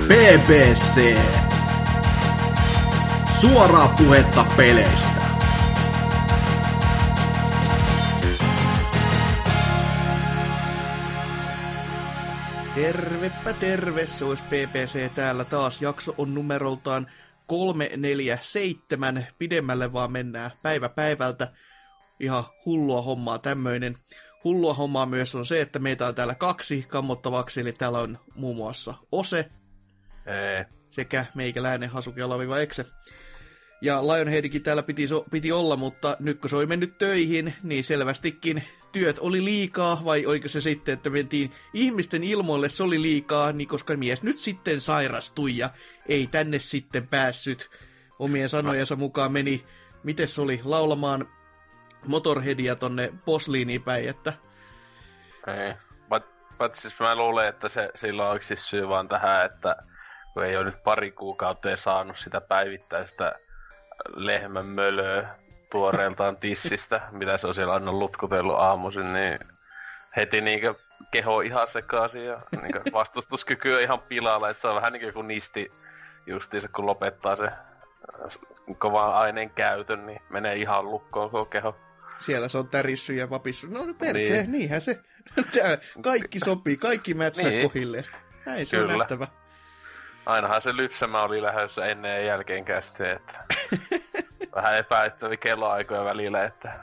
BBC. Suoraa puhetta peleistä. Tervepä terve, se olisi BBC täällä taas. Jakso on numeroltaan 347. Pidemmälle vaan mennään päivä päivältä. Ihan hullua hommaa tämmöinen. Hullua hommaa myös on se, että meitä on täällä kaksi kammottavaksi, eli täällä on muun muassa Ose sekä meikäläinen Hasuki Alaviva-Ekse. Ja Lionheadikin täällä piti olla, mutta nyt kun se oli mennyt töihin, niin selvästikin työt oli liikaa, vai oiko se sitten, että mentiin ihmisten ilmoille, se oli liikaa, niin koska mies nyt sitten sairastui ja ei tänne sitten päässyt. Omien sanojensa mukaan meni, miten se oli, laulamaan Motorheadia tonne Posliiniin päin, että... Ei, siis mä luulen, että sillä on oikeasti syy vaan tähän, että kun ei ole nyt pari kuukautta saanut sitä päivittäistä lehmän mölöä tuoreeltaan tissistä, mitä se on siellä aina lutkutellut aamuisin, niin heti niinkö keho ihan sekaisin ja niinkö vastustuskyky on ihan pilalla, että se on vähän niinkö kuin nisti justiinsa, kun lopettaa se kovan aineen käytön, niin menee ihan lukkoon koko keho. Siellä se on tärissyt ja vapissu. No perkele, niinhän se. Kaikki sopii, kaikki mätsää kohilleen. Näin se on nähtävä. Ainahan se lypsämä oli lähdössä ennen ja jälkeen kästeen, että vähän epäittäviä kelloaikoja välillä, että...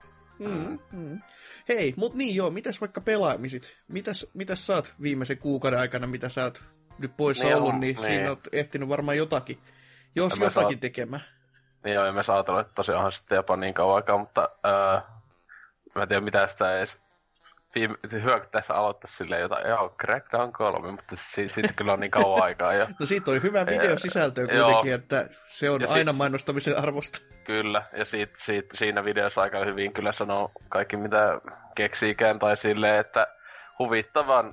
Hei, mut niin joo, mitäs vaikka pelaamisit? Mitäs sä oot viimeisen kuukauden aikana, mitä sä oot nyt poissa ollut, niin siinä oot ehtinyt varmaan jotakin, jotakin tekemään. Niin joo, emme saatella, että tosiaanhan sitten jopa niin kauan aikaa, mutta mä en tiedä mitä sitä edes hyvä, kun tässä aloittaisi silleen jotain, Crackdown 3, mutta siitä kyllä on niin kauan aikaa jo. No siitä on hyvä videosisältö kuitenkin, että se on aina mainostamisen arvosta. Kyllä, ja siinä videossa aika hyvin kyllä sanoo kaikki mitä keksiikään, tai silleen, että huvittavan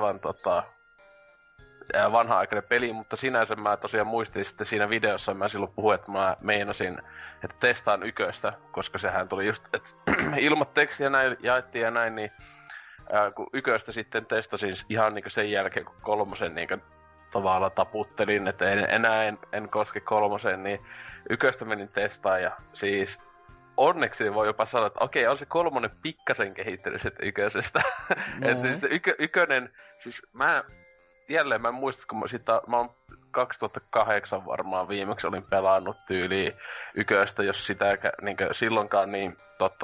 vanha-aikainen peli, mutta sinänsä mä tosiaan muistin sitten siinä videossa, mä silloin puhuin, että mä meinasin, että testaan yköstä, koska sehän tuli just, että ilmoitteeksi ja näin jaettiin ja näin, niin kun yköstä sitten testasin ihan niin sen jälkeen, kun kolmosen niin tavallaan taputtelin, että en koske kolmoseen, niin yköstä menin testaan ja siis onneksi voi jopa sanoa, että okei, on se kolmonen pikkasen kehittynyt sitten yköisestä. No. Että siis se ykönen, siis mä en muista, kun mä oon 2008 varmaan viimeksi olin pelannut tyyliin yköistä, jos sitä niinkö silloinkaan, niin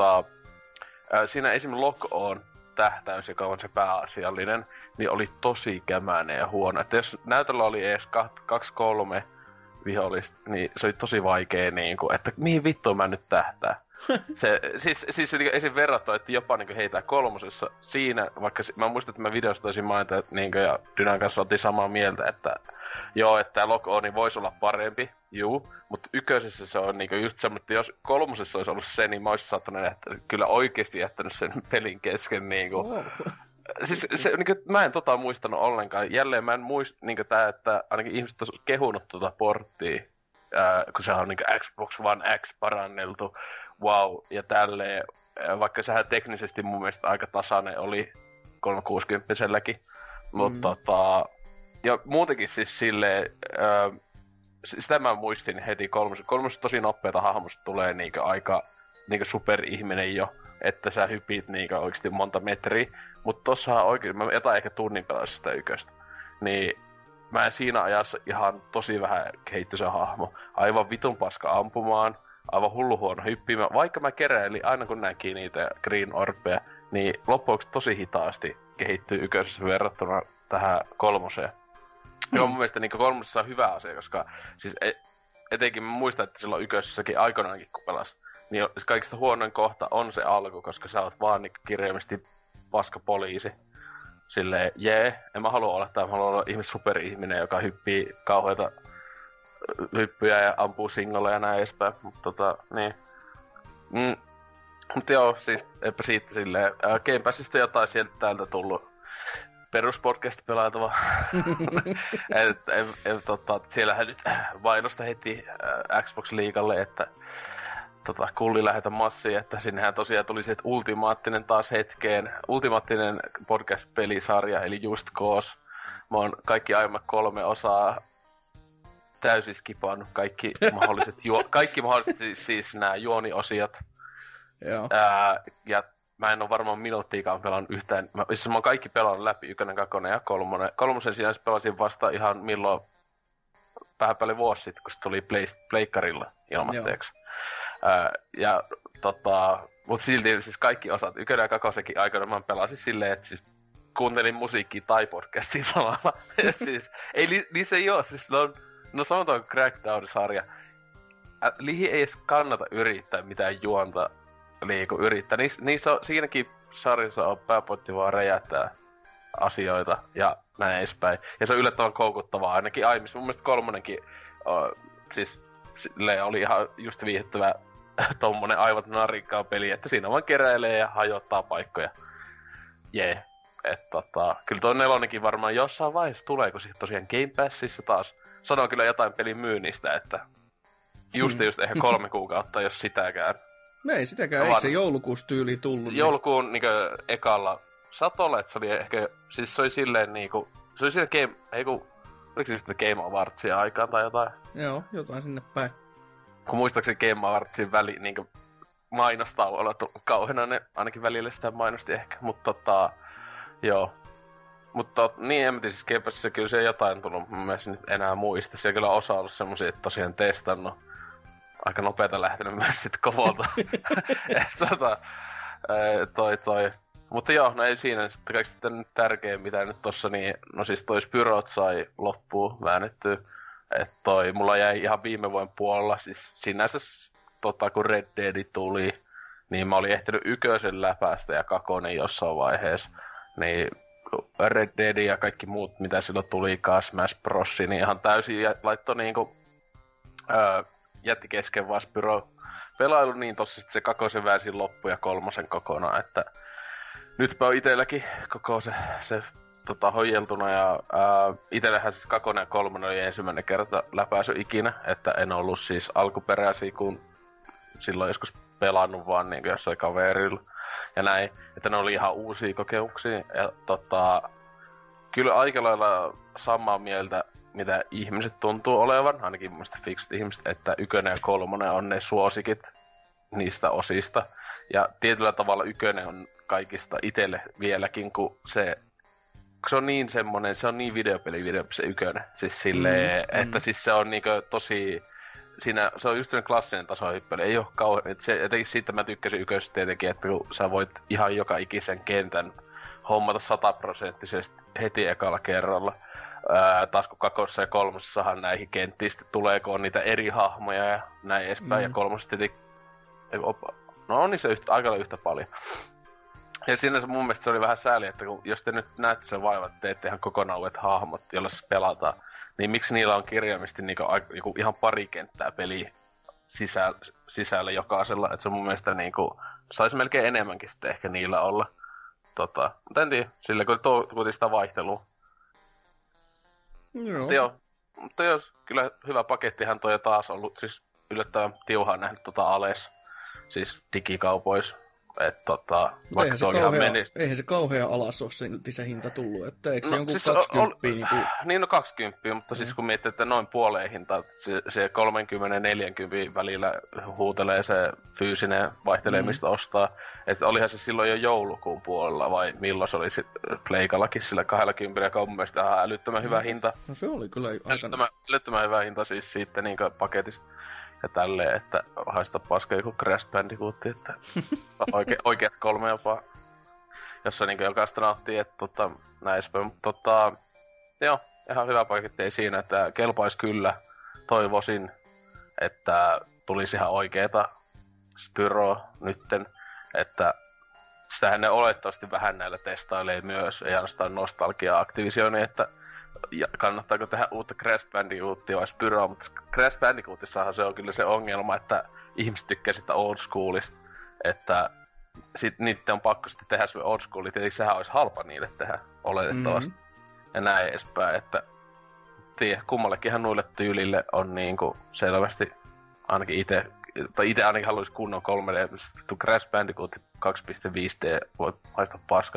siinä esimerkiksi Lock-On tähtäys, joka on se pääasiallinen, niin oli tosi kämäinen ja huono. Että jos näytöllä oli edes 2-3 vihollista, niin se oli tosi vaikea niinku, että mihin vittuun mä nyt tähtää. Siis esim. Verrattuna, että jopa niinku heitä kolmosessa siinä, vaikka mä muistan, että mä videosta taisin mainita, että niinku, ja Dynan kanssa oltiin samaa mieltä, että joo, että tää Lock-On voisi olla parempi, mutta yköisessä se on niinku just semmoinen, että jos kolmosessa olisi ollut se, niin mä olisin saattanut kyllä oikeesti jättänyt sen pelin kesken niinku. Wow. Siis se, niinku, mä en muistanut ollenkaan. Jälleen mä en niinku tää, että ainakin ihmiset on kehunut porttia, kun se on niinku Xbox One X paranneltu, wow, ja tälleen, vaikka sehän teknisesti mun mielestä aika tasainen oli 360-selläkin, mutta ja muutenkin siis silleen, sitä mä muistin heti kolmoset tosi nopeeta hahmosta tulee niinku aika niinku superihminen jo, että sä hypit niinku oikeesti monta metriä, mutta tossahan oikein, mä jätän ehkä tunnin pelasin sitä yköstä, niin mä en siinä ajassa ihan tosi vähän kehittyi se hahmo. Aivan vitun paska ampumaan, aivan hullu huono hyppimään. Vaikka mä keräilin aina kun näki niitä Green Orbeja, niin loppuksi tosi hitaasti kehittyy yköisessä verrattuna tähän kolmoseen. Joo, mun mielestä niin kolmosessa on hyvä asia, koska siis etenkin mä muistan, että silloin yköisessäkin aikoinaankin kun pelas, niin kaikista huonoin kohta on se alku, koska sä oot vaan niin kirjaimisesti paska poliisi. Silleen, en mä halua olla mä haluan olla superihminen, joka hyppii kauheita hyppyjä ja ampuu singolla ja näin edespäin, mutta niin. Mutta joo, siis eipä siitä silleen. Game Passista jotain sieltä täältä tullut peruspodcast pelaatava. Siellähän nyt mainosta heti Xbox Liigalle, että kulli lähetä massiin, että sinnehän tosiaan tuli se ultimaattinen taas hetkeen, ultimaattinen podcast-pelisarja, eli Just Cause mä oon kaikki aiemmat 3 osaa täysin skipannut kaikki mahdolliset siis nämä juoniosiat. Joo. Ja mä en oo varmaan minuuttiikaan pelannut yhtään. Mä oon kaikki pelannut läpi, 1, 2 ja 3. 3 sinänsä pelasin vasta ihan milloin vähän päälle vuosi sitten, kun se tuli pleikkarilla ilmatteeksi. Mut silti siis kaikki osat, 1 ja 2 aikana mä pelasin silleen, että siis kuuntelin musiikkia tai podcastia samalla. Siis, niissä ei oo, siis no sanotaan Crackdown-sarja. Niihin ei edes kannata yrittää mitään juonta yrittää. Siinäkin sarjassa on pääpointti vaan räjähtää asioita ja näin edespäin. Ja se on yllättävän koukuttavaa, ainakin aiemmissa. Mun mielestä 3:kin siis oli ihan just viihdyttävä tommonen aivan narikkaa peli, että siinä vaan keräilee ja hajottaa paikkoja. Jee. Kyllä tuo 4:kin varmaan jossain vaiheessa tulee, kun sitten tosiaan Game Passissa taas sanoo kyllä jotain pelin myynnistä, että just ehkä 3 kuukautta, jos sitäkään. No ei sitäkään, eikö se joulukuussa tyyli tullut? Joulukuun ekalla satolla, että se oli ehkä, siis se oli silleen niinku, se oli siinä oliko se sitten Game Awardsia aikaan tai jotain? Joo, jotain sinne päin. Kun muistaakseni Game Awardsin niinku mainostauolla kauheena ne ainakin välillä sitä mainosti ehkä, mutta joo. Mutta niin, en mä tiedä, siis Game Passissa kyllä se jotain tullut, mä mielestä nyt enää muista. Siellä kyllä osa ollut semmosia, että tosiaan testannut. Aika nopeeta lähtenyt myös sit kovolta. Mutta joo, no ei siinä. Sitten kaikista nyt tärkein, mitä nyt tossa niin... No siis toi Spyrot sai loppuun väännettyä. Että mulla jäi ihan viime vuoden puolella. Siis sinänsä kun Red Dead tuli, niin mä olin ehtinyt 1 läpäistä ja 2 jossain vaiheessa. Niin Red Dead ja kaikki muut, mitä silloin tulikaan, Smash Bros, niin ihan täysin laittoi niinku... jätti kesken vaan Spyro pelailu, niin tossa sit se 2 väänsin loppu ja 3 kokonaan, että nytpä on itelläkin koko se hoijeltuna ja itellähän siis 2 ja 3 oli ensimmäinen kerta läpäisy ikinä, että en ollut siis alkuperäisiä, kun silloin joskus pelannut vaan niin jossain kaverilla ja näin, että ne oli ihan uusia kokemuksia ja kyllä aika lailla samaa mieltä mitä ihmiset tuntuu olevan, ainakin mun mielestä fiksut ihmiset, että 1 ja 3 on ne suosikit niistä osista. Ja tietyllä tavalla 1 on kaikista itelle vieläkin, kun se on niin semmonen, se on niin videopeli se 1. Siis silleen, että siis se on niinku tosi... Siinä, se on just sellainen klassinen tasohyppely, ei oo kauhean... Etenkin siitä mä tykkäsin 1 tietenkin, että kun sä voit ihan joka ikisen kentän hommata 100% heti ekalla kerralla. Taas kun 2 ja 3 näihin kenttiin sitten tuleeko niitä eri hahmoja ja näin edespäin. Ja 3 tietenkin... No on niissä aika lailla yhtä paljon. Ja sinänsä mun mielestä se oli vähän sääli, että jos te nyt näette sen vaivan, että teette ihan kokonaan uudet hahmot, joilla se pelataan, niin miksi niillä on kirjaimisesti niinku ihan pari kenttää peliä sisällä jokaisella. Että se mun mielestä niinku, saisi melkein enemmänkin sitten ehkä niillä olla. Mutta en tiedä, sillä kun tuotiin sitä vaihtelua. Joo. Mutta jos kyllä hyvä pakettihan toi taas ollut, siis yllättävän tiuhaan nähnyt Ales, siis digikaupois. Eihän se kauhean alas ole silti se hinta tullut, että eikö se jonkun siis 20 niinku... Niin no 20, mutta siis kun miettii, että noin puoleen hinta, se 30-40 välillä huutelee se fyysinen vaihtelee mistä ostaa. Että olihan se silloin jo joulukuun puolella vai milloin se oli Pleikallakin sillä 20 ja mun mielestä ihan älyttömän hyvä hinta. No se oli kyllä aikana. Älyttömän hyvä hinta siis siitä niinkö paketista. Ja tälleen, että haista paska joku Crash Bandicoot, että oikeat 3 jopa. Jossa niinku jokaista nauttii, että näin edespäin. Mutta joo, ihan hyvä paketti ei siinä, että kelpaisi kyllä. Toivoisin, että tulisi ihan oikeeta Spyroa nytten, että sitähän ne olettavasti vähän näillä testailee myös, ei ainoastaan nostalgia Activisioni, että ja kannattaako tehdä uutta Crash Bandicootia vai Spyroa, mutta Crash Bandicootissahan se on kyllä se ongelma, että ihmiset tykkää sitä old schoolista, että sit niitten on pakko sitten tehdä se old school, tietenkin sehän olisi halpa niille tehdä oletettavasti. Ja näin edespäin, että kummallekinhan noille tyylille on niinku selvästi, ainakin itse tai itse ainakin haluais kunnon 3D, sitten Crash Bandicoot 2.5D voi haista paska.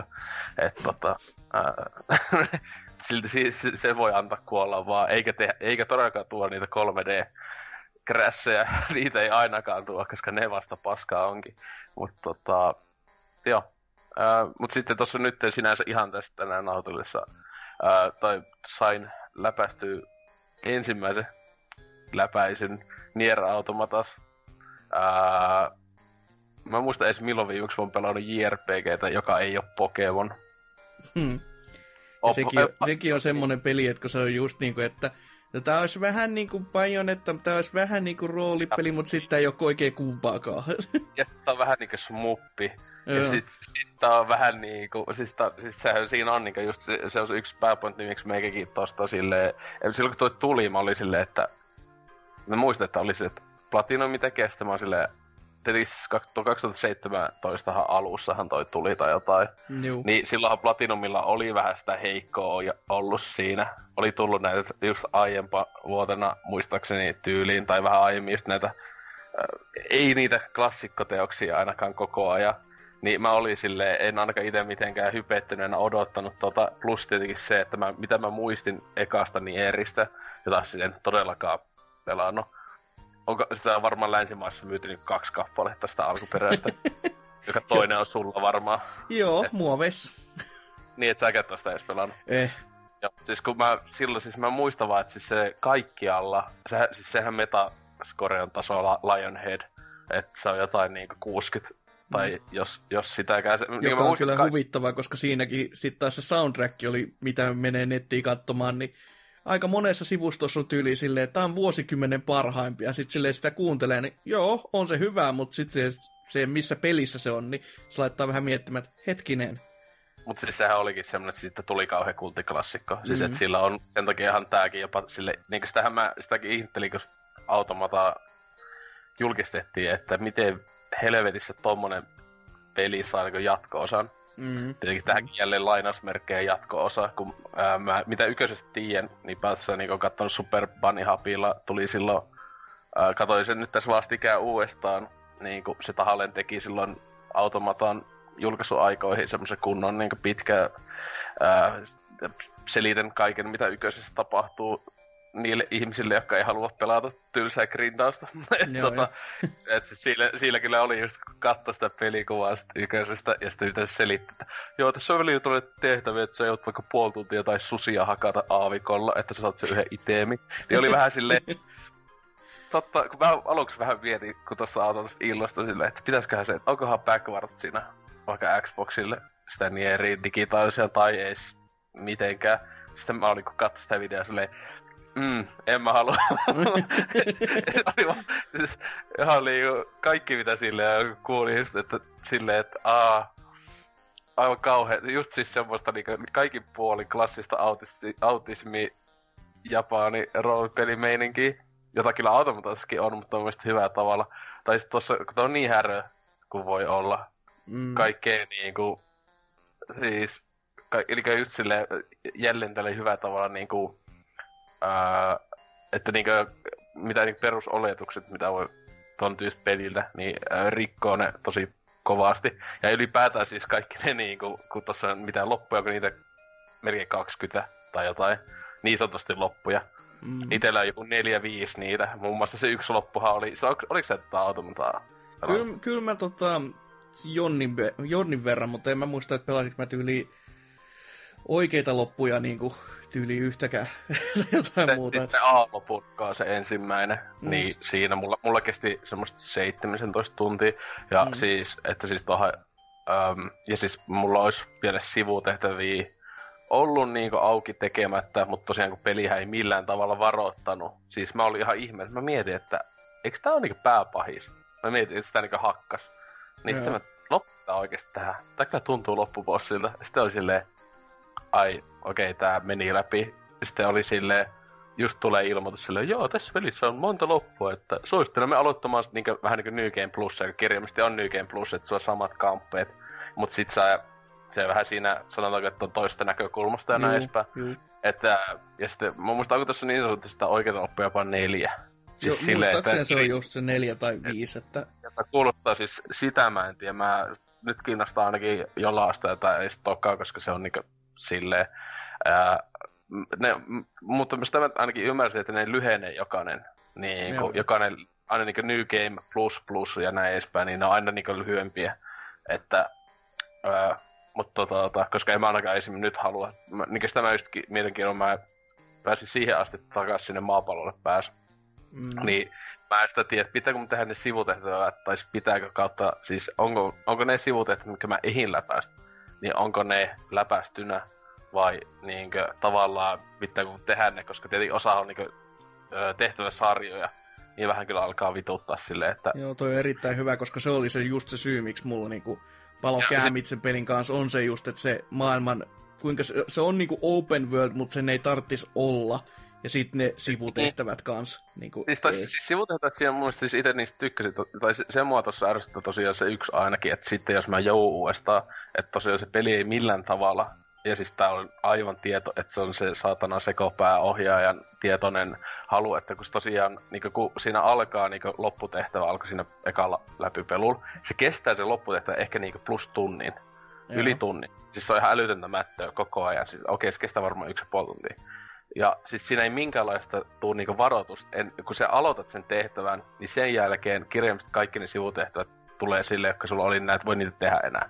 Silti se voi antaa kuolla vaan, eikä todellakaan tuo niitä 3D Crashejä, niitä ei ainakaan tuo, koska ne vasta paskaa onkin. Mutta joo. Mut sitten tossa nyt sinänsä ihan tästä tänään nautullessa, tai sain läpästyä ensimmäisen läpäisyn Nier Automatas. Mä muistan edes milloin viimeksi on pelannut JRPGtä, joka ei oo Pokemon. Sekin on semmonen peli, että kun se on just niinku, että tää olisi vähän niinku Bayonetta, tää olisi vähän niinku roolipeli, mutta sitten ei oo oikein kumpaakaan. Ja sit tää on vähän niinku smuppi. Ja sit tää on vähän niinku, siis siinä on niinku just se on yksi pääpointti, miksi meikäkin tosta silleen, silloin kun toi tuli, mä olin silleen, että mä muistan, että oli se, että Platinum tekee, sitten mä oon silleen, tietenkin 2017 alussahan toi tuli tai jotain. Juu. Niin silloinhan Platinumilla oli vähän sitä heikkoa ollut siinä. Oli tullut näitä just aiempa vuotena muistaakseni tyyliin, tai vähän aiemmin just näitä, ei niitä klassikkoteoksia ainakaan koko ajan. Niin mä olin silleen, en ainakaan itse mitenkään hypettyneenä odottanut plus tietenkin se, että mitä mä muistin ekasta Nieristä, jota siis en todellakaan pelannut. Onko sitä varmaan länsimaissa myyty 2 kappaletta sitä alkuperäistä, joka toinen on sulla varmaan. Joo, muoveissa. Niin, et säkään tosta edes pelannut. Joo, siis kun mä muistan vaan, että siis se kaikkialla, sehän metascore on tasolla Lionhead, että se on jotain niinku 60, tai jos sitäkään se... Joka on kyllä huvittavaa, koska siinäkin sitten taas se soundtrack oli, mitä menee nettiin katsomaan, niin aika monessa sivustossa on tyyli silleen, että tämä on vuosikymmenen parhaimpia. Sitten silleen sitä kuuntelee, niin joo, on se hyvä, mutta sitten se, missä pelissä se on, niin se laittaa vähän miettimään, että hetkinen. Mutta siis sehän olikin semmoinen, että siitä tuli kauhean kulttiklassikko. Siis että sillä on, sen takiahan tääkin jopa sille, niin kuin sitäkin ihmettelin, kun Automata julkistettiin, että miten helvetissä tommonen peli saa niin jatko-osan. Tietenkin tähänkin jälleen lainausmerkkejä jatko-osa, kun mitä yköisestä tiedän, niin päässä niin on kattonut Super Bunny Hapilla, tuli silloin, katsoin sen nyt tässä vastikään uudestaan, niin kuin se tahalleen teki silloin Automatan julkaisuaikoihin semmoisen kunnon niin pitkä selitän kaiken, mitä yköisessä tapahtuu niille ihmisille, jotka ei halua pelata tylsää grindausta. Sillä kyllä oli just, kun katsoi sitä pelikuvaa sit yköisestä ja sitten yritäisi selittää, että joo, tässä on välillä tulee tehtäviä, että sä joudut vaikka puoli tuntia tai susia hakata aavikolla, että sä saat sen yhden itemi. Niin oli vähän silleen, totta, kun mä aluksi vähän mietin, kun tuossa autosta illosta silleen, että pitäisiköhän se, että onkohan backward siinä vaikka Xboxille sitä Nierin digitaalisia tai ees mitenkään. Sitten mä olin, kun katsoin sitä videoa silleen, en mä halua. Ihan kaikki mitä silleen kuuli just, että silleen, että aivan kauhean. Just siis semmoista niinku kaikin puolin klassista autismi Japani roolipelimeininkiä, jota kyllä Automatassakin on, mutta on mielestäni hyvällä tavalla. Tai sit tossa, kun on niin härö kuin voi olla. Kaikkea niinku, siis, eli just silleen jälleen tällä hyvällä tavalla niinku, että niinku, mitä niinku perusoletukset, mitä voi ton tyys pelillä, niin rikkoo ne tosi kovasti. Ja ylipäätään siis kaikki ne niinku, kun tossa on mitään loppuja, kun niitä melkein 20 tai jotain, niin sanotusti loppuja. Itellä on joku 4-5 niitä. Muun muassa se yksi loppuhan oli, oliko se tätä Automataa? Kyllä mä Jonnin verran, mutta en mä muista, että pelasinko mä tyyliin oikeita loppuja niinku tyyliin yhtäkään jotain muuta. Sitten A-lopukkaa se ensimmäinen, niin siinä mulla kesti semmoista 17 tuntia. Ja siis, että siis tohon, ja siis mulla olisi vielä sivutehtäviä ollut niinku auki tekemättä, mutta tosiaan kun pelihän ei millään tavalla varoittanut. Siis mä olin ihan ihme, mä mietin, että eikö tää ole niinku pääpahis? Mä mietin, että sitä niinku hakkas. Niin sitten mä lopputaan oikeesti tähän. Tää kyllä tuntuu loppubossilta. Sitten oli silleen, okei, tää meni läpi. Sitten oli silleen, just tulee ilmoitus silleen, joo, tässä pelissä on monta loppua, että suosittelemme aloittamaan niinku, vähän niinku New Game Plus, joka kirjaimisesti on New Game Plus, että sulla on samat kamppeet. Mut sit se vähän siinä, sanotaanko, että on toista näkökulmasta ja näin edespäin. Että, ja sitten, mä muistan, onko tässä niin sanotusti sitä oikeita loppuja jopa 4. Siis silleen, muistaakseni se on just se 4 tai 5, että kuuluttaa siis sitä mä en tiedä. Mä nyt kiinnostaa ainakin jollaista jotain ei stokkaa, koska se on niinku silleen. Mutta sitä mä ainakin ymmärsin, että ne lyhenee jokainen. Niin, jokainen, aina niinku New Game plus ja näin edespäin, niin ne on aina niinku lyhyempiä. Että, mutta koska en mä ainakaan esimerkiksi nyt halua. Niin sitä mä just mietinkin, mä pääsin siihen asti takaisin sinne maapallolle pääsin. Niin mä en sitä tiedä, pitääkö mun tehdä ne sivutehtävät, tai pitääkö kautta, siis onko ne sivutehtävät, mitkä mä ehin läpäistä, niin onko ne läpäistynä, vai niinkö tavallaan pitääkö mun tehdä ne, koska tietenkin osa on niinkö tehtäväsarjoja, niin vähän kyllä alkaa vituttaa silleen, että... Joo, toi on erittäin hyvä, koska se oli just se syy, miksi mulla niinku palo käämit sen pelin kanssa, on se just, että se maailman, kuinka se on niinku open world, mutta sen ei tarttis olla. Ja sitten ne sivutehtävät kans. Niinku, siis sivutehtävät siinä mun mielestä siis ite niistä tykkäsin, tai se mua tossa ärsyttää tosiaan se yksi ainakin, että sitten jos mä joudun uudestaan, että tosiaan se peli ei millään tavalla, ja siis tää on aivan tieto, että se on se saatana sekopääohjaajan tietoinen halu, että kun tosiaan, niinku, kun siinä alkaa niinku lopputehtävä, alkoi siinä ekalla läpipelulla, se kestää se lopputehtävä ehkä niinku plus tunnin, yli tunnin. Siis se on ihan älytöntä mättöä koko ajan, siis okei, se kestää varmaan 1,5 tuntia. Ja siis siinä ei minkäänlaista tuu niinku varoitusta. Kun sä aloitat sen tehtävän, niin sen jälkeen kirjaimisesti kaikki ne sivutehtävät tulee sille, jotka sulla oli näin, että voi niitä tehdä enää.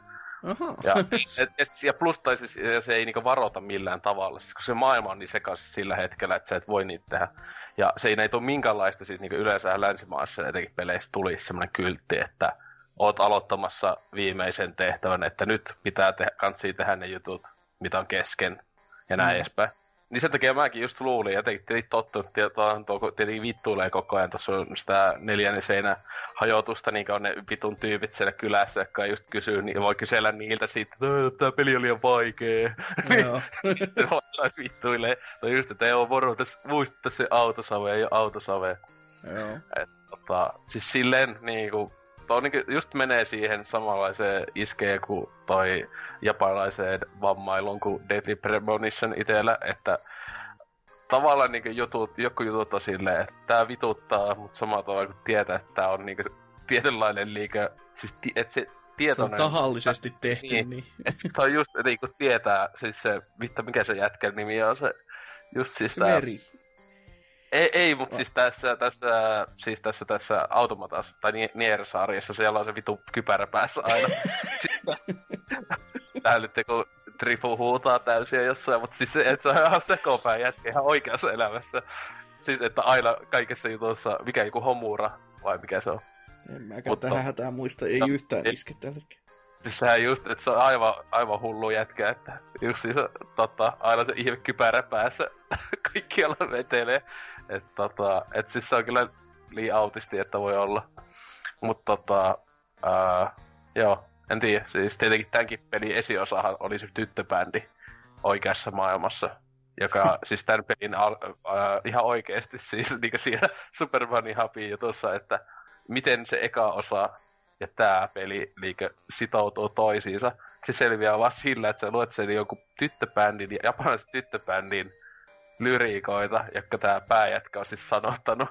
Ja plus tai siis se ei niinku varota millään tavalla, siis kun se maailma on niin sekaisin sillä hetkellä, että sä et voi niitä tehdä. Ja se ei tule minkäänlaista, siis niinku yleensä länsimaassa etenkin peleissä tulisi semmoinen kyltti, että oot aloittamassa viimeisen tehtävän, että nyt pitää kanssii tehdä ne jutut, mitä on kesken ja näin edespäin. Niin sen takia mäkin just luulin, ja tietenkin tottunut, tietenkin vittuilee koko ajan, tuossa on sitä 4. seinän hajotusta, niin on ne vitun tyypit siellä kylässä, jotka just kysyy, niin voi kysellä niiltä siitä, että tää peli oli liian vaikee. Joo. Sitten vastais vittuilee, tai just, että ei oo muistuttaa se autosave, ei oo autosave. Joo. Siis silleen niinku, tuo niinku just menee siihen samanlaiseen iskeen kuin toi japanilaiseen vammailuun kuin Deadly Premonition itellä, että tavallaan niinku joku jutut on silleen, että tää vituttaa, mutta samalla tavalla kun tietää, että tää on niinku tietynlainen liikä, siis että se tietoinen... Se on tahallisesti tehty, niin. Että se on just niinku tietää, siis se, mikä se jätkän nimi on, se just siis Sveri. Ei, mutta siis tässä Automatas, tai Nier-sarjassa, siellä on se vitu kypärä päässä aina. Tää nyt kun Trifu huutaa täysiä jossain, mutta siis se on ihan sekopää jätkä ihan oikeassa elämässä. Siis että aina kaikessa jutussa, mikä joku Homura, vai mikä se on? En mäkään tähän hätään muista, ei yhtään iske tällä hetkellä. Siis sehän just, että se on aivan hullu jätkä, että just siis aina se ihme kypärä päässä kaikkialla vetelee. Et siis se on kyllä liian autisti, että voi olla. Mutta joo, en tiedä. Siis tietenkin tämänkin pelin esiosahan oli se tyttöbändi oikeassa maailmassa. Joka siis tämän pelin ihan oikeesti siis niinku siinä Super Bunny Happy jutussa, että miten se eka osa ja tää peli sitoutuu toisiinsa. Se selviää vaan sillä, että sä luet sen joku tyttöbändin ja japanilaisen tyttöbändin lyriikoita, jotka tää pääjätkä on siis sanottanut.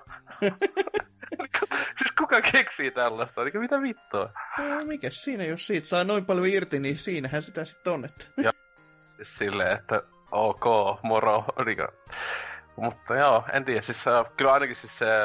Siis kuka keksii tällaista? Niin mitä vittua? No, mikäs siinä, jos siitä saa noin paljon irti, niin siinähän sitä sitten on, että... Joo, siis silleen, että ok, moro. Mutta joo, en tiedä, siis kyllä ainakin siis se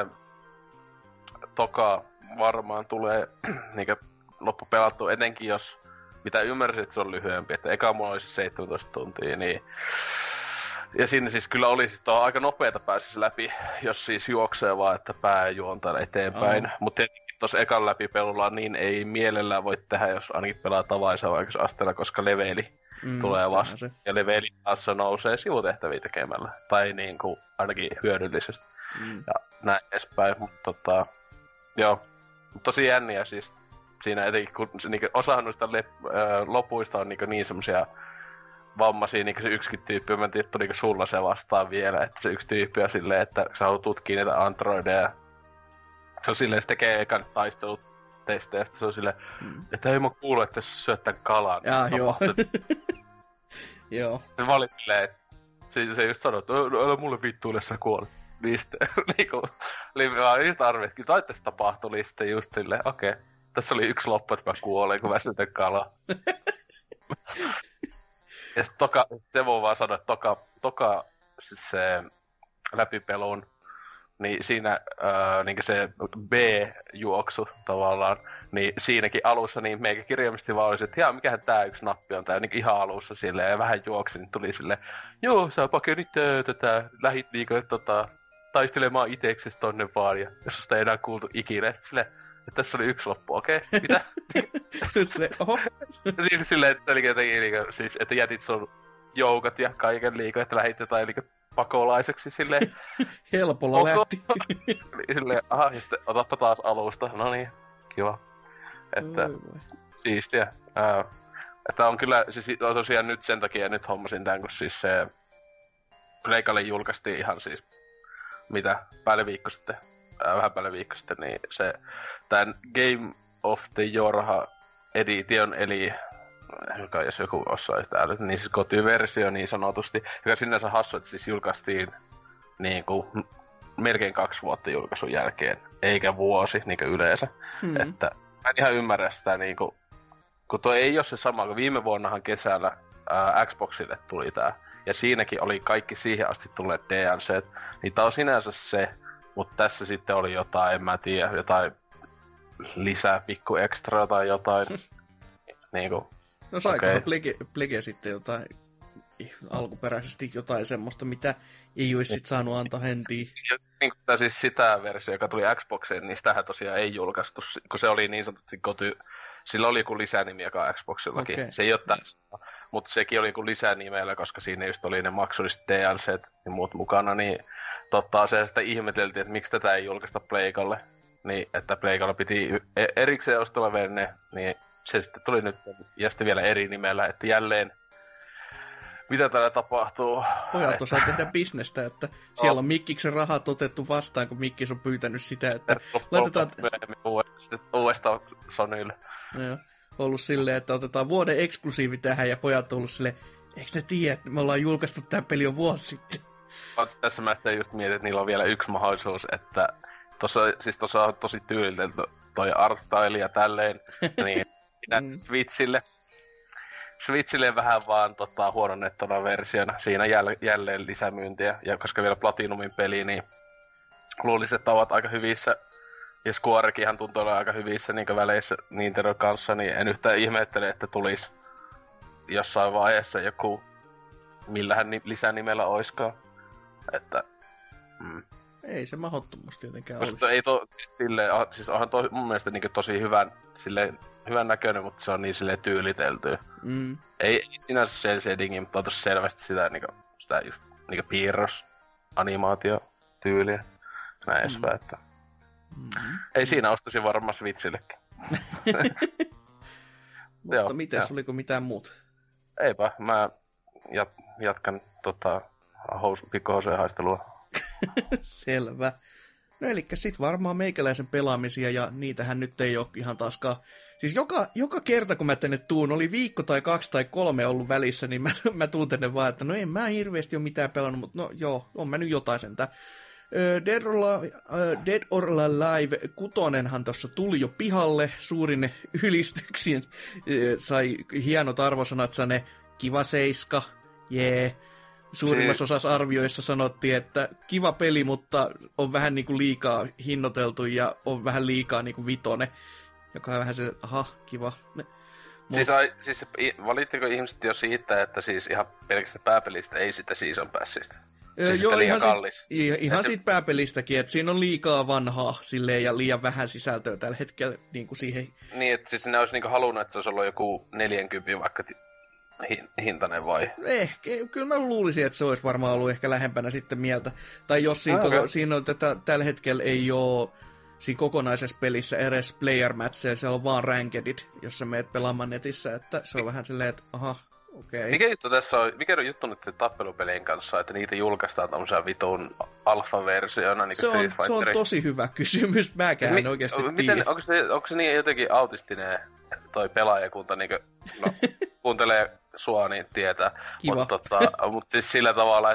toka varmaan tulee niinkö loppupelattu, etenkin jos mitä ymmärsin, että se on lyhyempi, että eka mulla olisi 17 tuntia, niin ja siinä siis kyllä oli siis aika nopeeta pääsisi läpi, jos siis juoksee vaan, että pää juontaa eteenpäin. Mutta tietenkin tuossa ekan läpipelulla niin ei mielellään voi tehdä, jos ainakin pelaa tavaisella asteella, koska leveli tulee vasta. Ja leveli taas nousee sivutehtäviä tekemällä. Tai niin kuin ainakin hyödyllisesti. Ja näin edespäin. Mutta joo. Tosi jänniä siis. Siinä etenkin, kun niin osahan noista lopuista on niin semmosia vammaisia, niin se yksikin tyyppi, mä en tiedä, tuliko sulla se vastaan vielä, että se yksi tyyppi on silleen, että sä haluat tutkia niitä androideja. Se on silleen, se tekee ekan taistelutestejä, se on silleen, että ei mä kuulu, että sä syöt tän kalan. Joo. Joo. Sitten mä olin silleen, että se just sanoi, että älä mulle vittuille, sä kuolet. liste. Niinku, mä just arvin, että kyllä tässä tapahtui liste just silleen, okei. Tässä oli yksi loppu, että mä kuolen, kun väsytän kalaa. Ja sit se voi vaan sanoa, että toka siis se läpipelun, niin siinä niin se B-juoksu tavallaan, niin siinäkin alussa niin meikä kirjaimisesti vaan olisi, että mikähän tää yksi nappi on tää, niin ihan alussa silleen, ja vähän juoksi, niin tuli silleen, joo, sä pakenit tätä, lähit niinku, taistelemaan iteksesi tonne vaan, ja jos susta ei enää kuultu ikinä, että silleen, että tässä oli yksi loppu, okei, mitä? Se, oho. Niin silleen, että, siis, että jätit sun joukot ja kaiken liikaa, että lähit jotain pakolaiseksi silleen. Helpolla lähti. Silleen, ja sitten otappa taas alusta. No niin, kiva. Että siistiä. Että on kyllä, siis tosiaan nyt sen takia nyt hommasin tän, kun siis se Pleikalle julkaistiin ihan siis, mitä, päälle sitten, vähän päälle viikko sitten, niin se tän Game of the Jorha Edition, eli joka jos joku osaa yhtään, niin siis kotiversio niin sanotusti, joka sinänsä hassu, että siis julkaistiin niin kuin melkein 2 vuotta julkaisun jälkeen, eikä vuosi niin kuin yleensä. Että mä en ihan ymmärrä sitä, niin kuin, kun tuo ei ole se sama, kun viime vuonnahan kesällä Xboxille tuli tää, ja siinäkin oli kaikki siihen asti tulleet DLCt, niin tää on sinänsä se, mutta tässä sitten oli jotain, en mä tiedä, jotain lisää pikku extra tai jotain. Niinku. No saikohan Plege sitten jotain alkuperäisesti jotain semmoista, mitä ei olisi sit saanut antaa hentiin. Niin, siis sitä versiota, joka tuli Xboxiin, niin sitähän tosiaan ei julkaistu, kun se oli niin sanotusti sillä oli joku lisänimi, joka on Xboxillakin. Okay. Se ei ole tässä, mutta sekin oli joku lisänimellä, koska siinä just oli ne maksulliset DLCt ja muut mukana, niin se sitä ihmeteltiin, että miksi tätä ei julkaista Pleikalle. Niin, että Pleikalla piti erikseen ostella venne, niin se sitten tuli nyt, ja sitten vielä eri nimellä, että jälleen, mitä täällä tapahtuu? Pojat osaa tehdä bisnestä, että siellä on Mikkiksen rahat otettu vastaan, kun Mikkis on pyytänyt sitä, että laitetaan uudestaan Sonylle. Joo, ollut silleen, että otetaan vuoden eksklusiivi tähän, ja pojat on ollut silleen, eikö ne tiedä, että me ollaan julkaistu tää peli jo vuosi sitten? Tässä mä sitten just mietin, että niillä on vielä yksi mahdollisuus, että tuossa on tosi tyylitelty toi artstyle ja tälleen, niin Switchille vähän vaan huononnettuna versiona. Siinä jälleen lisämyyntiä. Ja koska vielä Platinumin peli, niin luulisin, että ovat aika hyvissä. Ja Squarekinhan tuntuu olla aika hyvissä niin väleissä Nintendo kanssa, niin en yhtään ihmettele, että tulisi jossain vaiheessa joku, millähän lisänimellä oiskaan. Että ei se mahdottomuus tietenkään olisi. Ei siis onhan mun mielestä niin tosi hyvän näköinen, mutta se on niin silleen tyylitelty. Ei sinänsä cel shadingi, mutta on tossa selvästi sitä just piirros, animaatio, tyyliä. Näin edespäin, että ei siinä ostaisin varmaan Switchillekin. Mutta mites, oliko mitään muuta? Eipä, mä jatkan pikkuhousujen haistelua. Selvä. No elikkä sit varmaan meikäläisen pelaamisia, ja niitähän nyt ei ole ihan taaskaan. Siis joka kerta kun mä tänne tuun, oli viikko tai 2 tai 3 ollut välissä, niin mä tuun tänne vaan, että no en mä hirveästi ole mitään pelannut, mutta no joo, on mä nyt jotain sentään. Dead or Alive 6:nhan tuossa tuli jo pihalle, suurin ylistyksiin, sai hienot arvosanat, ne kiva 7, jee. Suurimmassa osassa arvioissa sanottiin, että kiva peli, mutta on vähän niin kuin liikaa hinnoiteltu ja on vähän liikaa niin kuin 5, joka on vähän se, aha, kiva. Siis valittiko ihmiset jo siitä, että siis ihan pelkästään pääpelistä, ei sitä Season Passista? Siis joo, ihan siitä pääpelistäkin, että siinä on liikaa vanhaa silleen, ja liian vähän sisältöä tällä hetkellä niin kuin siihen. Niin, että siis ne olisi niin kuin halunnut, että se olisi ollut joku 40 vaikka hintainen vai? Ehkä, kyllä mä luulisin, että se olisi varmaan ollut ehkä lähempänä sitten mieltä. Tai jos siinä on tällä hetkellä ei ole siinä kokonaisessa pelissä edes player matcheja, se on vaan rankedit, jos sä meet pelaamaan netissä, että se on vähän silleen, että aha, okei. Mikä juttu nyt tappelupelien kanssa, että niitä julkaistaan tämmöisen vitun alfa-versiona, niin kuin Street Fighterin? Se on tosi hyvä kysymys, mäkään en oikeasti tiedä. Onko se niin jotenkin autistinen toi pelaajakunta, niin kuin, kuuntelee sua, niin tietää. Kiva. Mutta siis sillä tavalla, että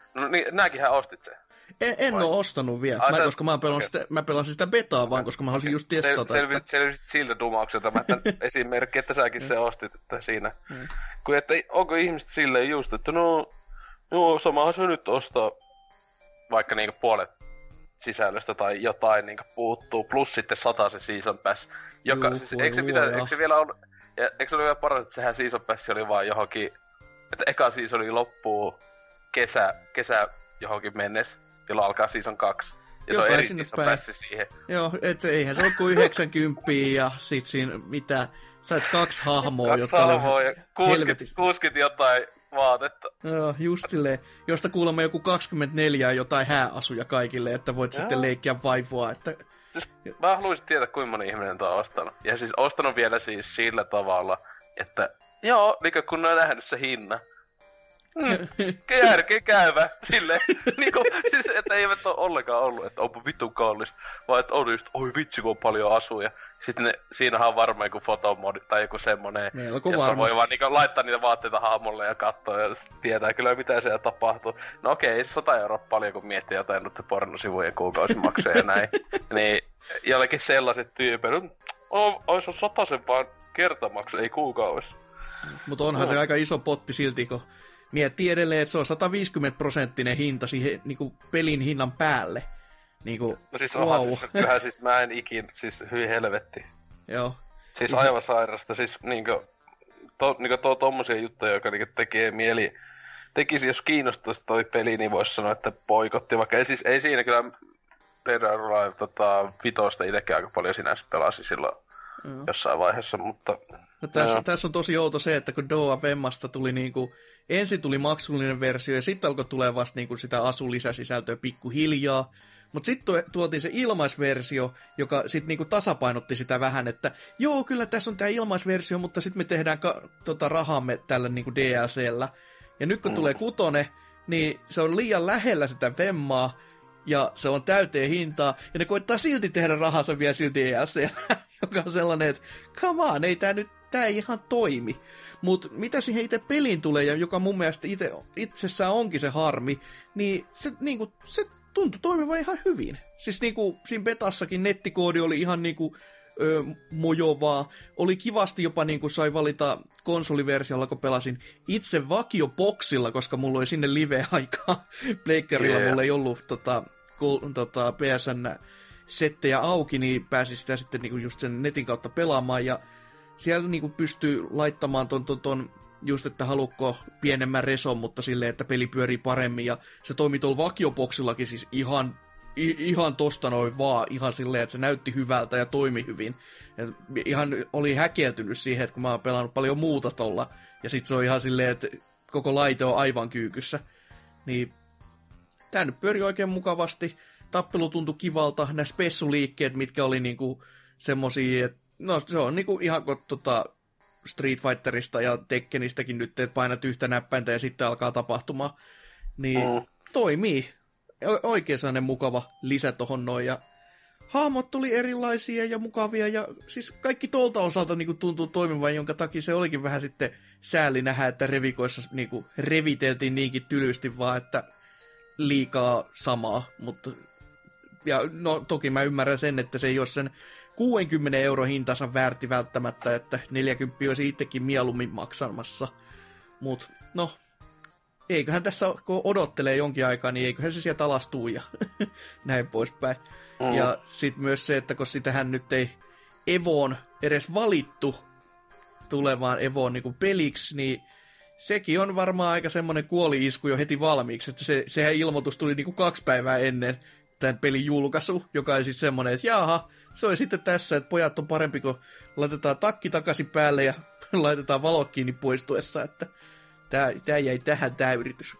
No niin, nääkinhän ostit sen. En ole ostanut vielä, koska mä pelasin sitä betaa vaan, koska mä halusin just testata. Selvisit siltä dumaukselta, mä esimerkki, että säkin se ostit, että siinä. Kun, että onko ihmiset silleen just, että no samahan se nyt ostaa, vaikka niinku puolet sisällöstä tai jotain niinku puuttuu, plus sitten 100 se season pass, joka, siis eikö se vielä ollut, ja eikö se ole vielä paras, että sehän season pass oli vaan johonkin, että eka seasoni loppuu kesä johonkin mennessä, jolloin alkaa season 2. Ja se on eri season passi siihen. Joo, et eihän se ole kuin 90 ja sit siinä mitä, sait 2 hahmoa, jotka oli ja 60 jotain vaatetta. Joo, just silleen, josta kuulemma joku 24 jotain hääasuja kaikille, että voit sitten leikkiä vaivua, että... Siis, mä haluaisin tietää, kuinka moni ihminen tää on ostanut. Ja siis ostanut vielä siis sillä tavalla, että joo, niin kun on nähnyt se hinna. Järkeä käyvä, silleen, niinku, siis että eivät ole ollenkaan ollut, että onpa vitun kallis, vaan että on just, oi vitsi kun on paljon asuja. Sitten siinähän on varmaan joku fotomodi tai joku semmonen, jossa voi vaan niinku laittaa niitä vaatteita hahmolle ja katsoa ja tietää kyllä mitä siellä tapahtuu. No okei, ei se 100 € paljon kun miettii jotain noiden pornosivujen kuukausimaksuja ja näin. Niin jollekin sellaiset tyypit, ois on 100 vaan kertamaksu, ei kuukausi. Mutta onhan se aika iso potti silti, kun miettii edelleen, että se on 150% hinta siihen niinku pelin hinnan päälle. Niinku, no siis onhan siis, kyllähän siis mä en siis hyi helvetti. Joo. Siis aivan sairasta, siis niinku tommosia juttuja, joka niinku tekee mieli, tekisi jos kiinnostaisi toi peli, niin vois sanoa, että boikotti, vaikka ei siinä kyllä Dead or Alive vitosta itekin aika paljon sinänsä pelasi silloin jossain vaiheessa, mutta... No tässä on tosi outo se, että kun Doa Vemmasta tuli niinku, ensin tuli maksullinen versio ja sitten alkoi tulee vasta niinku sitä asulisäsisältöä pikkuhiljaa, mutta sitten tuotiin se ilmaisversio, joka sitten niinku tasapainotti sitä vähän, että joo, kyllä tässä on tämä ilmaisversio, mutta sitten me tehdään rahamme tällä niinku DLCllä. Ja nyt kun tulee 6, niin se on liian lähellä sitä Vemmaa, ja se on täyteen hintaa, ja ne koittaa silti tehdä rahansa vielä sillä DLCllä, joka on sellainen, että come on, tää ei ihan toimi. Mutta mitä siihen itse peliin tulee, ja joka mun mielestä itsessään onkin se harmi, niin se tuntui toimivan ihan hyvin. Siis niinku siinä betassakin nettikoodi oli ihan niinku mojovaa. Oli kivasti jopa niinku sai valita konsoliversiolla, kun pelasin itse vakioboksilla, koska mulla oli sinne live-aikaa. Pleikkarilla mulla ei ollut PSN-settejä auki, niin pääsi sitä sitten niinku just sen netin kautta pelaamaan, ja siellä niinku pystyy laittamaan ton just, että haluatko pienemmän reson, mutta silleen, että peli pyörii paremmin, ja se toimi tuolla vakioboksillakin siis ihan tosta noin vaan, ihan silleen, että se näytti hyvältä ja toimi hyvin. Ja ihan oli häkeltynyt siihen, että kun mä oon pelannut paljon muuta tolla, ja sit se on ihan silleen, että koko laite on aivan kyykyssä. Niin tää nyt pyöri oikein mukavasti, tappelu tuntui kivalta, nämä spessuliikkeet, mitkä oli niinku semmosia, että no se on niinku ihan kuin Street Fighterista ja Tekkenistäkin nyt, että painat yhtä näppäintä ja sitten alkaa tapahtumaan. Niin toimii. Oikein sellainen mukava lisä tohon noin. Ja hahmot tuli erilaisia ja mukavia. Ja siis kaikki tuolta osalta niinku tuntuu toimivan, jonka takia se olikin vähän sitten sääli nähdä, että revikoissa niinku reviteltiin niinkin tylysti vaan, että liikaa samaa. Mutta ja no toki mä ymmärrän sen, että se ei ole sen 60 € hintansa väärti välttämättä, että 40 olisi itsekin mieluummin maksamassa. Mut no, eiköhän tässä, kun odottelee jonkin aikaa, niin eiköhän se sieltä alastuu ja näin poispäin. Ja sitten myös se, että kun sitähän nyt ei Evoon edes valittu tulevaan Evoon niin kuin peliksi, niin sekin on varmaan aika semmoinen kuoli-isku jo heti valmiiksi, että sehän ilmoitus tuli niin kuin 2 päivää ennen tämän pelin julkaisu, joka on sitten semmoinen, että jaha, se on sitten tässä, että pojat on parempi, kun laitetaan takki takaisin päälle ja laitetaan valot kiinni poistuessa, että tää jäi tähän tää yritys.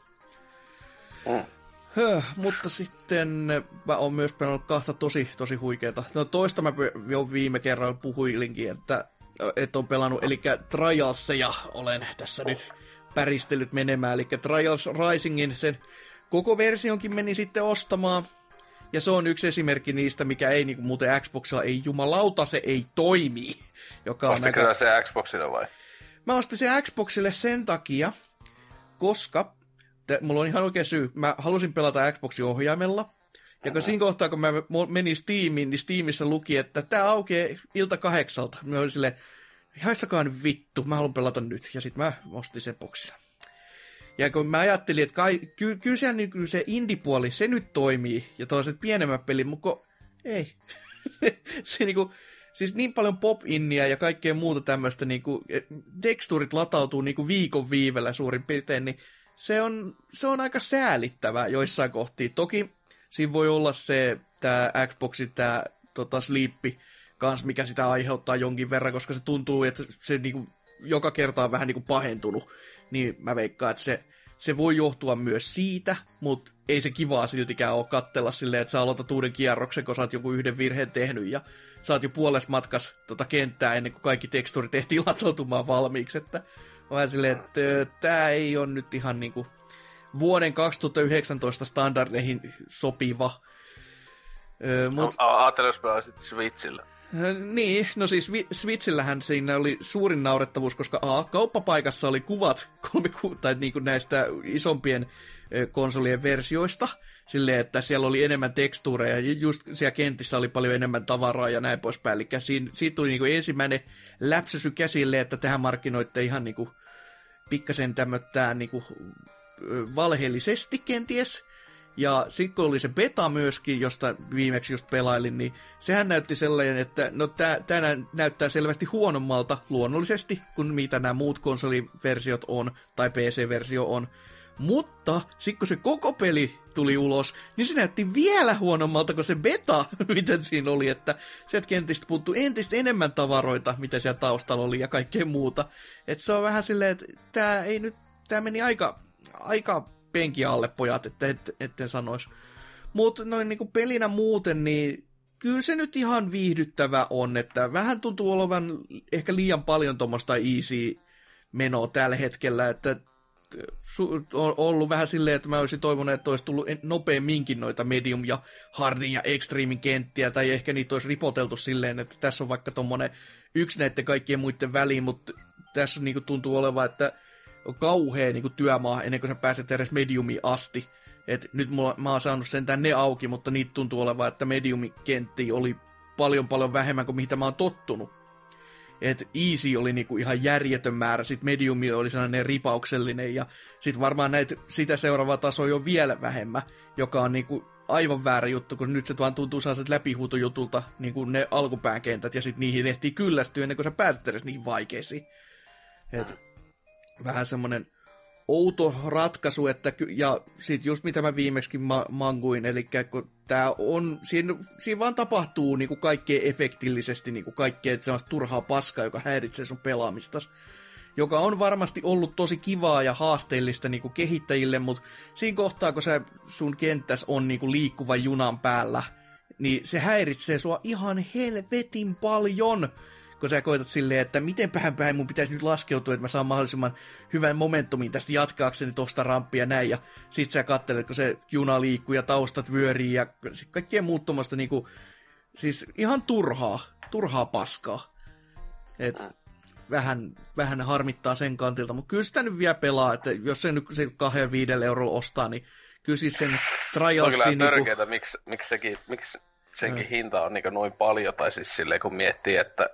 Mutta sitten mä oon myös pelannut 2 tosi huikeeta. No toista mä jo viime kerran puhuilinkin, että on pelannut, eli Trialseja olen tässä nyt päristellyt menemään, eli Trials Risingin sen koko versionkin meni sitten ostamaan. Ja se on yksi esimerkki niistä, mikä ei niinku muuten Xboxilla, ei jumalauta, se ei toimi. Ostiko se Xboxille vai? Mä ostin se Xboxille sen takia, koska mulla on ihan oikea syy. Mä halusin pelata Xboxin ohjaimella. Ja kun siinä kohtaa, kun mä menin Steamiin, niin Steamissa luki, että tää aukeaa ilta 8. Mä olin silleen, haistakaa nyt vittu, mä haluan pelata nyt. Ja sit mä ostin sen boksilla. Ja kun mä ajattelin, että kyllä siellä niin se indie-puoli, se nyt toimii. Ja toiset pienemmät pelit, mutta ei. Se niinku, siis niin paljon pop-innia ja kaikkea muuta tämmöistä, niinku, tekstuurit latautuu niinku viikon viivellä suurin piirtein, niin se on aika säälittävää joissain kohtia. Toki siinä voi olla tää Xboxin sleepi kans, mikä sitä aiheuttaa jonkin verran, koska se tuntuu, että se niinku, joka kerta on vähän niinku pahentunut. Niin mä veikkaan, että se voi johtua myös siitä, mutta ei se kivaa siltikään ole katsella silleen, että sä aloitat uuden kierroksen, kun sä oot joku yhden virheen tehnyt, ja sä oot jo puolessa matkas kenttää ennen kuin kaikki tekstuurit ehtii latautumaan valmiiksi, että vähän silleen, että tää ei ole nyt ihan niinku vuoden 2019 standardeihin sopiva. Ajattelin, jos pelaisit Switchillä. Niin, no siis Switchillähän siinä oli suurin naurettavuus, koska kauppapaikassa oli kuvat tai niinku näistä isompien konsolien versioista, silleen, että siellä oli enemmän tekstuureja, ja just siellä kentissä oli paljon enemmän tavaraa ja näin poispäin. Eli siitä tuli niinku ensimmäinen läpsysy käsille, että tähän markkinoitte ihan niinku pikkasen tämmöttään niinku valheellisesti kenties. Ja sitten kun oli se beta myöskin, josta viimeksi just pelailin, niin sehän näytti sellainen, että no tää näyttää selvästi huonommalta luonnollisesti, kuin mitä nämä muut konsoliversiot on, tai PC-versio on. Mutta sitten kun se koko peli tuli ulos, niin se näytti vielä huonommalta kuin se beta, mitä siinä oli, että sieltä kentistä puuttui entistä enemmän tavaroita, mitä siellä taustalla oli ja kaikkea muuta. Että se on vähän silleen, että tää meni aika penki alle, pojat, etten sanoisi. Mutta noin niinku pelinä muuten, niin kyllä se nyt ihan viihdyttävä on, että vähän tuntuu olevan ehkä liian paljon tuommoista easy menoa tällä hetkellä, että on ollut vähän silleen, että mä olisin toivonut, että olisi tullut nopeamminkin noita medium ja hardin ja extremin kenttiä, tai ehkä niitä olisi ripoteltu silleen, että tässä on vaikka tommonen yksi näiden kaikkien muiden väliin, mutta tässä niinku tuntuu olevan, että on kauhea niinku työmaa ennen kuin sä pääset edes mediumiin asti. Et nyt mä oon saanut sentään ne auki, mutta niitä tuntuu olevan, että mediumikenttiä oli paljon vähemmän kuin mitä mä oon tottunut. Et easy oli niinku ihan järjetön määrä, sit mediumi oli sellainen ripauksellinen, ja sit varmaan sitä seuraavaa tasoa on vielä vähemmän, joka on niinku aivan väärä juttu, kun nyt se vaan tuntuu sellaiset läpihuutojutulta, niinku ne alkupääkentät, ja sit niihin ehtii kyllästyä ennen kuin sä pääset edes niihin vaikeisiin. Et vähän semmonen outo ratkaisu, ja sit just mitä mä viimeksikin manguin, eli kun tää on, siinä vaan tapahtuu niinku kaikkea efektillisesti, niinku kaikkea sellaista turhaa paskaa, joka häiritsee sun pelaamistas, joka on varmasti ollut tosi kivaa ja haasteellista niinku kehittäjille, mutta siinä kohtaa, kun sun kenttäs on niinku liikkuvan junan päällä, niin se häiritsee sua ihan helvetin paljon, kun sä koetat silleen, että mitenpähän päin mun pitäisi nyt laskeutua, että mä saan mahdollisimman hyvän momentumin tästä jatkaakseni tosta ramppia näin, ja sit sä katselet, kun se juna liikkuu ja taustat vyörii ja kaikkea muut tommoista niinku, siis ihan turhaa paskaa. Et vähän harmittaa sen kantilta, mutta kyllä sitä nyt vielä pelaa, että jos se nyt se 2-5 eurolla ostaa, niin kyllä siis sen trialsin... On kyllä törkeetä, miksi senkin hinta on niinku noin paljon, tai siis silleen kun miettii, että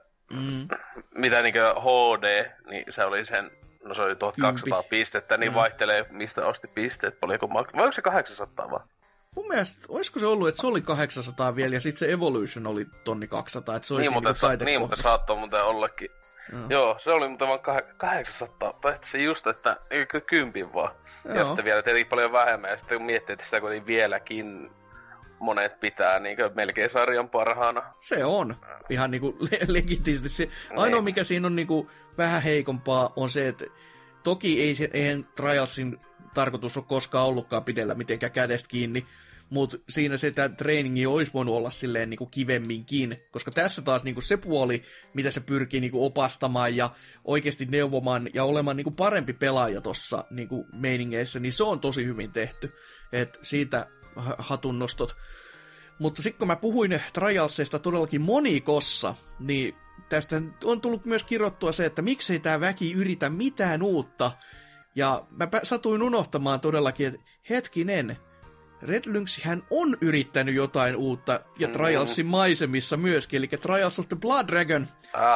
mitä niinku HD, niin se oli sen, no se oli 1200 pistettä, niin vaihtelee mistä osti pisteet, paljonko vai onko se 800 vaan? Mun mielestä, olisiko se ollut, että se oli 800 vielä, ja sitten se Evolution oli 1200, että se olisi niin, mutta saattoi muuten ollakin. Joo, se oli muuten vaan 800, tai se just, että 10 vaan. Joo. Ja sitten vielä tietenkin paljon vähemmän, ja sitten kun miettii, että sitä kuitenkin vieläkin monet pitää niinkö melkein sarjan parhaana. Se on. Ihan niinku legitisti. Se ainoa mikä siinä on niinku vähän heikompaa on se, että toki eihän Trialsin tarkoitus ole koskaan ollutkaan pidellä mitenkään kädestä kiinni, mutta siinä se trainingi olisi voinut olla silleen niinku kivemminkin, koska tässä taas niinku se puoli, mitä se pyrkii niinku opastamaan ja oikeasti neuvomaan ja olemaan niinku parempi pelaaja tossa niinku meiningeissä, niin se on tosi hyvin tehty. Et siitä hatunnostot. Mutta sitten kun mä puhuin Trialsista todellakin monikossa, niin tästä on tullut myös kirjoittua se, että miksei tää väki yritä mitään uutta Ja mä satuin unohtamaan todellakin, että hetkinen, Red Lynxihän on yrittänyt jotain uutta, ja Trialsin maisemissa myöskin, eli Trials of the Blood Dragon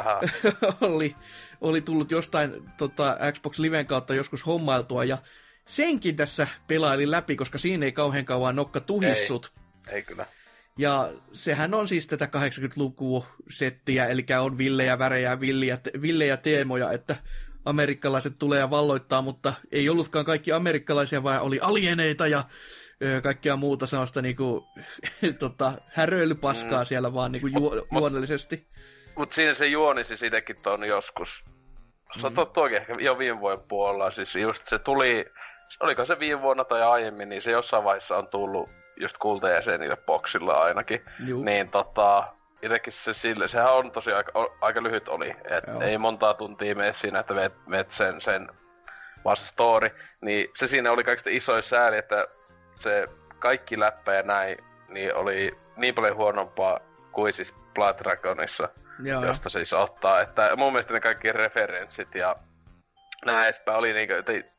oli tullut jostain Xbox Liven kautta joskus hommailtua, ja senkin tässä pelailin läpi, koska siinä ei kauhean kauan nokka tuhissut. Ei kyllä. Ja sehän on siis tätä 80-lukua settiä, eli on villejä, värejä, villejä teemoja, että amerikkalaiset tulee ja valloittaa, mutta ei ollutkaan kaikki amerikkalaisia, vaan oli alieneita ja kaikkea muuta sellaista niinku, häröilypaskaa siellä vaan niinku juonellisesti. Mutta siinä se juonisi sitäkin on joskus. Se on toki ehkä jo viime vuoden puolella. Siis just se tuli, oliko se viime vuonna tai aiemmin, niin se jossain vaiheessa on tullut just kultajäsenille boksilla ainakin. Juu. Niin jotenkin sehän on tosi aika lyhyt oli. Et ei montaa tuntia mene siinä, että vet sen vaan se story. Niin se siinä oli kaikista isoin sääli, että se kaikki läppä ja näin, niin oli niin paljon huonompaa kuin siis Blood Dragonissa, josta siis ottaa. Että mun mielestä ne kaikki referenssit ja nää edespäin oli niinkö,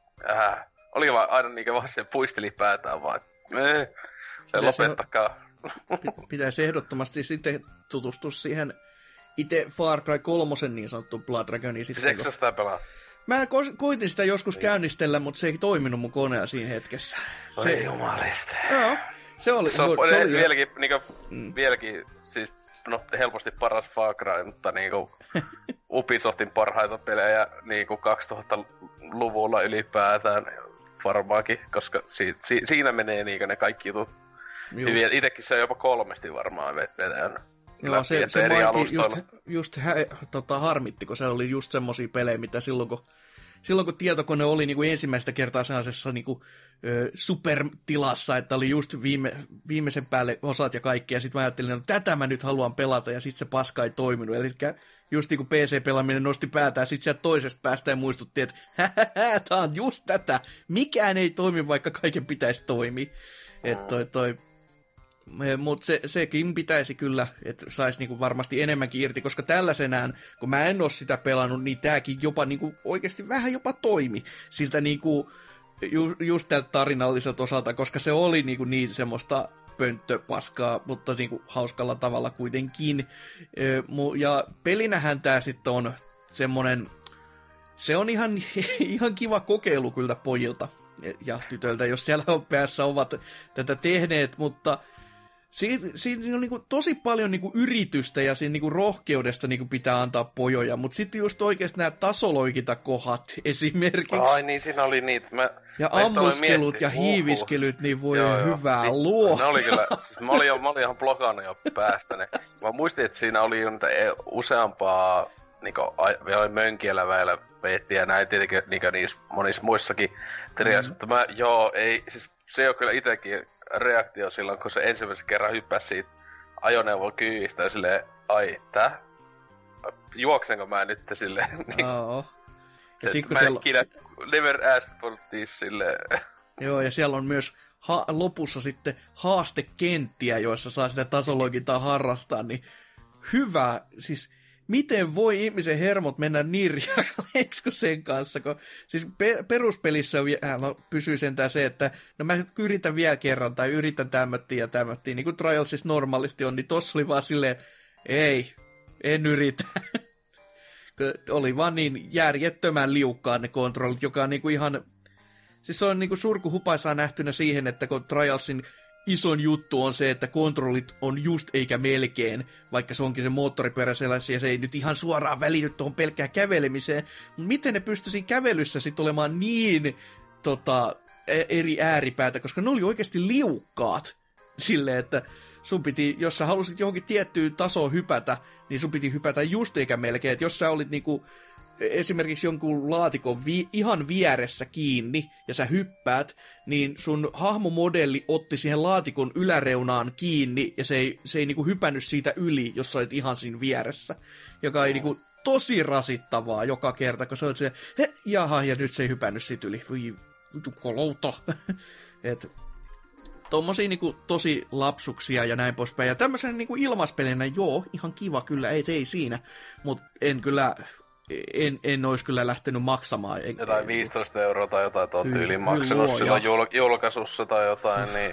oli vaan aina niinkö vaan se puisteli päätään vaan, lopettakaa. Pitäisi ehdottomasti sitten tutustua siihen itse Far Cry 3 niin sanottuun Blood Dragoniin. Siis eikö sä sitä pelaa? Mä koitin sitä joskus käynnistellä, mutta se ei toiminut mun koneella siinä hetkessä. Oi jumalista. Joo, se oli vieläkin siis helposti paras Far Cry, mutta niinku Ubisoftin parhaita pelejä niinku 2000-luvulla ylipäätään varmaankin, koska siinä menee niinku ne kaikki jutut hyviä. Itekin se on jopa 3 varmaan vetänyt. Joo, se just harmitti, kun se oli just semmosia pelejä, mitä silloin kun tietokone oli niin kuin ensimmäistä kertaa sellaisessa niin kuin, supertilassa, että oli just viimeisen päälle osat ja kaikki, ja sitten mä ajattelin, että tätä mä nyt haluan pelata, ja sitten se paska ei toiminut. Eli just niin kuin PC-pelaaminen nosti päätään, sitten sieltä toisesta päästä ja muistutti, että tää on just tätä, mikään ei toimi, vaikka kaiken pitäisi toimia. Että mutta sekin pitäisi kyllä, että saisi niinku varmasti enemmänkin irti, koska tällaisenään, kun mä en ole sitä pelannut, niin tääkin jopa niinku oikeasti vähän jopa toimi siltä niinku, just tältä tarinalliselta osalta, koska se oli niinku niin semmoista pönttöpaskaa, mutta niinku hauskalla tavalla kuitenkin. Ja pelinähän tää sitten on semmonen, se on ihan kiva kokeilu kyllä pojilta ja tytöiltä, jos siellä päässä ovat tätä tehneet, mutta siinä on niinku tosi paljon niinku yritystä ja siinä niinku rohkeudesta niinku pitää antaa pojoja, mutta sitten just oikeasti nämä tasoloikitakohat esimerkiksi. Ai niin, siinä oli niitä. Ja ammuskelut ja hiiviskelyt, niin voi hyvää luo. Ne oli kyllä, siis mä olin ihan blokannut jo päästä ne. Mä muistin, että siinä oli jo useampaa niinku, vielä mönkiellä väillä veettiin ja näin tietenkin niissä monissa muissakin triassa, mutta siis se on kyllä itekin reaktio silloin, kun se ensimmäisen kerran hyppäsi siitä ajoneuvon kyydistä ja silleen, ai, juoksenko mä nyt silleen, niin, ja sit, kun mä ikinä never asked for this silleen. Joo, ja siellä on myös lopussa sitten haastekenttiä, joissa saa sitä tasoloikintaa harrastaa, niin hyvä, siis miten voi ihmisen hermot mennä niin riakaleiksi kuin sen kanssa, kun siis peruspelissä pysyy sentään se, että no mä yritän vielä kerran tai yritän tämmöttiä, niin kuin Trialsissa normaalisti on, niin tossa oli vaan silleen, ei, en yritä. Oli vaan niin järjettömän liukkaat ne kontrollit, joka on niinku ihan, siis se on niinku surkuhupaisaa nähtynä siihen, että kun Trialsin ison juttu on se, että kontrollit on just eikä melkein, vaikka se onkin se moottoripyörä sellaisia, ja se ei nyt ihan suoraan välity tuohon pelkkään kävelemiseen. Mutta miten ne pystyisi kävelyssä sitten olemaan niin eri ääripäätä, koska ne oli oikeasti liukkaat silleen, että sun piti, jos sä halusit johonkin tiettyyn tasoon hypätä, niin sun piti hypätä just eikä melkein. Et jos sä olit niinku esimerkiksi jonkun laatikon ihan vieressä kiinni ja sä hyppäät, niin sun hahmomodelli otti siihen laatikon yläreunaan kiinni ja se ei niinku hypännyt siitä yli, jos sä olit ihan siinä vieressä. Joka ei niinku tosi rasittavaa joka kerta, kun sä olit se, jaha, ja nyt se ei hypännyt siitä yli. Voi jukolouta. Et tommosia niinku tosi lapsuksia ja näin poispäin. Ja tämmöisenä niinku ilmaspelinä, joo, ihan kiva kyllä, ei siinä. Mut en kyllä en olisi kyllä lähtenyt maksamaan. Jotain 15 € tai jotain tuon tyylin maksanut silloin julkaisussa tai jotain, niin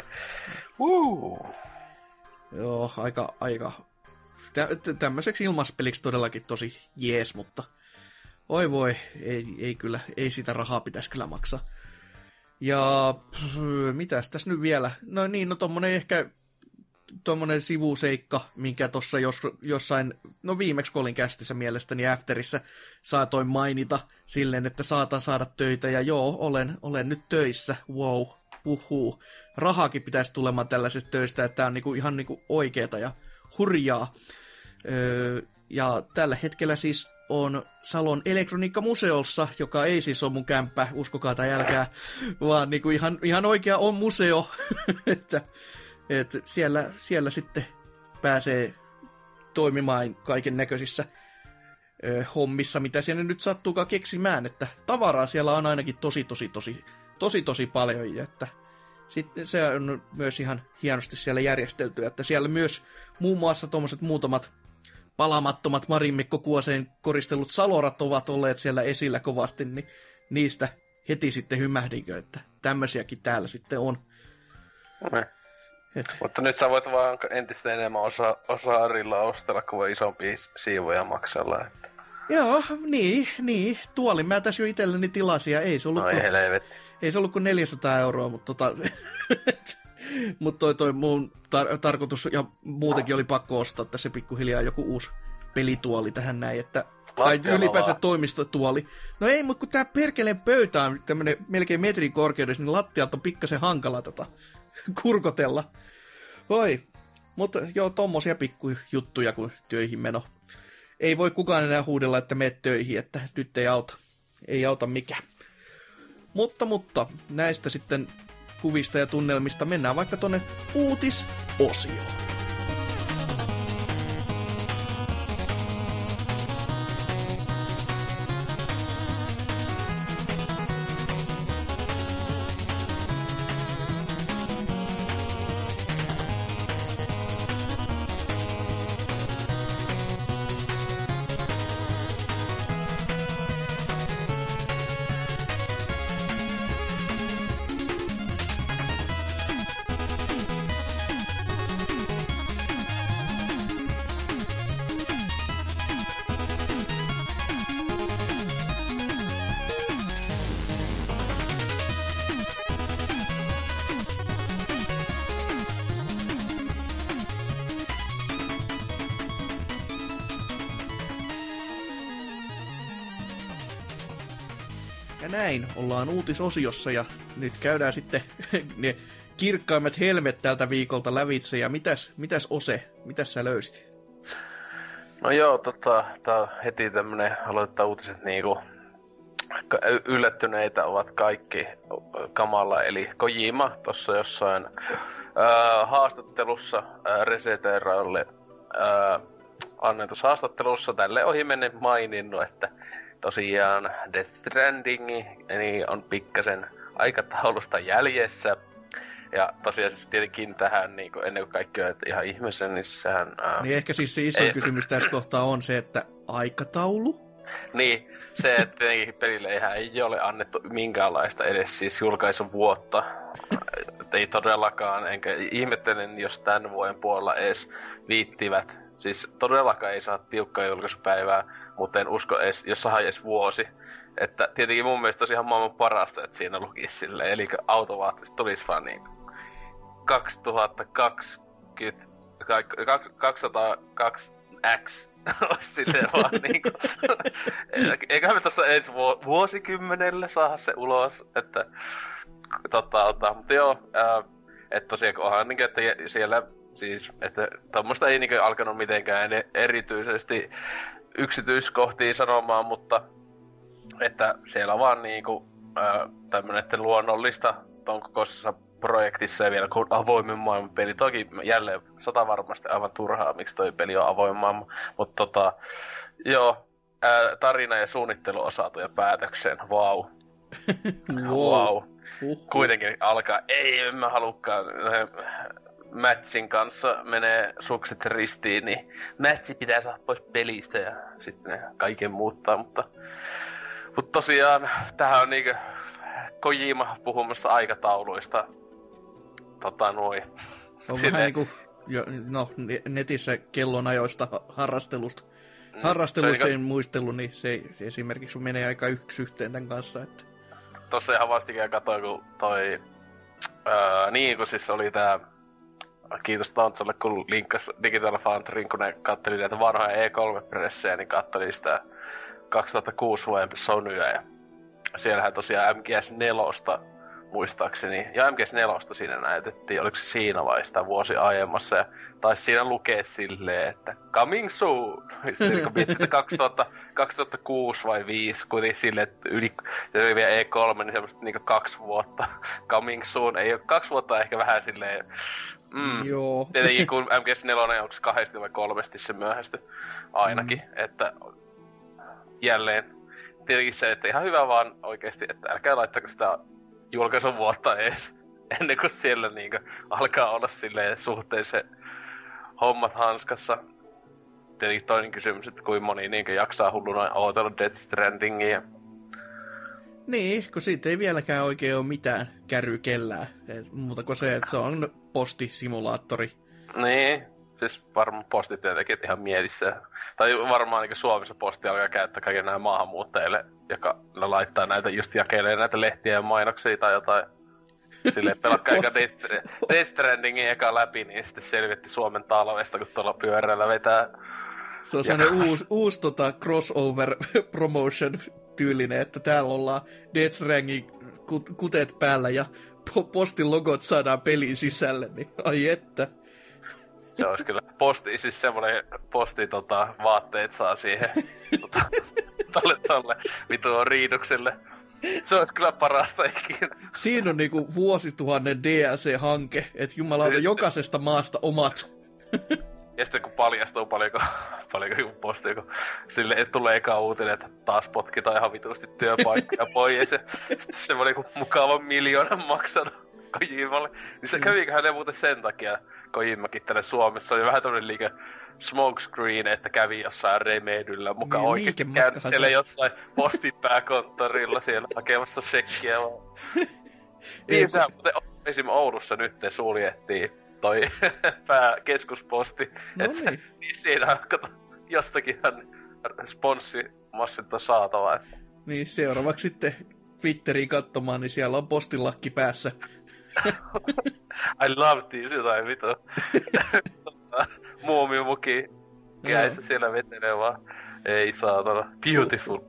Joo, aika tämmöiseksi ilmaspeliksi todellakin tosi jees, mutta oi voi, ei kyllä, ei sitä rahaa pitäisi kyllä maksaa. Ja mitäs tässä nyt vielä? No niin, no tommonen sivuseikka, minkä tuossa jossain, no viimeksi kun olin kästissä mielestäni Afterissa, saatoin mainita silleen, että saatan saada töitä, ja joo, olen nyt töissä, wow, Rahaakin pitäisi tulemaan tällaisesta töistä, että tämä on ihan oikeeta ja hurjaa. Ja tällä hetkellä siis on Salon Elektroniikkamuseossa, joka ei siis ole mun kämppä, uskokaa tai älkää, vaan ihan oikea on museo, että siellä sitten pääsee toimimaan kaiken näköisissä hommissa, mitä siellä nyt sattuukaan keksimään, että tavaraa siellä on ainakin tosi paljon, ja että sitten se on myös ihan hienosti siellä järjestelty, että siellä myös muun muassa tuommoiset muutamat palamattomat Marinmikko Kuoseen koristellut salorat ovat olleet siellä esillä kovasti, niin niistä heti sitten hymähdinkö, että tämmöisiäkin täällä sitten on. Mutta nyt sä voit vaan entistä enemmän osaarilla ostella, kuin voi isompia siivoja maksella. Että. Joo, niin. Tuolin mä tässä jo itselleni tilasin, ja ei se ollut, ei se ollut kuin 400 €, mutta mutta toi mun tarkoitus, ja muutenkin oli pakko ostaa tässä pikkuhiljaa joku uusi pelituoli tähän näin, että tai ylipäänsä toimistotuoli. No ei, mutta kun tää perkeleen pöytä on tämmönen melkein metrin korkeudessa, niin lattialta on pikkasen hankala kurkotella. Oi, mutta joo, tommosia pikkujuttuja kuin töihin meno. Ei voi kukaan enää huudella, että meet töihin, että nyt ei auta mikään. Mutta näistä sitten kuvista ja tunnelmista mennään vaikka tonne uutisosioon. Ja näin ollaan uutisosiossa, ja nyt käydään sitten ne kirkkaimmat helmet tältä viikolta lävitse. Ja mitäs Ose, mitäs sä löysit? No joo, tää on heti tämmönen, aloittaa uutiset niinku yllättyneitä ovat kaikki kamalla, eli Kojima tossa jossain haastattelussa Reseteralle annetussa haastattelussa tälle ohimennen maininnut, että tosiaan Death Stranding niin on pikkasen aikataulusta jäljessä. Ja tosiaan siis tietenkin tähän niin ennen kuin kaikki on ihan ihmisen, niin sehän... Niin ehkä siis se iso kysymys tässä kohtaa on se, että aikataulu? Niin, se, että pelille ei ole annettu minkäänlaista edes siis julkaisuvuotta. Ei todellakaan, enkä ihmettelen, jos tämän vuoden puolella edes viittivät. Siis todellakaan ei saa tiukkaa julkaisupäivää, mutta en usko edes, jos saadaan edes vuosi. Että tietenkin mun mielestä olisi ihan maailman parasta, että siinä lukisi silleen, eli automaattisesti tulisi vaan niin 2020, 202X olisi silleen vaan niinku. Eiköhän me tossa ensi vuosikymmenellä saada se ulos, että mutta joo, että tosiaan onhan niinku, että siellä siis, että tommoista ei niinku alkanut mitenkään erityisesti yksityiskohtia sanomaan, mutta että siellä vaan niinku tämmönen, että luonnollista ton kokoisessa projektissa ja vielä kun avoimen maailman peli. Toki jälleen varmasti aivan turhaa, miksi toi peli on avoimen maailman, mutta joo, tarina ja suunnittelu on saatu jo päätökseen, wow. Kuitenkin alkaa, ei mä halukkaan, Matchin kanssa menee sukset ristiin, niin Matchi pitää saada pois pelistä ja sitten ne kaiken muuttaa, mutta tosiaan tämähän on niinkö Kojima puhumassa aikatauluista. On vähän niinku, netissä kellonajoista harrastelusta en muistellut, niin se esimerkiksi menee aika yksi yhteen tämän kanssa, että... Tossa ihan vastikään katsoin, kun toi... kun siis oli tää... Kiitos Tontsolle, kun linkkas Digital Foundryin, kun ne katteli näitä vanhoja E3-pressejä, niin katteli sitä 2006 vuoden Sonyä, ja siellähän tosiaan MGS4 muistaakseni, ja MGS4 siinä näytettiin, oliko se siinä vai sitä vuosi aiemmassa, ja taisi siinä lukea silleen, että coming soon! Sitten kun miettii, että 2006 vai 2005, kuitenkin silleen, että se oli vielä E3, niin semmoista niinku 2 vuotta coming soon, ei oo 2 vuotta ehkä vähän silleen, Joo. Tietenkin kun MGS4 onko 2 vai 3 se myöhästy ainakin, että jälleen tietenkin se, että ihan hyvä vaan oikeesti, että älkää laittako sitä julkaisun vuotta ees ennen kuin siellä niinkö alkaa olla silleen suhteellisen hommat hanskassa. Tietenkin toinen kysymys, että kuinka moni niinkö jaksaa hulluna ootella Death Strandingia. Niin, kun siitä ei vieläkään oikein ole mitään kärry kellään. Muuta kuin se, että se on postisimulaattori. Niin, siis varmaan postityöntekijät ihan mielissä. Tai varmaan niin Suomessa posti alkaa käyttää kaiken nämä maahanmuuttajille, joka laittaa näitä, just jakelee näitä lehtiä ja mainoksia tai jotain. Silleen pelakkaa eikä Death Strandingin eka läpi, niin sitten selvitti Suomen talvesta, kun tuolla pyörällä vetää. Se on sellainen uusi crossover promotion tyylinen, että täällä ollaan Death Strandingin kuteet päällä ja postin logot saadaan pelin sisälle, niin ai että. Se olisi kyllä siis semmonen vaatteet saa siihen tolle vitun riidukselle. Se olisi kyllä parasta ikinä. Siinä on niinku vuosituhannen DLC-hanke, että jumalauta jokaisesta maasta omat. Ja sitten kun paljastuu paljonko postia, kun sille tulee eka uutinen, että taas potkitaan ihan vitusti työpaikkaa pois. Ja sitten semmoinen mukava 1 miljoona maksanut Kojimalle. Niin se käviköhän ne muuten sen takia Kojimakin tänne Suomessa. Oli vähän tämmönen liike smokescreen, että kävi jossain Remedyllä mukaan niin, oikeesti käynyt siellä jossain postin pääkonttorilla siellä hakemassa shekkiä vaan. Niin sehän muuten esim. Oulussa nyt suljettiin toi pääkeskusposti. No niin. Niin siinä kato, jostakinhan sponssimassit on saatava. Että. Niin seuraavaksi sitten Twitteriin katsomaan, niin siellä on postilakki päässä. I love these jotain vitu. Muumiumuki käissä siellä vetelee vaan. Ei saatana. Beautiful.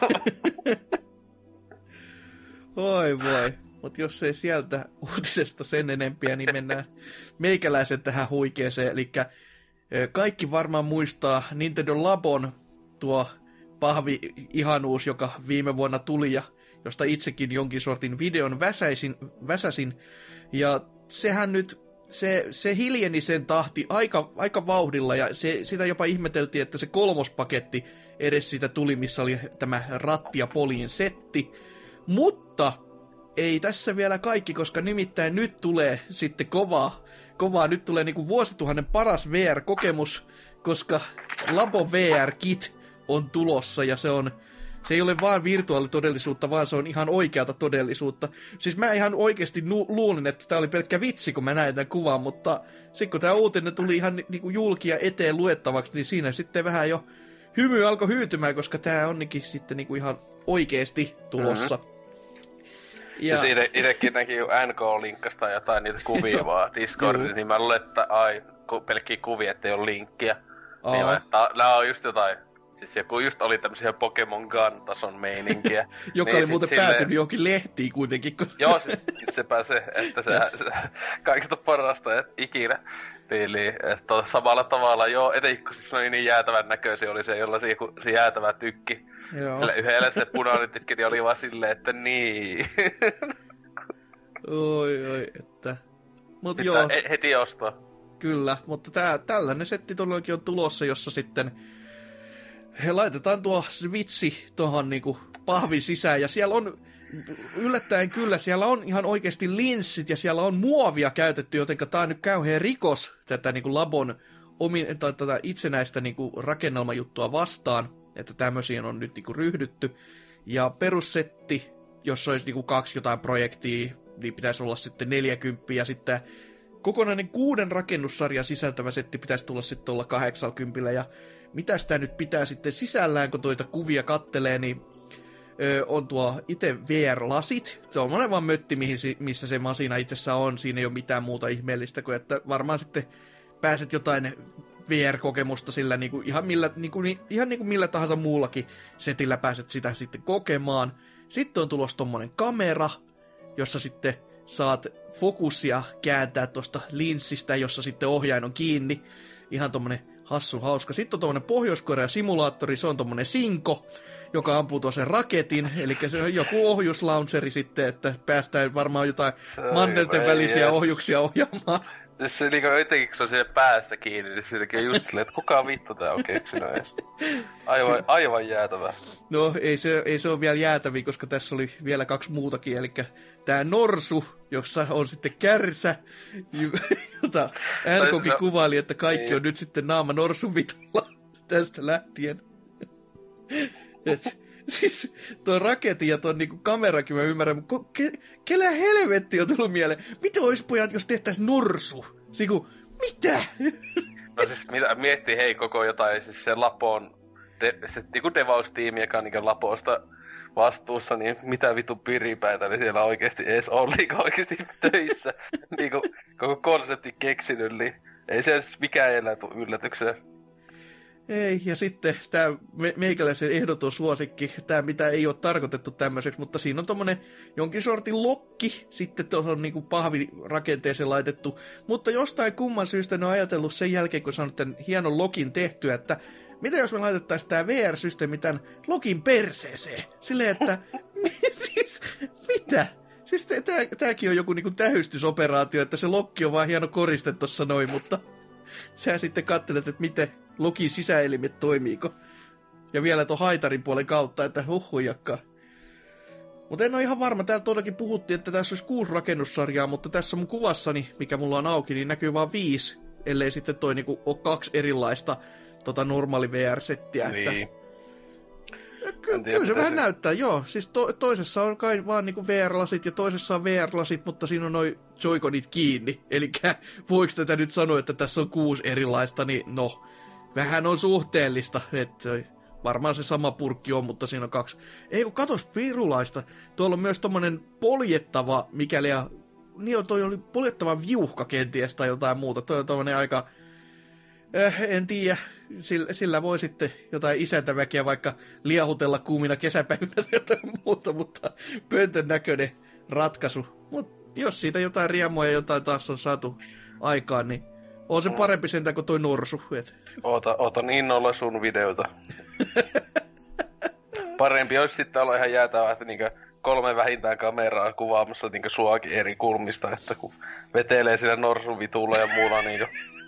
Oi voi. Mut jos ei sieltä uutisesta sen enempiä, niin mennään meikäläisen tähän huikeeseen. Elikkä kaikki varmaan muistaa Nintendo Labon tuo pahvi-ihanuus, joka viime vuonna tuli ja josta itsekin jonkin sortin videon väsäsin. Ja sehän nyt, se hiljeni sen tahti aika vauhdilla, ja sitä jopa ihmeteltiin, että se 3. paketti edes siitä tuli, missä oli tämä ratti ja poliin setti. Mutta ei tässä vielä kaikki, koska nimittäin nyt tulee sitten kovaa nyt tulee niinku vuosituhannen paras VR-kokemus, koska Labo VR Kit on tulossa, ja se ei ole vaan virtuaalitodellisuutta, vaan se on ihan oikeata todellisuutta. Siis mä ihan oikeasti luulin, että tää oli pelkkä vitsi, kun mä näin tämän kuvan, mutta sitten kun tää uutinen tuli ihan niinku julkia eteen luettavaksi, niin siinä sitten vähän jo hymy alkoi hyytymään, koska tää onnikin sitten niinku ihan oikeesti tulossa. Mm-hmm. Ja siis itsekin näki NK-linkkasta jotain niitä kuvia vaan Discordiin, niin mä luulen, että pelkkiä kuvia, ettei ole linkkiä. Niin nää on just jotain. Siis joku just oli tämmösiä Pokemon Gun-tason meininkiä. Joka niin oli muuten päätynyt johonkin lehtiin kuitenkin. Joo, siis sepä se, että se kaikista parasta ikinä. Eli että samalla tavalla, etenkin kun siis oli niin jäätävän näköisiä, oli se, jolla se jäätävä tykki. Joo. Sillä yhdellä se punainen tykki, niin oli vaan silleen, että niin. Oi, että. Mut sitten joo. Heti ostaa. Kyllä, mutta tällainen setti todellakin on tulossa, jossa sitten he laitetaan tuo Switchi tuohon niinku pahvin sisään, ja siellä on yllättäen kyllä, siellä on ihan oikeasti linssit ja siellä on muovia käytetty, jotenka tää on nyt kauhean rikos tätä niin kuin labon tätä itsenäistä niin kuin rakennelmajuttua vastaan, että tämmöisiin on nyt niin kuin ryhdytty. Ja perussetti, jos olisi niin kuin 2 jotain projektia, niin pitäisi olla sitten 40, ja sitten kokonainen 6 rakennussarjan sisältävä setti pitäisi tulla sitten olla 80, ja mitä sitä nyt pitää sitten sisällään, kun toita kuvia kattelee, niin on tuo itse VR-lasit. Se on monen vaan mötti, missä se masina itsessä on. Siinä ei ole mitään muuta ihmeellistä kuin, että varmaan sitten pääset jotain VR-kokemusta sillä ihan millä tahansa muullakin setillä pääset sitä sitten kokemaan. Sitten on tulossa tommonen kamera, jossa sitten saat fokusia kääntää tuosta linssistä, jossa sitten ohjain on kiinni. Ihan tommonen hassu hauska. Sitten on tommonen Pohjois-Korea-simulaattori, se on tommonen Sinko, joka ampuu tuossa raketin, eli se on joku ohjuslauncheri sitten, että päästään varmaan jotain mannerten välisiä ohjuksia ohjaamaan. Se niinku jotenkin, kun se on siellä päässä kiinni, niin siinäkin on just silleen, että kuka vittu tää on keksinyt edes. Aivan jäätävää. No, ei se ole vielä jäätäviä, koska tässä oli vielä 2 muutakin, eli tää Norsu, jossa on sitten kärsä, jota Nkokin kuvaili, että kaikki on nyt sitten naama Norsun vitulla tästä lähtien. Siis tuo raketin ja tuon niinku kamerakin mä ymmärrän, mutta kellä helvetti on tullut mieleen? Mitä olisi pojat, jos tehtäisiin Norsu? Siku, mitä? No siis miettii hei koko jotain, siis se Lapon, se niinku devaustiimi, joka on niinku Laposta vastuussa, niin mitä vitu piripäitä niin siellä oikeesti edes on oikeesti töissä. Niinku koko konsepti keksinyt, niin ei se edes mikään elää tuu yllätykseen. Ei, ja sitten tämä meikäläisen ehdoton suosikki, tämä mitä ei ole tarkoitettu tämmöiseksi, mutta siinä on tommonen jonkin sortin lokki, sitten tuohon niinku pahvirakenteeseen laitettu, mutta jostain kumman syystä ne on ajatellut sen jälkeen, kun se on tämän hienon lokin tehty, että mitä jos me laitettaisiin tämä VR-systeemi tämän lokin perseeseen? Silleen, että siis mitä? Siis tämäkin on joku niinku tähystysoperaatio, että se lokki on vaan hieno koriste tuossa noin, mutta sä sitten katselet, että miten lokin sisäelimet toimiiko. Ja vielä tuon haitarin puolen kautta, että huijakkaa. Mutta en ole ihan varma. Täällä todellakin puhuttiin, että tässä olisi 6 rakennussarjaa, mutta tässä mun kuvassani, mikä mulla on auki, niin näkyy vaan 5. Ellei sitten toi niinku ole 2 erilaista normaali VR-settiä. Niin. Kyllä se vähän näyttää, joo. Siis toisessa on kai vaan niinku VR-lasit ja toisessa on VR-lasit, mutta siinä on noi Joy-Conit kiinni. Elikkä voiko tätä nyt sanoa, että tässä on 6 erilaista, niin no, vähän on suhteellista. Että varmaan se sama purkki on, mutta siinä on 2. Ei kun katos pirulaista. Tuolla on myös tommonen poljettava, mikäli ja... Niin toi oli poljettava viuhka kenties tai jotain muuta. Toi on tommonen aika... en tiedä. Sillä voi sitten jotain isäntäväkiä vaikka liahutella kuumina kesäpäivinä tai jotain muuta, mutta pöntön näköinen ratkaisu. Mutta jos siitä jotain riemua ja jotain taas on saatu aikaan, niin on se parempi sentään kuin toi Norsu. Ootan innolla sun videota. Parempi olisi sitten olla ihan jäätävää, että niinkö 3 vähintään kameraa kuvaamassa niinkö suakin eri kulmista, että kun vetelee sillä Norsun vitulla ja muulla niinkö...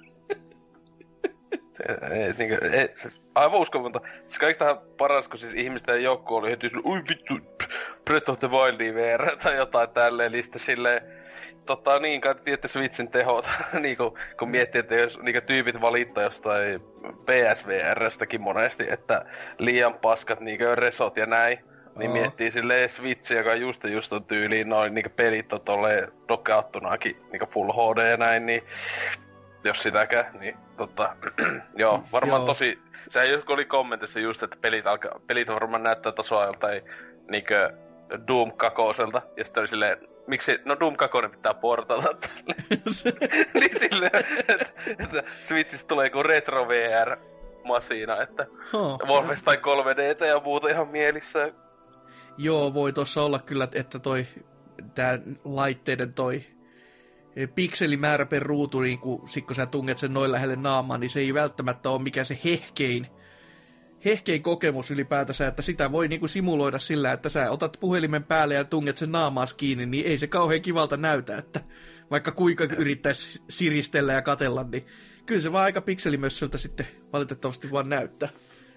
aivan uskomatonta. Siis kaikistahan paras, kun siis ihmisten joukko oli heti silleen, ui vittu, Breath of the Wild VR tai jotain tälleen, lista silleen, niin kai tiedätte Switchin tehot, niinku, kun miettii, että jos niinku tyypit valittaa jostain PSVRstäkin monesti, että liian paskat niinku resot ja näin, niin miettii silleen Switch, joka just on tyyliin noin niinku pelit on tolleen dokaattunakin niinku Full HD ja näin, niin jos sitäkään, niin joo, varmaan tosi... Sehän joku oli kommentissa just, että pelit varmaan näyttää tasoa joltain niinkö Doom 2. Ja sitten oli silleen, miksi, no Doom 2 pitää portata niin silleen, että Switchistä tulee joku retro VR-masina, että Wolfenstein 3D:tä ja muuta ihan mielissä. Joo, voi tossa olla kyllä, että tää laitteiden pikselimäärä per ruutu, niin kun sä tunget sen noin lähelle naamaan, niin se ei välttämättä ole mikään se hehkein kokemus ylipäätänsä, että sitä voi niinku simuloida sillä, että sä otat puhelimen päälle ja tunget sen naamaas kiinni, niin ei se kauhean kivalta näytä, että vaikka kuinka yrittäisi siristellä ja katella, niin kyllä se vaan aika pikselimössöltä sitten valitettavasti vaan näyttää.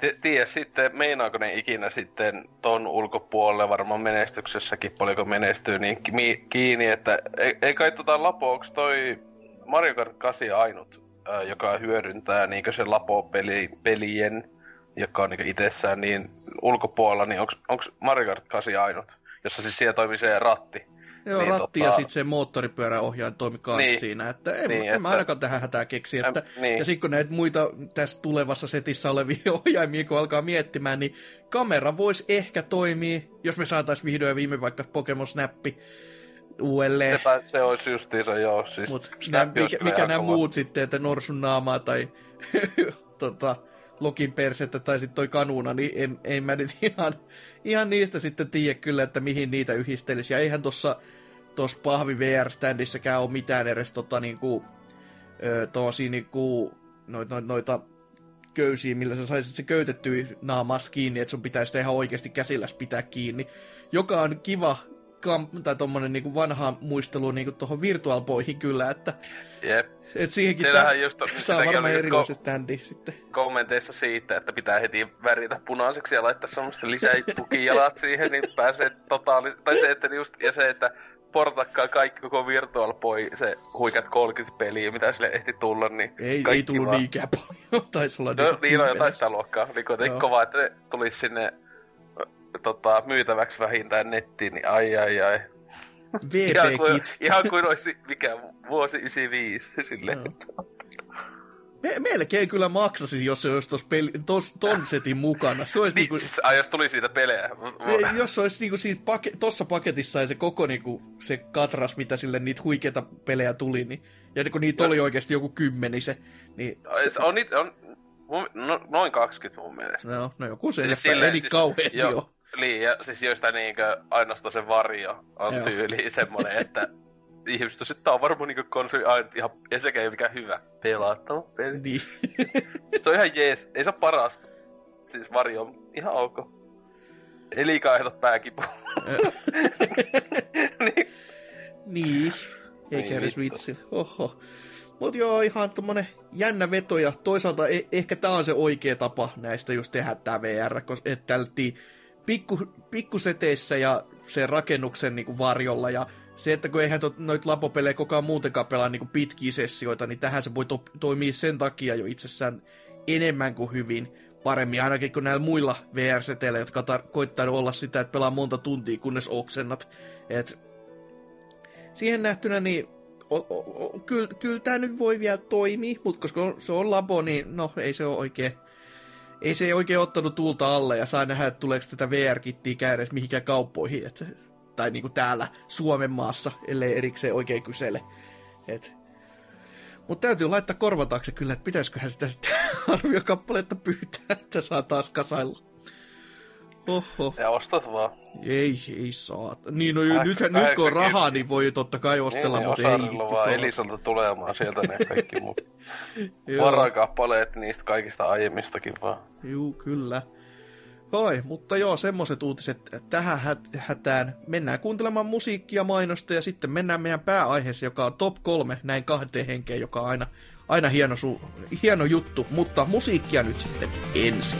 Tiedä sitten, meinaako ne ikinä sitten ton ulkopuolelle varmaan menestyksessäkin, paljonko menestyy niin kiinni, että ei kai Lapo, onks toi Mario Kart 8 ainut, joka hyödyntää niinkö se Lapo-pelien, joka on niinkö itsessään niin ulkopuolella, niin onks Mario Kart 8 ainut, jossa siis siellä toimii se ratti? Joo, niin, ratti ja sitten se moottoripyöräohjaaja toimi kanssa siinä, että en mä ainakaan tähän hätää keksi. Että, ja sitten kun näitä muita tässä tulevassa setissä olevia ohjaimia, kun alkaa miettimään, niin kamera voisi ehkä toimia, jos me saataisiin vihdoin ja viime vaikka Pokemon Snappi uudelleen. Se olisi justiinsa, joo. Siis mut mikä nämä muut sitten, että norsun naamaa tai Lokin persettä tai sitten toi kanuuna, niin en mä nyt ihan niistä sitten tiedä kyllä, että mihin niitä yhdistelisi. Ja eihän tossa Pahvi VR-ständissäkään ole mitään edes noita köysiä, millä sä saisit se köytettyä naamasta kiinni, että sun pitäisi sitä ihan oikeasti käsilläs pitää kiinni. Joka on kiva tai tommonen niinku vanha muistelu niinku tohon Virtual Boyhin kyllä, että jep. Et siihenkin saa varmaan erilaiset standi sitten. Kommenteissa siitä, että pitää heti väritä punaiseksi ja laittaa semmoista lisäpukijalat siihen, niin pääsee tai se, että just, ja se, että portakkaa kaikki koko Virtual Boy, se huikat 30 peliä, mitä sille ehti tulla, niin ei tullut niinkään paljon, taisi olla niin on jotain sitä luokkaa, niin kuitenkin kovaa, että ne tulisi sinne myytäväksi vähintään nettiin, niin ai. VP-kit. Ihan kuin olisi mikä vuosi 95 silleen. No. Melkein kyllä maksasi, jos se olisi ton setin mukana. Se olisi niinku, siis, jos tuli siitä pelejä. Jos se olisi niinku tossa paketissa ja se koko niinku, se katras, mitä sille niitä huikeita pelejä tuli, niin, ja kun niitä oli oikeasti joku 10, niin... On noin 20 mun mielestä. No joku se, ei niin kauheasti jo. Niin, ja siis joista niinkö ainoastaan se varjo on tyyli semmonen, että ihmiset sitten on varmaan niinkö konsoli ihan, ja sekä ei mikään hyvä pelattava peli. Niin. Se on ihan jees, ei se ole paras, siis varjo on ihan ok. Ei liikaa aiheuta pääkipua. Niin, eikä edes vitsi. Oho. Mut joo, ihan tommonen jännä veto, ja toisaalta ehkä tää on se oikea tapa näistä just tehdä tää VR, että tältiin pikkuseteissä ja sen rakennuksen niinku varjolla, ja se, että kun eihän noita lapopelejä koko ajan muutenkaan pelaa niinku pitkiä sessioita, niin tähän se voi toimia sen takia jo itsessään enemmän kuin hyvin paremmin, ainakin kuin näillä muilla VR-seteillä, jotka koittaa olla sitä, että pelaa monta tuntia, kunnes oksennat. Et siihen nähtynä, niin kyllä tämä nyt voi vielä toimia, mutta koska se on labo, niin no ei se oikein ottanut tuulta alle, ja saa nähdä, että tuleeko tätä VR-kittiä käydä mihinkään kauppoihin, tai niinku täällä Suomen maassa, ellei erikseen oikein kysele. Mutta täytyy laittaa korvan taakse kyllä, että pitäisiköhän sitä sitten arviokappaletta pyytää, että saa taas kasailla. Oho. Ja ostat vaan. Ei saa. Niin, no nyt kun on rahaa, niin voi totta kai ostella, niin, mutta ei. Vaan Elisalta tulemaan sieltä ne kaikki muut varakappaleet niistä kaikista aiemmistakin vaan. Juu, kyllä. Hoi, mutta joo, semmoset uutiset tähän hätään. Mennään kuuntelemaan musiikkia, mainosta ja sitten mennään meidän pääaiheeseen, joka on top 3 näin 2 henkeen, joka on aina hieno juttu, mutta musiikkia nyt sitten ensin.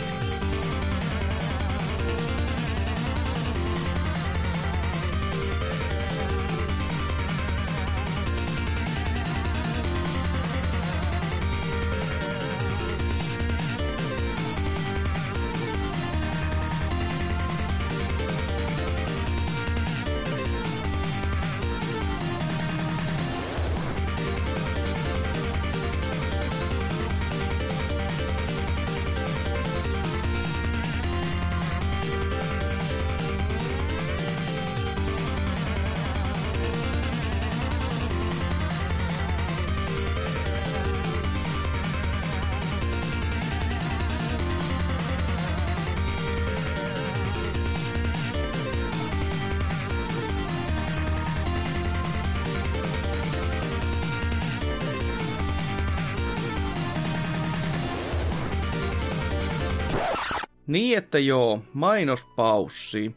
Niin, että joo, mainospaussi.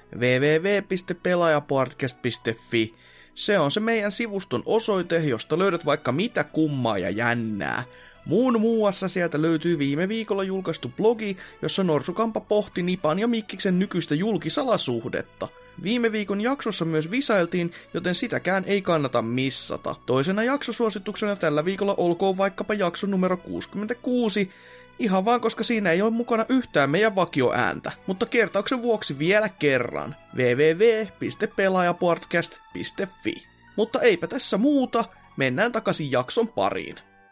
www.pelaajapodcast.fi. Se on se meidän sivuston osoite, josta löydät vaikka mitä kummaa ja jännää. Muun muassa sieltä löytyy viime viikolla julkaistu blogi, jossa Norsukampa pohti Nipan ja Mikkiksen nykyistä julkisalasuhdetta. Viime viikon jaksossa myös visailtiin, joten sitäkään ei kannata missata. Toisena jaksosuosituksena tällä viikolla olkoon vaikkapa jakso numero 66, ihan vaan koska siinä ei ole mukana yhtään meidän vakioääntä. Mutta kertauksen vuoksi vielä kerran www.pelaajapodcast.fi. Mutta eipä tässä muuta, mennään takaisin jakson pariin.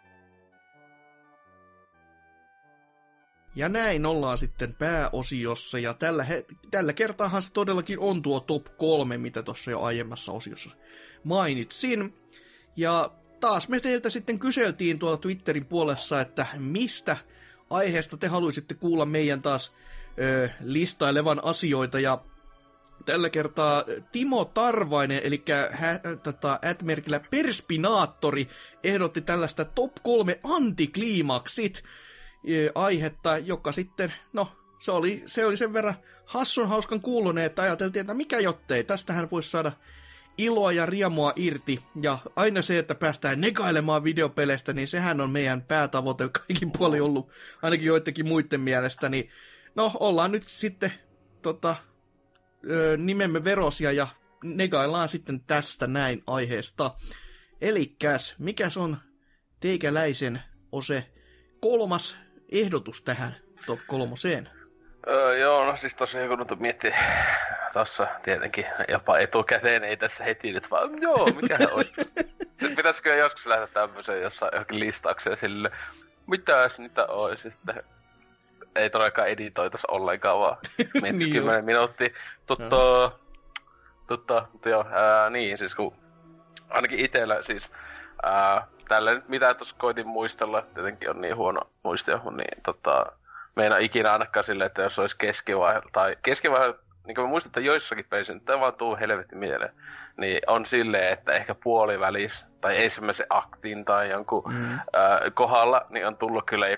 Ja näin ollaan sitten pääosiossa, ja tällä kertaahan se todellakin on tuo top 3, mitä tuossa jo aiemmassa osiossa mainitsin. Ja taas me teiltä sitten kyseltiin tuolla Twitterin puolessa, että mistä aiheesta te haluaisitte kuulla meidän taas listailevan asioita, ja tällä kertaa Timo Tarvainen, eli @merkillä Perspinaattori, ehdotti tällaista top 3 antikliimaksit aihetta, joka sitten, no, se oli sen verran hassun hauskan kuulonen, että ajateltiin, että mikä jottei, tästähän voisi saada iloa ja riemua irti, ja aina se, että päästään negailemaan videopeleistä, niin sehän on meidän päätavoite kaikin puolin ollut, ainakin joidenkin muiden mielestä, niin no, ollaan nyt sitten nimemme verosia ja negaillaan sitten tästä näin aiheesta. Elikkäs, mikäs on teikäläisen kolmas ehdotus tähän top 3:een? Joo, no siis tosiaan kun nyt miettii tossa tietenkin jopa etukäteen, ei tässä heti nyt vaan, joo, mikähän olisi. Pitäisikö joskus lähteä tämmöiseen johonkin listaukseen sille, mitäs niitä olisi, sitten ei todellakaan editoitais ollenkaan, vaan miettis 10 minuuttia. Niin, siis kun ainakin itellä siis tällä nyt mitä tuossa koitin muistella, tietenkin on niin huono muistiohu, niin meina ikinä ainakaan silleen, että jos olisi keskivaihe, niin kuin mä muistan, että joissakin peissä, nyt ei vaan tuu helvetin mieleen, niin on silleen, että ehkä puolivälis tai ensimmäisen aktin tai jonkun kohdalla, niin on tullut kyllä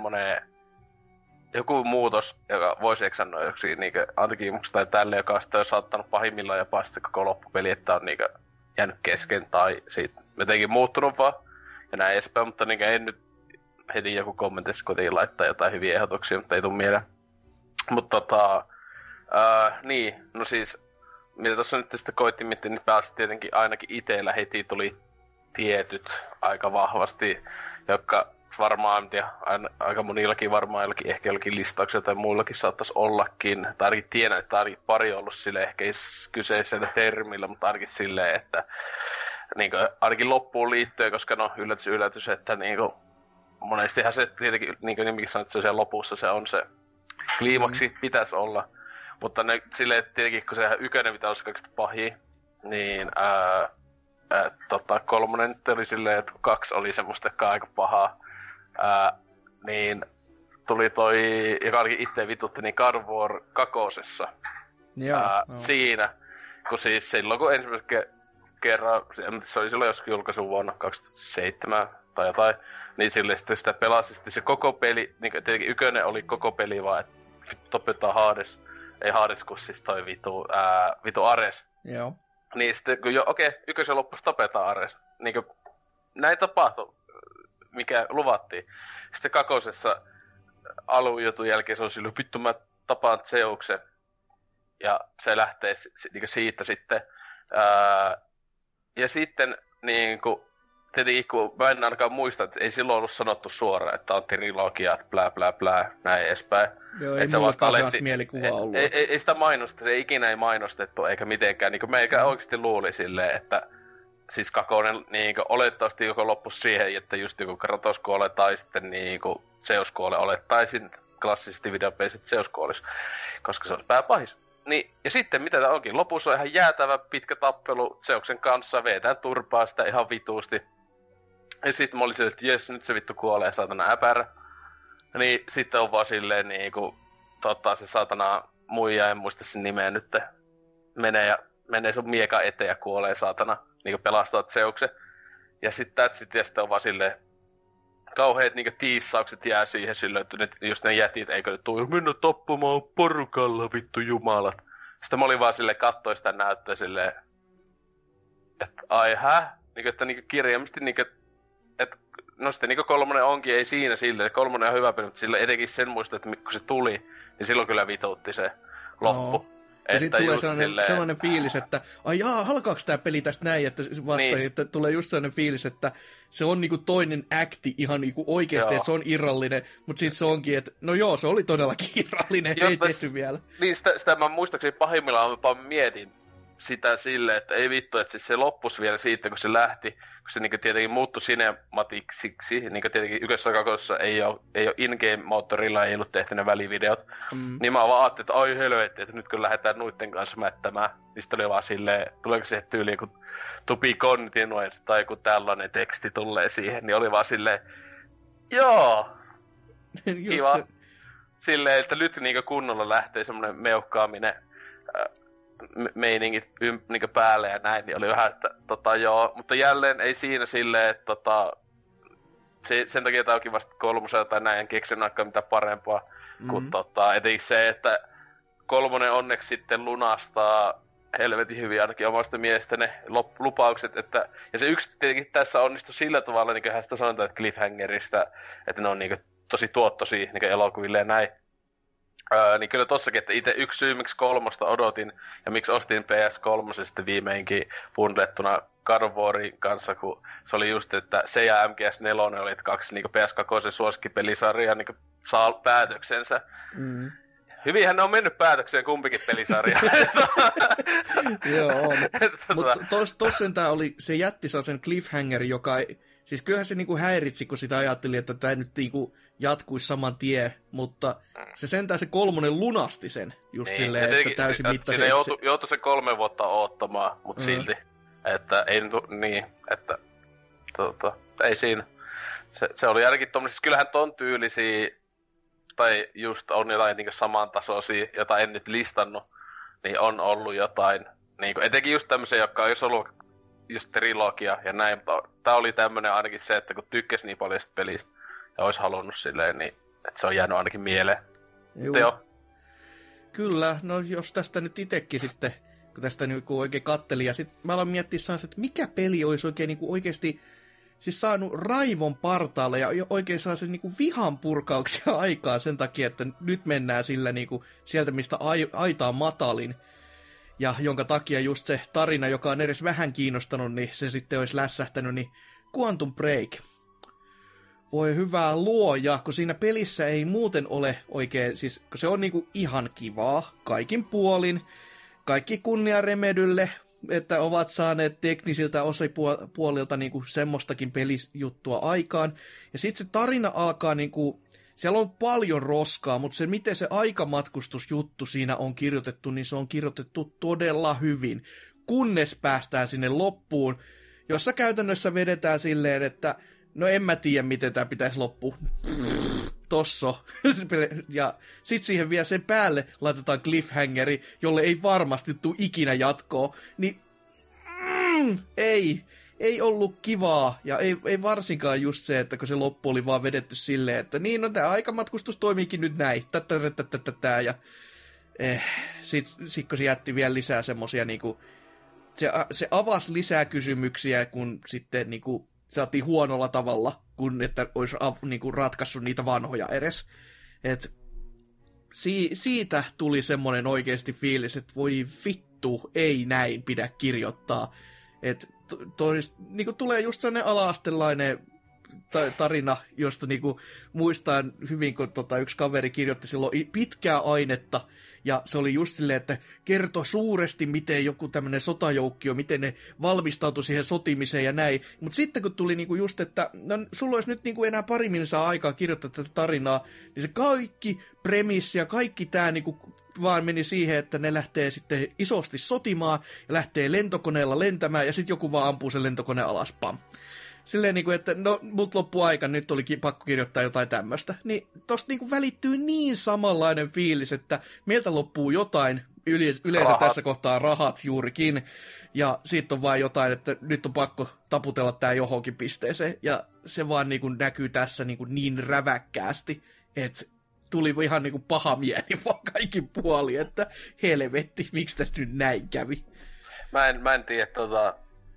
joku muutos, joka voisi sanoa joksi niin antikliimaksi tai tälle, joka sitten on saattanut pahimmillaan jopa sitten koko loppupeli, että on niin jäänyt kesken tai siitä jotenkin muuttunut vaan ja näin edespäin, mutta niin en nyt heti joku kommentissa kotiin laittaa jotain hyviä ehdotuksia, mutta ei tule mieleen. Mutta niin, no siis mitä tuossa nyt sitten koitti miettiä, niin pääsi tietenkin ainakin itsellä heti tuli tietyt aika vahvasti, jotka varmaan, en tiedä, aika monillakin varmaan ehkä jollakin listauksia tai muillakin saattaisi ollakin. Tai ainakin tiedän, että ainakin pari on ollut silleen ehkä kyseisellä termillä, mutta ainakin silleen, että niin ainakin loppuun liittyen, koska no yllätys, että niin kuin, monestihan se tietenkin, niin kuin nimikin sanoit, että se siellä lopussa se on se kliimaksi pitäisi olla. Mutta ne silleen, tietenkin kun se ykönen mitä olisi kaikista pahin, niin 3 nyt oli silleen, että 2 oli semmoista aika pahaa. Niin tuli toi, joka ainakin itse vitutti, niin God of War 2:ssa. Siinä, kun siis silloin kun ensimmäisen kerran, se oli silloin joskus julkaisu vuonna 2007 tai jotain, niin silleen sitten sitä pelasi sitten se koko peli, niin tietenkin ykönen oli koko peli vaan, että topetaan Hades, ei Hades kun siis toi vitu Ares. Joo. Niin sitten kun ykösen loppus tapetaan Ares, niin kuin näin tapahtui. Mikä luvattiin. Sitten 2:ssa alujutun jälkeen se on silloin, vittu mä tapaan Zeuksen. Ja se lähtee niinku siitä sitten. Ja sitten niinku, tietenkin kun mä en ainakaan muista, että ei silloin ollut sanottu suoraan, että on trilogia, blää blää blää, näin edespäin. Joo, ei mullakaan sellaista mielikuvaa ollut. Ei sitä mainostettu, ei ikinä ei mainostettu eikä mitenkään. Niinku meikä oikeesti luuli silleen, että siis 2 niinku olettavasti joko loppus siihen, että just joku Kratos kuolee tai sitten niinku Zeus kuolee, olettaisin klassisesti videopeissä, että Zeus kuolisi, koska se olisi pääpahis. Niin, ja sitten mitä tää onkin, lopussa on ihan jäätävä pitkä tappelu Zeuksen kanssa, vetään turpaa sitä ihan vituusti. Ja sitten mä olin silleen, että jes, nyt se vittu kuolee, saatana äpärä. Niin sitten on vaan silleen niinku, se saatana muija, en muista sen nimeä nyt, menee sun mieka eteen ja kuolee saatana. Niinku pelastaa Zeuksen. Ja sitten on vaan silleen kauheet niinku tiissaukset jää siihen silleen, että just ne jätit eikö ne tuu mennä tappamaan porukalla vittu jumalat. Sitten mä olin vaan silleen kattoi sitä näyttöä silleen, että ai hä? Niinku että niinku kirjaimisesti niinku, että no sitten niinku 3 onkin, ei siinä silleen. 3 on hyvä peli, mutta sillä etenkin sen muista, että kun se tuli, niin silloin kyllä vituutti se loppu. No. Ja sitten tulee sellainen fiilis, että ai jaa, alkaako tää peli tästä näin, että vasta, niin. Että tulee just sellainen fiilis, että se on niinku toinen akti ihan niinku oikeesti, että se on irrallinen, mutta sitten se onkin, että no joo, se oli todellakin irrallinen, ei tehty vielä. Niin, sitä mä muistaakseni pahimmillaan mietin sitä silleen, että ei vittu, että se loppus vielä siitä, kun se lähti, kun se niinku tietenkin muuttui cinematicsiksi, niinku tietenkin ykkössä ja kakossa ei ole in-game-moottorilla, ei ollut tehty ne välivideot, niin mä vaan ajattelin, että ai helvetti, että nyt kun lähdetään nuitten kanssa mättämään, niin sitten oli vaan silleen, tuleeko siihen tyyliin, kun to be continued, tai kun tällainen teksti tulee siihen, niin oli vaan silleen, joo, kiva, silleen, että nyt niinku kunnolla lähtee semmonen meukkaaminen, meiningit niinku päälle ja näin, niin oli vähän, että joo, mutta jälleen ei siinä silleen, että sen takia tää onkin vasta 3 tai näin, en keksinyt aikaa mitään parempaa, kun etenkin se, että 3 onneksi sitten lunastaa helvetin hyvin ainakin omasta mielestä ne lupaukset, että, ja se yksi tietenkin tässä onnistui sillä tavalla, niin kuin sitä sanotaan, että cliffhangerista, että ne on niinku tosi tuottosia niinku elokuville ja näin. Niin kyllä tossakin, että itse yksi syy, miksi 3 odotin, ja miksi ostin PS3 sitten viimeinkin bundlettuna God of Warin kanssa, kun se oli just, että se ja MGS4 oli 2 niin PS2 suosikkipelisarjaa niin saa päätöksensä. Hyvinhän ne on mennyt päätökseen kumpikin pelisarja. Joo, mutta tossa se jätti sen cliffhanger, joka siis kyllähän se niinku häiritsi, kun sitä ajatteli, että tämä nyt niinku jatkuisi saman tien, mutta se sentään se 3 lunasti sen just niin, silleen, että täysin mittaisen. Siinä joutui se 3 vuotta oottamaan, mutta silti, että ei nyt niin, että ei siinä. Se oli ainakin tommosissa, kyllähän ton tyylisiä, tai just on jotain niinku samantasoisia, jota en nyt listannut, niin on ollut jotain, niinku, etenkin just tämmöisiä, jotka olisi ollut just trilogia ja näin, mutta tää oli tämmönen ainakin se, että kun tykkäsi niin paljon sitä pelistä ja olisi halunnut silleen, niin että se on jäänyt ainakin mieleen. Joo. Kyllä, no jos tästä nyt itekin sitten, kun tästä nyt oikein kattelin, ja sitten mä aloin miettiä että mikä peli olisi oikein niin oikeasti siis saanut raivon partaalle ja oikein saa sen niin vihan purkauksia aikaan sen takia, että nyt mennään sillä niin kuin sieltä, mistä aita on matalin. Ja jonka takia just se tarina, joka on edes vähän kiinnostanut, niin se sitten olisi lässähtänyt, niin Quantum Break. Voi hyvää luoja, kun siinä pelissä ei muuten ole oikein, siis kun se on niinku ihan kivaa, kaikin puolin. Kaikki kunnia Remedylle, että ovat saaneet teknisiltä osapuolilta niinku semmoistakin pelijuttua aikaan. Ja sitten se tarina alkaa niinku, siellä on paljon roskaa, mutta se miten se aikamatkustusjuttu siinä on kirjoitettu, niin se on kirjoitettu todella hyvin. Kunnes päästään sinne loppuun, jossa käytännössä vedetään silleen, että no en mä tiedä, miten tää pitäisi loppua. Tosso. Ja sit siihen vielä sen päälle laitetaan cliffhangeri, jolle ei varmasti tule ikinä jatkoa. Niin ei ollut kivaa. Ja ei varsinkaan just se, että kun se loppu oli vaan vedetty silleen, että niin, no tää aikamatkustus toimiikin nyt näin. Ja sit kun se jätti vielä lisää semmosia niinku, se avasi lisää kysymyksiä, kun sitten niinku saatiin huonolla tavalla, kun että olisi niinku ratkaissut niitä vanhoja edes. Et siitä tuli semmoinen oikeasti fiilis, että voi vittu, ei näin pidä kirjoittaa. Et niinku tulee just sellainen ala-astelainen tarina, josta niinku muistan hyvin, kun yksi kaveri kirjoitti silloin pitkää ainetta, ja se oli just silleen, että kertoi suuresti, miten joku tämmöinen sotajoukkio, miten ne valmistautui siihen sotimiseen ja näin. Mutta sitten kun tuli niinku just, että no, sulla olisi nyt niinku enää pari minuuttia aikaa kirjoittaa tätä tarinaa, niin se kaikki premissi ja kaikki tämä niinku vaan meni siihen, että ne lähtee sitten isosti sotimaan ja lähtee lentokoneella lentämään ja sitten joku vaan ampuu sen lentokoneen alas, pam. Silleen niinku, että no mut loppu aika, nyt oli pakko kirjoittaa jotain tämmöistä. Niin tosta niinku välittyy niin samanlainen fiilis, että meiltä loppuu jotain, yleensä tässä kohtaa rahat juurikin, ja siitä on vaan jotain, että nyt on pakko taputella tää johonkin pisteeseen, ja se vaan niinku näkyy tässä niinku niin räväkkäästi, että tuli ihan niinku paha mieli vaan kaikin puoli, että helvetti, miksi tästä nyt näin kävi. Mä en tiedä,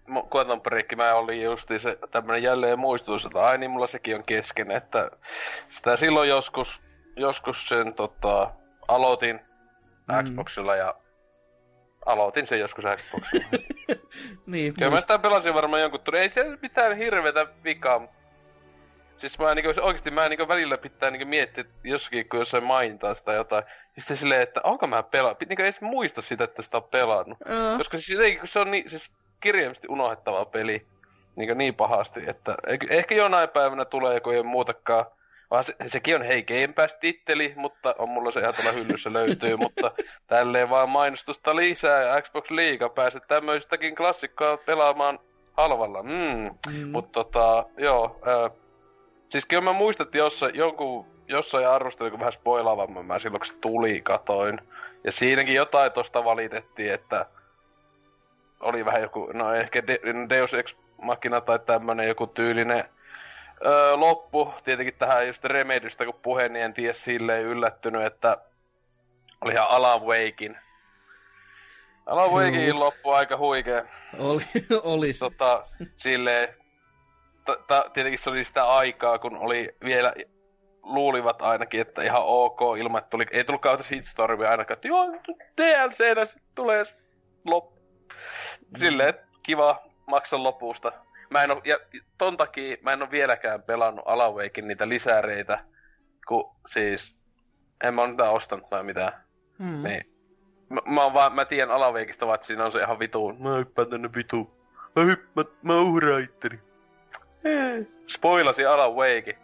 Quantum Break, mä olin justi se tämmönen jälleen muistutus, että ai niin mulla sekin on kesken, että sitä silloin joskus sen aloitin Xboxilla ja aloitin sen joskus Xboxilla. Niin, kyllä mä sitä pelasin varmaan jonkun tunnin, ei siellä mitään hirveetä vikaa. Siis oikeesti mä välillä pitää miettiä, että jossakin kun jossain mainintaa sitä jotain. Ja sitten silleen, että onko mä pelannut, ei edes muista sitä, että sitä on pelannut. Koska siis jotenkin, kun se on niin, siis kirjaimisesti unohdettava peli. Niin pahasti, että ehkä jonain päivänä tulee, kun ei muutakaan. Vaan sekin on hei Game Pass-titteli, mutta on mulla se ihan tuolla hyllyssä löytyy, mutta tälleen vaan mainostusta lisää ja Xbox Liiga pääset tämmöistäkin klassikkoa pelaamaan halvalla. Mutta joo, siis kyllä mä muistan, että jossain arvostelin, kun vähän spoilaavamman mä silloin, kun se tuli, katoin. Ja siinäkin jotain tosta valitettiin, että oli vähän joku, no ehkä Deus Ex Machina tai tämmönen joku tyylinen loppu. Tietenkin tähän just Remedystä, kun puheen, niin en tiedä silleen yllättynyt, että oli ihan Alan Wakein. Alan Wakein loppu aika huikea. Oli. Silleen, tietenkin se oli sitä aikaa, kun oli vielä, luulivat ainakin, että ihan ok, ilman että ei tullut kautta shitstormia ainakaan, että joo, DLC:nä sit tulee loppu. Silleen, kiva, maksan lopusta. Ton takia mä en oo vieläkään pelannut Alan Wakein niitä lisäreitä, kun siis, en mä oo niitä ostanut tai mitään. Niin. Mä tiedän Alan Wakeista vaan, että siinä on se ihan vituun. Mä hyppään tänne vituun. Mä uhraan itteni. Spoilasi Alan Wake.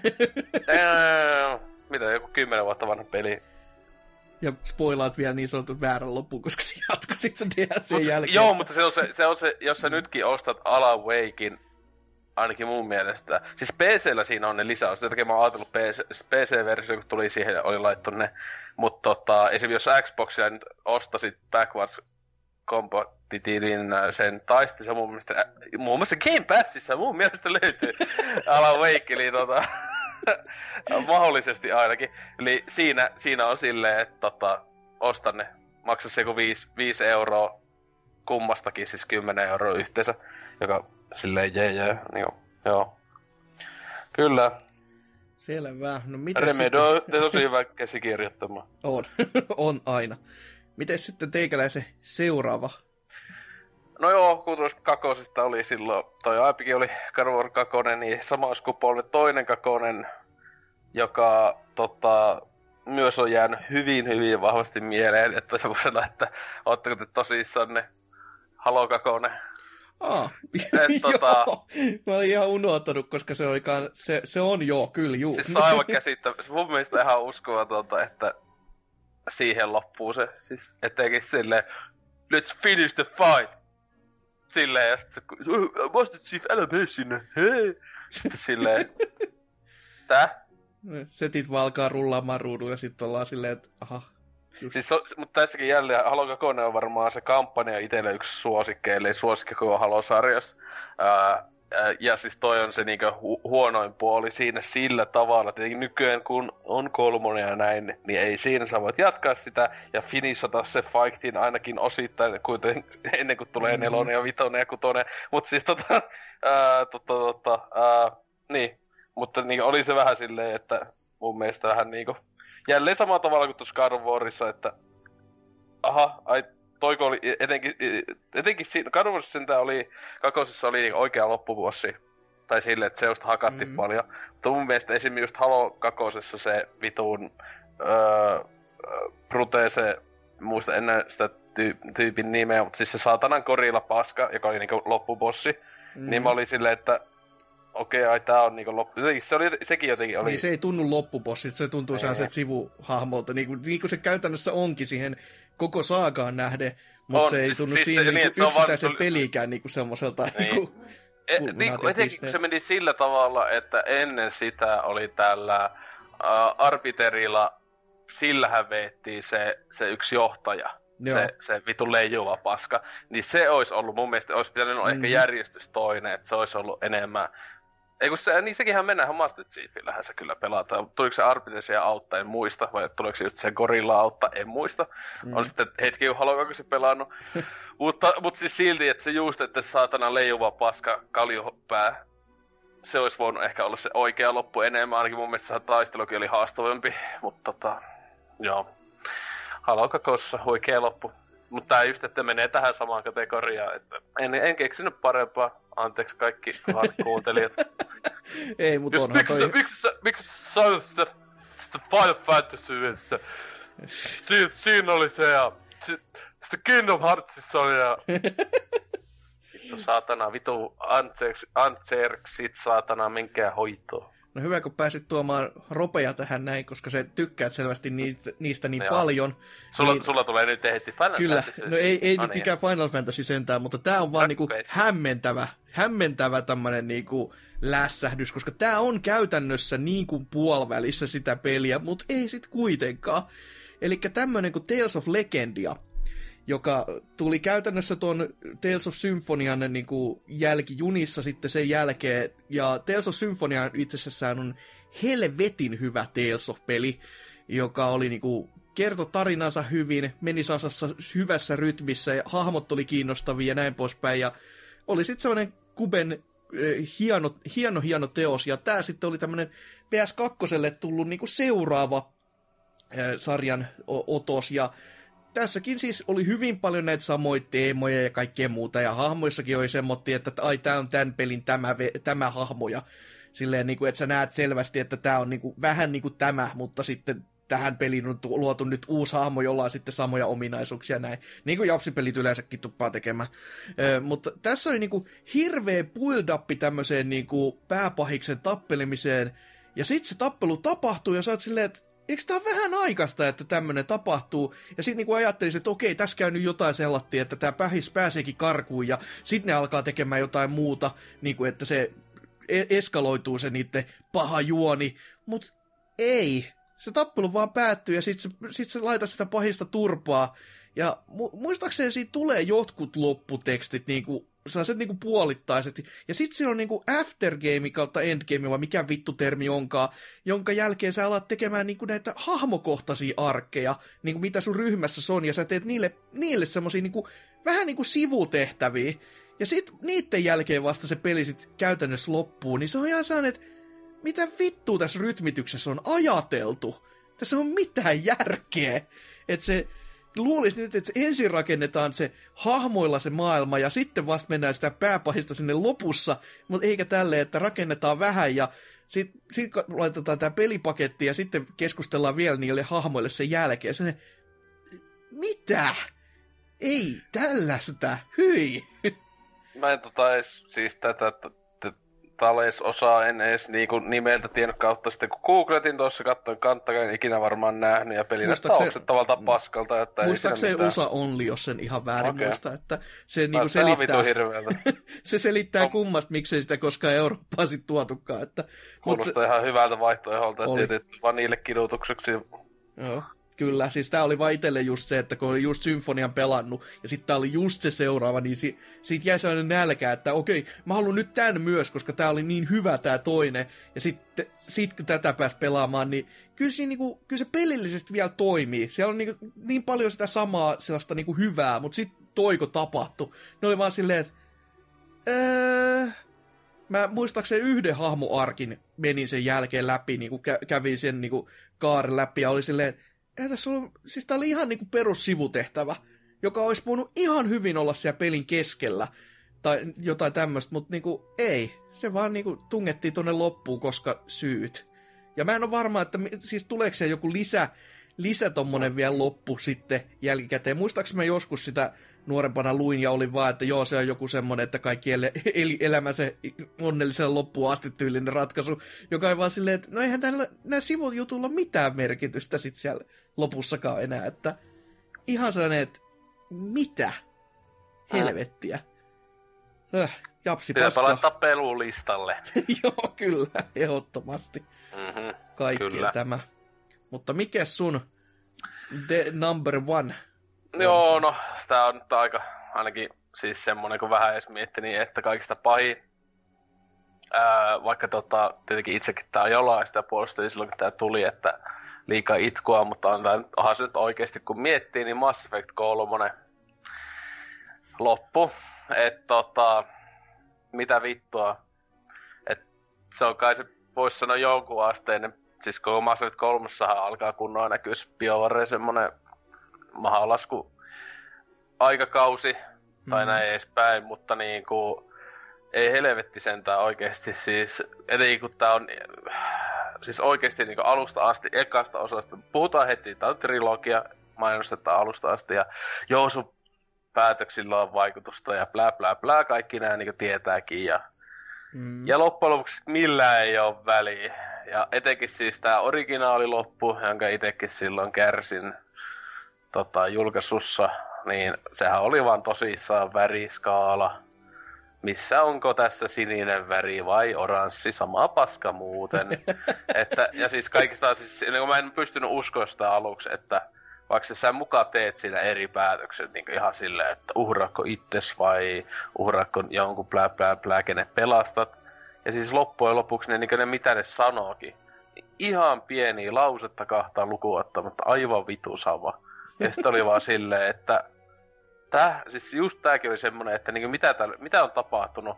Mitä, joku 10 vuotta vanha peli. Ja spoilaat vielä niin sanotun väärän lopun, koska se jatkoi sit sen DLCn jälkeen. Joo, mutta se on se, jos sä nytkin ostat Alan Wakein, ainakin mun mielestä. Siis PC:llä siinä on ne lisäys, sen takia mä oon ajatellut PC-versio, kun tuli siihen, oli laittu ne. Mutta esimerkiksi jos Xboxia nyt ostasit backwards compatibilin sen taisti, se muun muassa Game Passissa mun mielestä löytyy Alan Wake, eli mahdollisesti ainakin. Eli siinä on silleen, että ostan ne, maksa se joku 5 euroa kummastakin, siis 10 euroa yhteensä, joka silleen niin joo. Kyllä. Selvä. No mites Remedy on tosi hyvä käsikirjoittama. On aina. Miten sitten teikäläisen seuraava? No joo, kun tuosta kakosista oli silloin, toi aipikin oli God of War 2, niin sama sukupolven toinen kakonen, joka myös on jäänyt hyvin vahvasti mieleen, että semmoisena, että ootteko te tosissanne Halo 2. Joo, mä olin ihan unohtanut, koska se on kyllä juu. Siis se on aivan käsittämätöntä, mun mielestä ihan uskomatonta, että siihen loppuu se, siis etenkin silleen, let's finish the fight! Silleen, ja sitten Master Chief, älä mene sinne, hei! Sitten silleen, tää? Setit vaan alkaa rullaamaan ruudulla ja sitten ollaan silleen, että aha. Siis mutta tässäkin jälleen Halo 2 on varmaan se kampanja itselle yksi suosikki, ellei suosikki koko Halo-sarjassa. Ja siis toi on se niinku huonoin puoli siinä sillä tavalla, että nykyään kun on 3 ja näin, niin ei siinä sä voit jatkaa sitä ja finishata se fightin ainakin osittain, kuten ennen kuin tulee 4 ja 5 ja 6. Mutta siis niin. Mutta niin oli se vähän silleen, että mun mielestä vähän niinku jälleen samalla tavalla kuin tuossa God of Warissa, että toiko oli etenkin siinä, God of Warissa sentään oli, kakosessa oli oikea loppuvuosi. Tai silleen, että seosta hakattiin paljon. Mutta mun mielestä esimerkiksi just Halo 2 se vitun Brute, se muista ennen sitä tyypin nimeä, mutta siis se saatanan gorilla paska, joka oli niinku loppubossi. Niin mä olin silleen, että okei, tää on niinku loppu. Sekin jotenkin oli. Niin se ei tunnu loppubossit, se tuntuu sellaiset sivuhahmolta, niin kuin se käytännössä onkin siihen koko saagaan nähden, mutta se ei tunnu siis siihen niinku yksittäisen pelikään niinku semmoiselta niinku etenkin kun se meni sillä tavalla, että ennen sitä oli tällä Arbiterilla, sillähän veettiin se yksi johtaja. Se vitun leijuva paska. Niin se olisi ollut mun mielestä, olisi pitänyt olla ehkä järjestys toinen, että se olisi ollut enemmän Ei kun se, niin sekinhän mennään Master Chiefillähän se kyllä pelataan. Tuliko se Arbiter siellä auttaa, en muista. Vai tuleeko se just se Gorilla auttaa, en muista. On sitten hetki Halo se pelannut. mutta siis silti, että se just, että se saatana leijuva paska kaljupää. Se olisi voinut ehkä olla se oikea loppu enemmän. Ainakin mun mielestä se taistelukin oli haastavampi. Mutta joo. Halo kakossa oikea loppu. Mutta tää just, että menee tähän samaan kategoriaan. Että en keksinyt parempaa. Anteeksi kaikki kuuntelijat. Ei, mutta onhan toi... Miksi sä sanoit sitä Final Fantasy, sitä... Siinä oli se ja... Sitten Kingdom Heartsissa oli ja... Vittu saatana, vitu Antserksit saatana, menkää hoitoon. No hyvä, kun pääsit tuomaan Ropea tähän näin, koska sä tykkäät selvästi niistä niin paljon. Sulla tulee nyt heti Final kyllä. Fantasy. No ei nyt mikään Final Fantasy sentään, mutta tää on vaan niinku hämmentävä tämmönen niinku lässähdys, koska tää on käytännössä niinku puolivälissä sitä peliä, mutta ei sit kuitenkaan. Elikkä tämmönen kuin Tales of Legendia, joka tuli käytännössä tuon Tales of Symphonian niin kuin jälkijunissa sitten sen jälkeen. Ja Tales of Symphonia itsessään on helvetin hyvä Tales of-peli, joka oli niin kuin, kertoi tarinansa hyvin, meni saasassa hyvässä rytmissä ja hahmot oli kiinnostavia ja näin poispäin. Ja oli sitten semmoinen Kuben hieno teos. Ja tää sitten oli tämmöinen PS2 tullut niin kuin seuraava sarjan otos ja tässäkin siis oli hyvin paljon näitä samoja teemoja ja kaikkea muuta, ja hahmoissakin oli semmoinen, että ai, tää on tämän pelin tämä hahmo, ja silleen, niin kuin, että sä näet selvästi, että tää on niin kuin, vähän niin kuin tämä, mutta sitten tähän peliin on luotu nyt uusi hahmo, jolla on sitten samoja ominaisuuksia näin, niin kuin japsipelit yleensäkin tuppaa tekemään. Mutta tässä oli niin kuin hirveä build-up tämmöiseen niin kuin pääpahiksen tappelemiseen, ja sitten se tappelu tapahtuu, ja sä oot silleen, että eikö tää ole vähän aikaista, että tämmönen tapahtuu? Ja sit niinku ajattelisin, että okei, tässä käy nyt jotain sellaista, että tää pääseekin karkuun, ja sit ne alkaa tekemään jotain muuta, niinku että se eskaloituu se niitten paha juoni. Mut ei. Se tappelu vaan päättyy, ja sit se laitat sitä pahista turpaa. Ja muistaakseni siitä tulee jotkut lopputekstit, niinku sellaiset niinku puolittaiset. Ja sit siinä on niinku aftergame kautta endgame, vai mikä vittu termi onkaan, jonka jälkeen sä alat tekemään niinku näitä hahmokohtaisia arkkeja, niinku mitä sun ryhmässä on, ja sä teet niille semmosia niinku, vähän niinku sivutehtäviä. Ja sit niitten jälkeen vasta se peli sit käytännössä loppuu, niin se on ihan sellainen, että mitä vittua tässä rytmityksessä on ajateltu? Tässä on mitään järkeä. Että se luulisi nyt, että ensin rakennetaan se hahmoilla se maailma ja sitten vasta mennään sitä pääpahista sinne lopussa, mutta eikä tälleen, että rakennetaan vähän ja sitten laitetaan tämä pelipaketti ja sitten keskustellaan vielä niille hahmoille sen jälkeen. Mitä? Ei tällaista, hyi! Mä en edes siis tätä Thales-osaa en edes niinku nimeltä tiennyt kautta sitten kun googletin tuossa, katsoin kanttakaan, en ikinä varmaan nähnyt ja peli näyttää oksettavalta paskalta. Että muistaakseni USA Only, jos sen ihan väärin muista, että se niinku selittää, se selittää kummasta, miksei sitä koskaan Eurooppaan sit tuotukaan. Että, kuulostaa ihan hyvältä vaihtoeholta, että tietysti vaan niille kidutukseksi. Joo. Kyllä, siis tää oli vaan itselle just se, että kun oli just Symfonian pelannut, ja sitten tää oli just se seuraava, niin siitä jäi sellainen nälkä, että okei, mä haluan nyt tän myös, koska tää oli niin hyvä tää toinen, ja sitten kun tätä pääsi pelaamaan, niin kyllä se pelillisesti vielä toimii. Siellä on niin paljon sitä samaa sellaista niinku hyvää, mutta sitten toiko tapahtui. Ne oli vaan silleen, että mä muistaakseni yhden hahmoarkin menin sen jälkeen läpi, niin kävin sen niin kaaren läpi, ja oli silleen, siis tää oli ihan niinku perussivutehtävä, joka olisi voinut ihan hyvin olla siellä pelin keskellä, tai jotain tämmöistä, mutta niinku ei. Se vaan niinku tungettiin tonne loppuun, koska syyt. Ja mä en ole varma, että siis tuleeko se joku lisä tommonen vielä loppu sitten jälkikäteen. Muistaakseni mä joskus sitä nuorempana luin ja olin vaan, että joo, se on joku semmonen, että kaikki elämänsä onnellisella loppuun asti tyylinen ratkaisu, joka on vaan silleen, että no eihän näillä sivujutuilla ole mitään merkitystä sit siellä lopussakaan enää, että ihan sellainen, että mitä helvettiä. Japsi pitää paska. laittaa pelulistalle. Joo, kyllä, ehdottomasti. Kaikkea kyllä. tämä. Mutta mikä sun the number one? Joo, no, tää on nyt aika, ainakin siis semmonen, kun vähän edes miettii, niin että kaikista pahin Vaikka tietenkin itsekin tää jollain sitä puolustelin silloin, kun tää tuli, että liikaa itkua, mutta onhan se nyt oikeesti, kun miettii, niin Mass Effect 3 loppu. Mitä vittua. Et se on kai se, vois sanoa jonkun asteinen, siis kun Mass Effect 3 alkaa kunnolla näkyy BioWaren semmonen mahalasku aikakausi, tai näin edespäin, mutta niinku ei helvetti sentään oikeesti siis, etenkin kun tää on siis oikeesti niinku alusta asti, ekasta osasta, puhutaan heti, tää on trilogia, mainostetaan alusta asti, ja joo sun päätöksillä on vaikutusta, ja blää blää blää, kaikki nää niinku tietääkin, ja loppujen lopuksi millään ei oo väliä. Ja etenkin siis tää originaaliloppu, jonka itekin silloin kärsin julkaisussa, niin sehän oli vaan tosissaan väriskaala. Missä onko tässä sininen väri vai oranssi, sama paska muuten. Ja siis kaikista, siis, niin mä en pystynyt uskoa sitä aluksi, että vaikka sä mukaan teet siinä eri päätökset niin ihan silleen, että uhraako itses vai uhraako jonkun blää blää blää, kenet pelastat. Ja siis loppujen lopuksi ne mitä ne sanookin, niin ihan pieniä lausetta kahtaa lukuottamatta, aivan vitu sama. Ja sitten oli vaan silleen, että siis just tääkin oli semmonen, että niinku mitä on tapahtunut.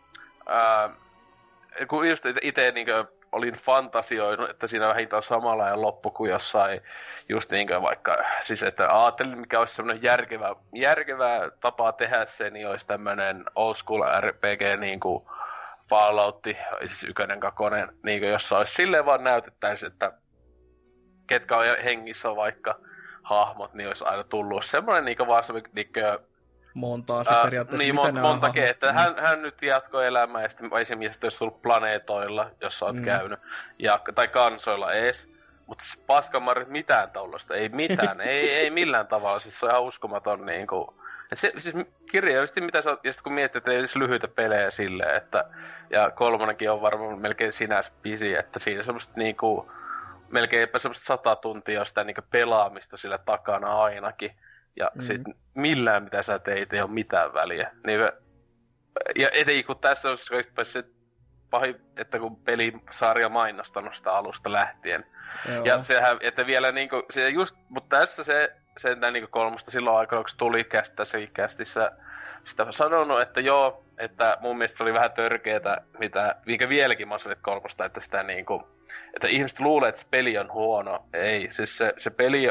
Kun just ite niinku olin fantasioinut, että siinä vähintään samanlainen loppu kuin jossain just niinku vaikka, siis että ajattelin mikä olisi semmonen järkevä tapa tehdä se, niin olisi tämmönen old school RPG niinku Falloutti, siis 1, 2, niinku jossa olisi silleen vaan näytettäisiin, että ketkä on hengissä vaikka hahmot, niin olisi aina tullut semmoinen niinku vaan semmoinen niinku montaasi periaatteessa. Niin, monta että hän nyt jatkoi elämää ja sitten esimerkiksi olisi tullut planeetoilla, jossa olet käynyt, tai kansoilla ees. Mutta siis paskamarit mitään tollasta, ei mitään, ei millään tavalla, siis se on ihan uskomaton niinku. Siis kirjaimisesti mitä sä oot, ja sit kun miettii, että ei edes lyhyitä pelejä silleen, että, ja 3 on varmaan melkein sinänsä busy, että siinä semmoset niinku, melkeinpä semmoset 100 tuntia sitä niinku pelaamista sillä takana ainakin. Ja sit millään mitä sä teit ei oo mitään väliä. Niin, ja etenkin kun tässä on se pahin, että kun pelisarja mainostanut sitä alusta lähtien. Joo. Ja sehän, että vielä niinku, se just, mutta tässä se sentään niinku 3 silloin aikaa, kun se tuli tässäkin kästissä sitä sanonut, että joo, että mun mielestä se oli vähän törkeetä, minkä vieläkin Mass Effect 3, että sitä niinku, että ihmiset luulee, että se peli on huono. Ei, siis se peli,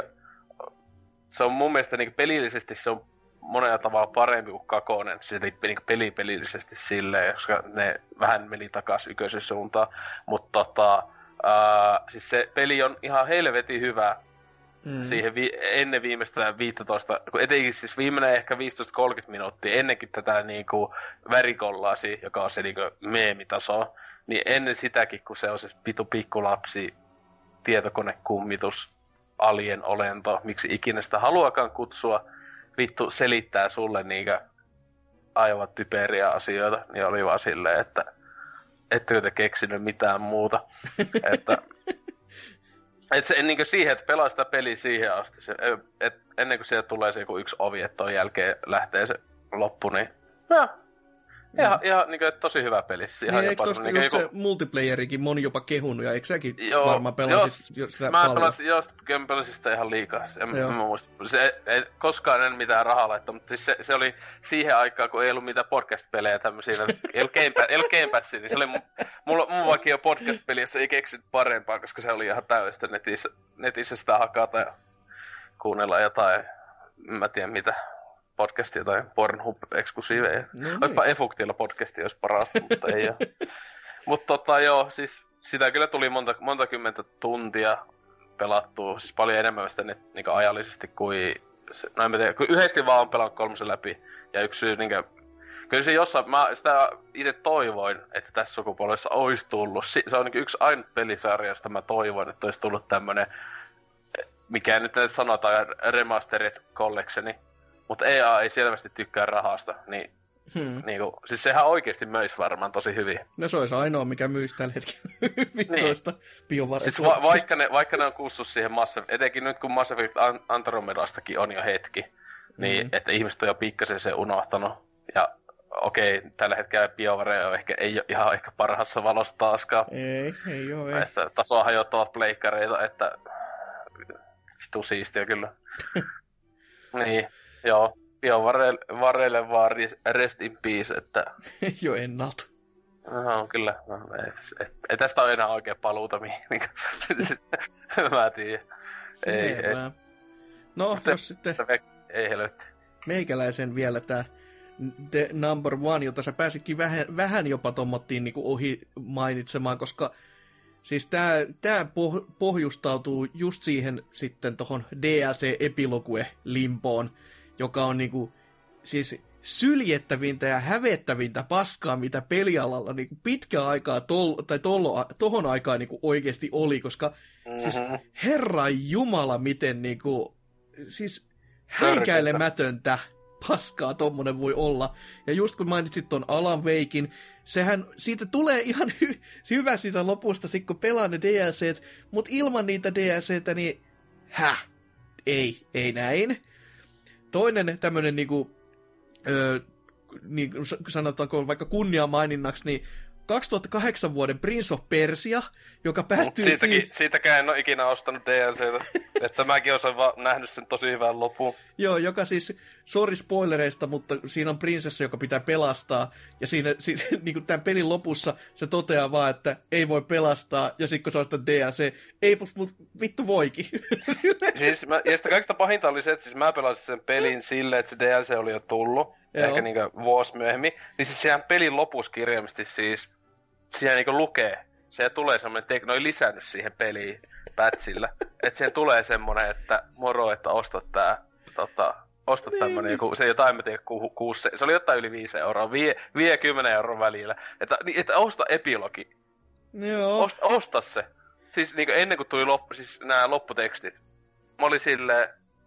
se on mun mielestä niinku pelillisesti se on monella tavalla parempi kuin 2, siis niinku pelillisesti silleen, koska ne vähän meni takas ykkösen suuntaan, mutta siis se peli on ihan helvetin hyvä siihen ennen viimeistä 15, kun etenkin siis viimeinen ehkä 15-30 minuuttia ennenkin tätä niinku värikollaasi, joka on se niinku meemitaso, niin ennen sitäkin, kun se on se vitu pikkulapsi, tietokonekummitus, alien olento, miksi ikinä sitä haluakaan kutsua, vittu selittää sulle niinkö aivan typeriä asioita, niin oli vaan silleen, että ettekö te keksinyt mitään muuta. että se niinkö siihen, että pelaa sitä peliä siihen asti, ennen kuin sieltä tulee se joku yksi ovi, että ton jälkeen lähtee se loppu, niin ihan niinku, tosi hyvä peli. Niin, eikö tossa just se multiplayerikin moni jopa kehunut, ja eikö säkin varmaan pelasit sitä paljon? Mä pelasin sitä ihan liikaa. En muista. Koskaan en mitään rahaa laittaa, mutta siis se oli siihen aikaan, kun ei ollut mitään podcast-pelejä tämmösiä. Ei ollut Game Passia, niin se oli mun vaikka podcast-peli, jossa ei keksinyt parempaa, koska se oli ihan täydestä netissä sitä hakata ja kuunnella jotain, mä tiedän mitä. Podcastia tai Pornhub-eksklusiiveja. Olisipa Efuktilla podcastia, olisi parasta, mutta ei oo. Mutta joo, siis sitä kyllä tuli monta kymmentä tuntia pelattua, siis paljon enemmän sitä niinku ajallisesti kuin no en mä tiedä, kun yhdesti vaan on pelannut 3 läpi, ja yksi syy niinku, kyllä se jossain, mä sitä itse toivoin, että tässä sukupolvessa olisi tullut, se on niinku yksi ainut pelisarja, josta mä toivoin, että olisi tullut tämmönen, mikä nyt sanotaan Remastered Collectioni, mutta EA ei selvästi tykkää rahasta, niin niinku, siis sehän oikeesti möisi varmaan tosi hyvin. No se olisi ainoa, mikä myisi tällä hetkellä vittoista BioWaren. Siis vaikka ne on kussut siihen etenkin nyt kun Mass Effect Andromedastakin on jo hetki, niin että ihmiset on jo pikkasen sen unohtanut. Ja okei, tällä hetkellä BioWare on ei ole ihan ehkä parhaassa valossa taaskaan. Ei oo, ei. Että tasoa hajottavat pleikkareita, että vitu siistiä kyllä. Niin, joo. BioWarelle vaan rest in peace, että... Jo ennalta. No kyllä, ei tästä ole enää oikein paluuta mä tiedän. Ei. No, jos sitten... Ei helvetti. Meikäläisen vielä tää The Number One, jota sä pääsitkin vähän jopa tommottiin niinku ohi mainitsemaan, koska siis tää pohjustautuu just siihen sitten tohon DLC-epilogue-limpoon, joka on niinku siis syljettävintä ja hävettävintä paskaa, mitä pelialalla niinku pitkään aikaa tohon aikaan niinku oikeesti oli, koska siis herran jumala miten niinku siis häikäilemätöntä paskaa tommonen voi olla. Ja just kun mainitsit ton Alan Waken, siitä tulee ihan hyvä siitä lopusta, sit kun pelaa ne DLCt, mut ilman niitä DLCtä, niin ei näin. Toinen tämmönen niinku, niin sanotaanko vaikka kunniamaininnaksi, niin 2008 vuoden Prince of Persia, joka päättyy siitäkään en ole ikinä ostanut DLCtä, että mäkin olen nähnyt sen tosi hyvän lopun. Joo, joka siis, sorry spoilereista, mutta siinä on prinsessa, joka pitää pelastaa, ja siinä niin kuin tämän pelin lopussa se toteaa vaan, että ei voi pelastaa, ja sitten kun se on sitä DLC, ei mut vittu voikin. Siis ja sitä kaikista pahinta oli se, että siis mä pelasin sen pelin silleen, että se DLC oli jo tullut, ehkä niinku vuosi myöhemmin, niin siis siellä pelin lopussa kirjaimisesti siis, siellä niinku lukee, se tulee semmoinen, ne oli lisännyt siihen peliin patchillä, että siihen tulee semmoinen, että moro, että ostat tää, ostat tämmönen joku, se jotain, mä tiedän, se oli jotain yli 5 euroa, 10 euron välillä, että osta epilogi. Joo. Osta se. Siis niinku ennen kuin tuli siis nää lopputekstit, mä olin silleen,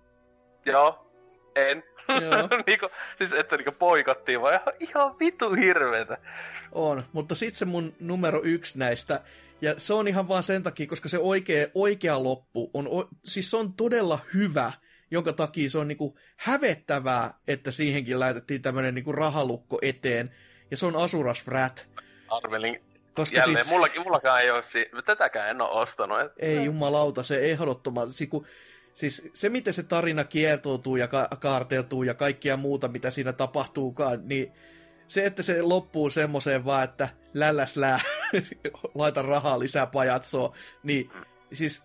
joo, en. niinku, siis että niinku poikattiin vaan ihan vitu hirveetä. On, mutta sit se mun numero 1 näistä, ja se on ihan vaan sen takia, koska se oikea loppu siis se on todella hyvä, jonka takia se on niinku hävettävää, että siihenkin laitettiin tämmönen niinku rahalukko eteen, ja se on Asuras Wrath. Arvelin. Koska jälleen, siis, mullakaan ei ole, tätäkään en ole ostanut. Ei jumalauta, se ehdottomasti, siis se, miten se tarina kiertoutuu ja kaarteltuu ja kaikkia muuta, mitä siinä tapahtuukaan, niin se, että se loppuu semmoseen vaan, että lälläslää, laita rahaa lisää pajatsoa, niin siis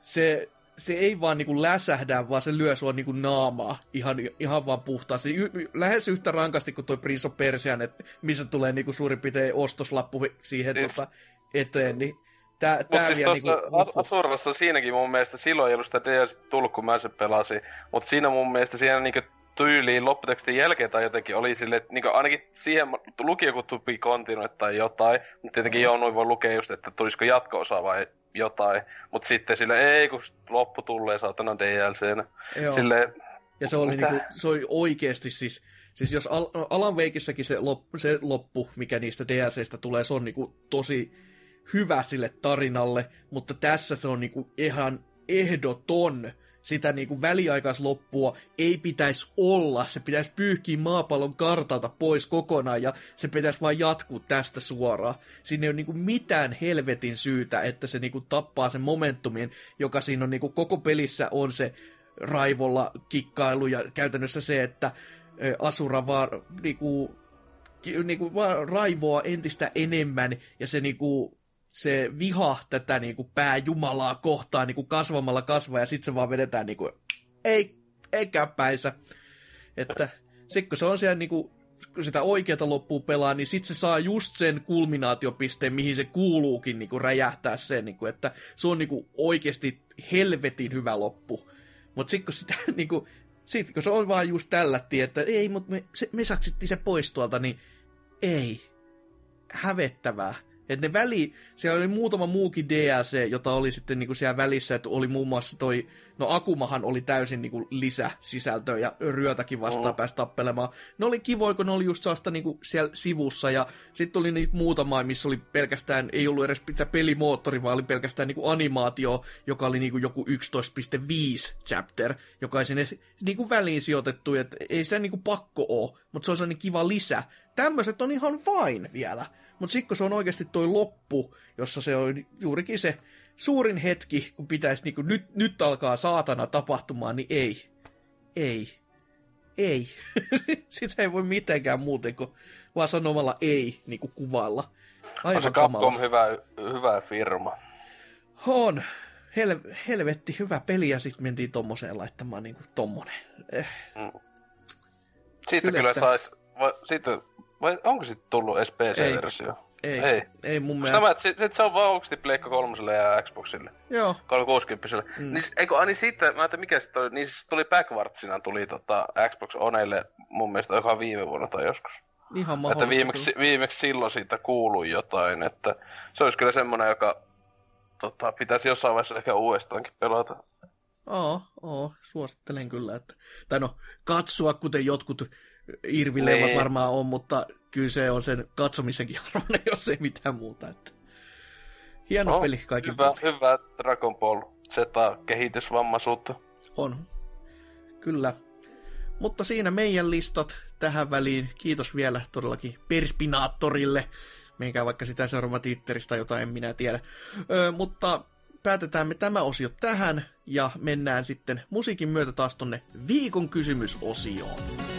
se ei vaan niinku läsähdä, vaan se lyö sua niinku naamaa ihan vaan puhtaasti. Lähes yhtä rankasti kuin toi Prince of Persian, missä tulee niinku suurin piirtein ostoslappu siihen eteen, niin Mutta siis tuossa niinku, Asurassa siinäkin mun mielestä silloin ei ollut sitä DLC tullut, kun mä sen pelasin. Mutta siinä mun mielestä siinä niinku tyyliin lopputekstin jälkeen tai jotenkin oli silleen, että niinku ainakin siihen luki joku to be continued tai jotain. Mutta tietenkin noin voi lukea just, että tulisiko jatko-osa vai jotain. Mutta sitten silleen, ei kun loppu tulee saatana DLCnä. Silleen, ja se oli, niinku, se oli oikeesti siis jos Alan Wakessäkin se loppu, mikä niistä DLCistä tulee, se on niinku tosi hyvä sille tarinalle, mutta tässä se on niinku ihan ehdoton. Sitä niinku väliaikaisloppua ei pitäisi olla, se pitäisi pyyhkiä maapallon kartalta pois kokonaan ja se pitäisi vaan jatkuu tästä suoraan. Siinä ei ole niinku mitään helvetin syytä, että se niinku tappaa sen momentumin, joka siinä on niinku koko pelissä on se raivolla kikkailu ja käytännössä se, että Asura vaan niinku vaan raivoa entistä enemmän ja se niinku se viha tätä niinku pääjumalaa kohtaan niinku kasvamalla kasvaa ja sit se vaan vedetään niinku ei käppäisä. Että sit kun se on siellä niinku kun sitä oikeata loppua pelaa, niin sit se saa just sen kulminaatiopisteen, mihin se kuuluukin niinku räjähtää sen, niinku, että se on niinku oikeesti helvetin hyvä loppu. Mut sit kun sitä niinku sit kun se on vaan just tällättiin, että ei, mut me saksittiin se pois tuolta, niin ei. Hävettävää. Että siellä oli muutama muukin DLC, jota oli sitten niinku siellä välissä, että oli muun muassa Akumahan oli täysin niinku lisäsisältöä ja ryötäkin vastaan pääsi tappelemaan. Ne oli kivoja, kun ne oli just sellaista niinku siellä sivussa, ja sitten oli niitä muutama, missä oli pelkästään, ei ollut edes pitää pelimoottori, vaan oli pelkästään niinku animaatio, joka oli niinku joku 11.5 chapter, joka ei sinne niinku väliin sijoitettu, että ei sitä niinku pakko ole, mutta se on sellainen kiva lisä. Tämmöiset on ihan fine vielä. Mutta sitten kun se on oikeasti toi loppu, jossa se on juurikin se suurin hetki, kun pitäisi niinku, nyt alkaa saatana tapahtumaan, niin ei. Sitä ei voi mitenkään muuten kuin vaan sanomalla ei niinku kuvailla. On se Capcom hyvä firma. On. Helvetti hyvä peli, ja sitten mentiin tommoseen laittamaan niinku tommonen. Siitä kyllä sais... Vai onko sitten tullut edes PC-versio? Ei mun mielestä. Se on vaan oikeesti Pleikka 3 ja Xboxille. Joo. 360. Niin siitä, mä ajattelin mikä sit oli, niin siis tuli backwardsina tuli Xbox Oneille mun mielestä ihan viime vuonna tai joskus. Ihan mahdollista. Että viimeksi silloin siitä kuului jotain, että se olisi kyllä semmonen, joka pitäisi jossain vaiheessa ehkä uudestaankin pelata. Suosittelen kyllä, että... Tai no, katsoa, kuten jotkut irvilevät varmaan on, mutta kyllä se on sen katsomisenkin arvoinen, jos ei mitään muuta. Että... Hieno peli kaikin puolin. Hyvä Dragon Ball Z-kehitysvammaisuutta. On. Kyllä. Mutta siinä meidän listat tähän väliin. Kiitos vielä todellakin Perspinaattorille. Menkää vaikka sitä seuraamaan Twitteristä, jota en minä tiedä. Mutta päätetään me tämä osio tähän ja mennään sitten musiikin myötä taas tonne viikon kysymysosioon.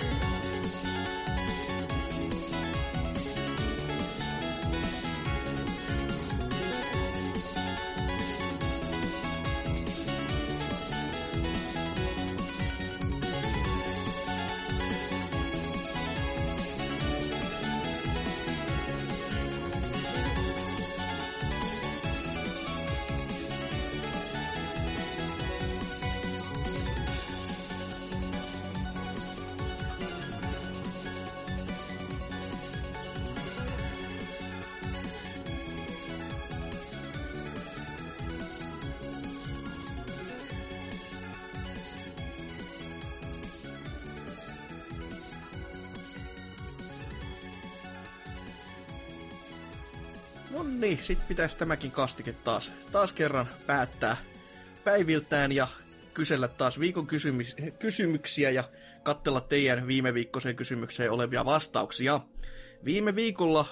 Nonni, sit pitäisi tämäkin kastike taas kerran päättää päiviltään ja kysellä taas viikon kysymyksiä ja katsella teidän viime viikkoiseen kysymykseen olevia vastauksia. Viime viikolla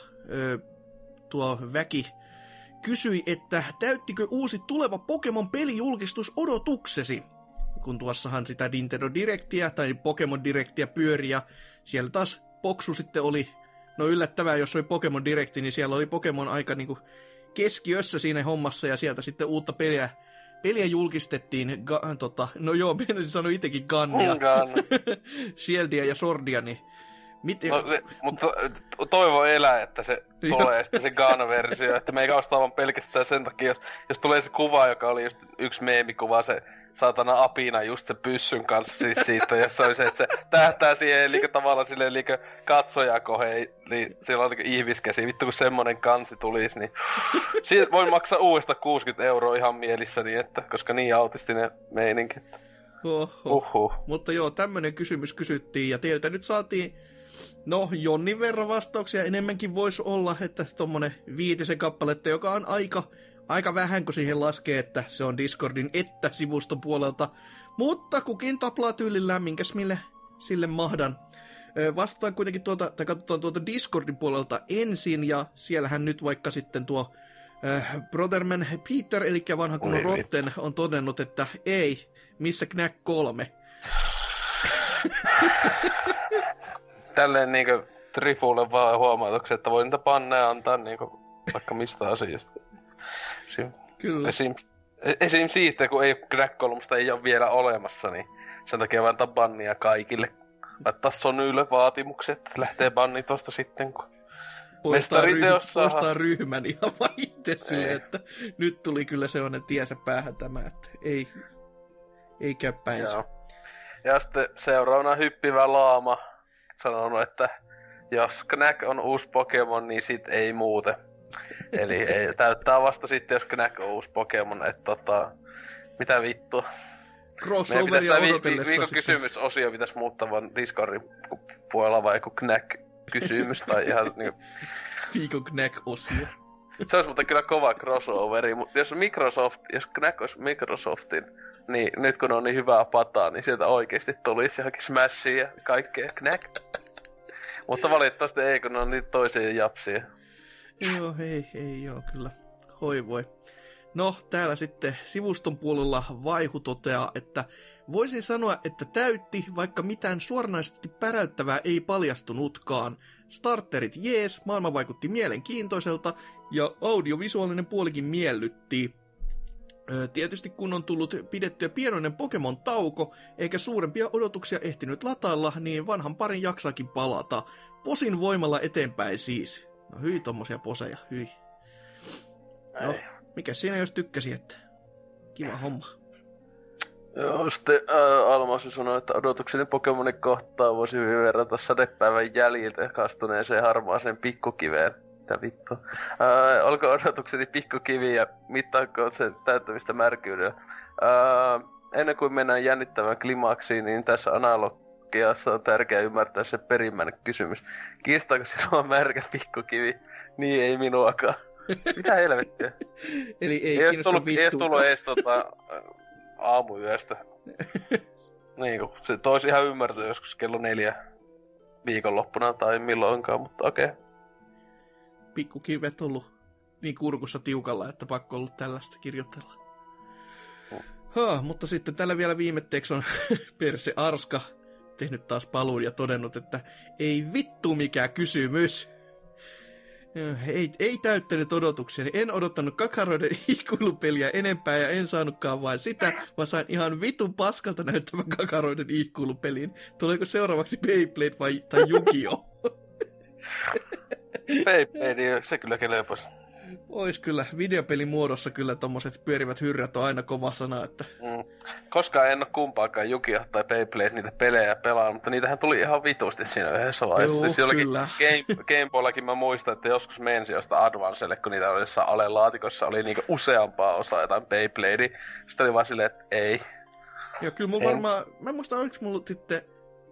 tuo väki kysyi, että täyttikö uusi tuleva Pokemon-pelijulkistus odotuksesi? Kun tuossahan sitä Nintendo Directia tai Pokemon Directia pyöri ja siellä taas Poksu sitten oli... No yllättävää, jos oli Pokemon Directi, niin siellä oli Pokemon aika niinku keskiössä siinä hommassa, ja sieltä sitten uutta peliä julkistettiin, no joo, meinasin sanoa itsekin Gunnia, Shieldia ja Swordia, niin... mutta toivo elää, että se tulee sitten se Gun-versio, että me ei ostaa vaan pelkästään sen takia, jos tulee se kuva, joka oli just yksi meemikuva, se saatana apina just se pyssyn kanssa siis siitä, jossa oli se, että se tähtää siihen tavallaan silleen katsojaa kohden, niin siellä on ihmiskäsi, vittu kun semmonen kansi tulisi, niin siitä voi maksaa uudesta 60 € ihan mielissäni, että, koska niin autistinen meininki. Mutta joo, tämmönen kysymys kysyttiin, ja teiltä nyt saatiin jonnin verran vastauksia, enemmänkin voisi olla, että tommonen 5 kappaletta, joka on aika vähän, kun siihen laskee, että se on Discordin että sivuston puolelta. Mutta kukin taplaa tyylillään, minkäs sille mahdan. Vastataan kuitenkin katsotaan tuolta Discordin puolelta ensin, ja siellähän nyt vaikka sitten tuo Brotherman Peter, eli vanha kunnon Rotten, on todennut, että ei, missä Knack 3. Tälleen niinku Trifulle vaan huomautuksen, että voi niitä panneja antaa niinku vaikka mistä asiasta. Kyllä. Esim. siitä, kun ei Crack 3 ei ole vielä olemassa, niin sen takia vaan antaa bannia kaikille. Laittaa Sonylle vaatimukset, lähtee banni tosta sitten, kun poistaa ryhmän ihan vaan itse silleen, että nyt tuli kyllä sellainen tiesä päähän tämä, että ei käy päinsä. Ja sitten seuraavana hyppivä laama sanonut, että jos Knack on uusi Pokemon, niin sit ei muuten. Eli ei, täyttää vasta sitten, jos Knack on uusi Pokemon, että mitä vittua. Crossoveria odotellessa viikon kysymysosio pitäisi muuttaa vaan Discordin puolella vai joku Knack-kysymys tai ihan niinku... Viikon Knack-osio. Se olisi muuten kyllä kova crossoveri, mutta jos Knack olisi Microsoftin, niin nyt kun on niin hyvää pataa, niin sieltä oikeesti tulisi johonkin Smashia ja kaikkea Knack. Mutta valitettavasti ei, kun ne on niitä toisia japsia. Joo, ei joo, kyllä. Hoi voi. No, täällä sitten sivuston puolella Vaihu toteaa, että voisin sanoa, että täytti, vaikka mitään suoranaisesti päräyttävää ei paljastunutkaan. Starterit jees, maailma vaikutti mielenkiintoiselta ja audiovisuaalinen puolikin miellytti. Tietysti kun on tullut pidettyä pienoinen Pokemon-tauko, eikä suurempia odotuksia ehtinyt latailla, niin vanhan parin jaksaakin palata. Posin voimalla eteenpäin siis. No hyi tommosia poseja, hyi. No, mikä siinä jos tykkäsi, että kiva homma. Joo, sitten Almasu sanoi, että odotukseni Pokemonin kohtaan voisi hyvin verrata sadepäivän jäljiltä kastuneeseen harmaaseen pikkukiveen. Mitä vittua? Olko odotukseni pikkukivi ja mittaako sen täyttämistä märkyydellä? Ennen kuin mennään jännittävään klimaksiin, niin tässä analogiassa on tärkeää ymmärtää se perimmäinen kysymys. Kiistaako sinua märkä pikkukivi? Niin ei minuakaan. Mitä helvettiä? Eli ei kiinnosta vittua. Ei tullut ees aamuyöstä. Niinku, se toisi ihan ymmärtyä joskus kello 4 viikonloppuna tai milloinkaan, mutta okei. Pikkukivet ollut niin kurkussa tiukalla, että pakko ollut tällaista kirjoitella. Mutta sitten tällä vielä viimetteeksi on Perse Arska tehnyt taas paluun ja todennut, että ei vittu mikään kysymys. Ei täyttänyt odotuksia. En odottanut Kakaroiden ihkuilupeliä enempää ja en saanutkaan vain sitä, vaan sain ihan vitun paskalta näyttävän Kakaroiden ihkuilupelin. Tuleeko seuraavaksi Beyblade tai Yu-Gi-Oh? Beyblade, se kyllä kelpas. Ois kyllä. Videopelin muodossa kyllä tommoset pyörivät hyrrät on aina kova sana, että... Koskaan en oo kumpaakaan Yu-Gi-Oh! Tai Beyblade niitä pelejä pelaa, mutta niitähän tuli ihan vitusti siinä yhdessä vaiheessa. Joo, siis kyllä. Game Boyllakin mä muistan, että joskus mensi jostain Advancelle, kun niitä oli jossain alelaatikossa, oli niinku useampaa osaa jotain Beybladea. Sitten oli vaan silleen, että ei. Joo, kyllä mulla varmaan... Mä muistan, oliko mulla sitten...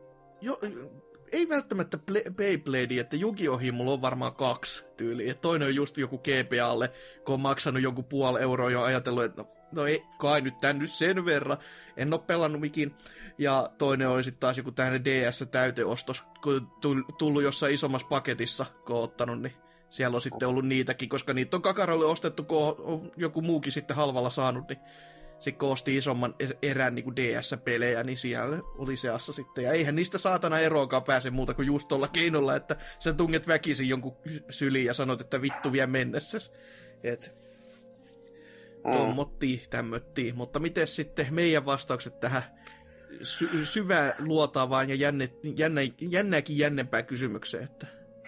Ei välttämättä Beyblade, että Yu-Gi-Ohi mulla on varmaan 2 tyyliä. Toinen on just joku GPAlle, kun on maksanut jonkun €0,5 ja ajatellut, että no ei kai nyt tän nyt sen verran. En oo pelannut mikin. Ja toinen oli sitten taas joku tämmönen DS-täyteostos, kun tullut jossain isommassa paketissa, kun on ottanut, niin siellä on sitten ollut niitäkin, koska niitä on Kakarolle ostettu, kun on joku muukin sitten halvalla saanut, niin se koosti isomman erän niin kuin DS-pelejä, niin siellä oli seassa sitten. Ja eihän niistä saatana eroakaan pääse muuta kuin just tuolla keinolla, että sä tunget väkisin jonkun syliin ja sanot, että vittu vie mennessäs. Et tommottiin, tämmöttiin. Mutta miten sitten meidän vastaukset tähän syvään luotaavaan ja jännääkin jännempään kysymykseen, että...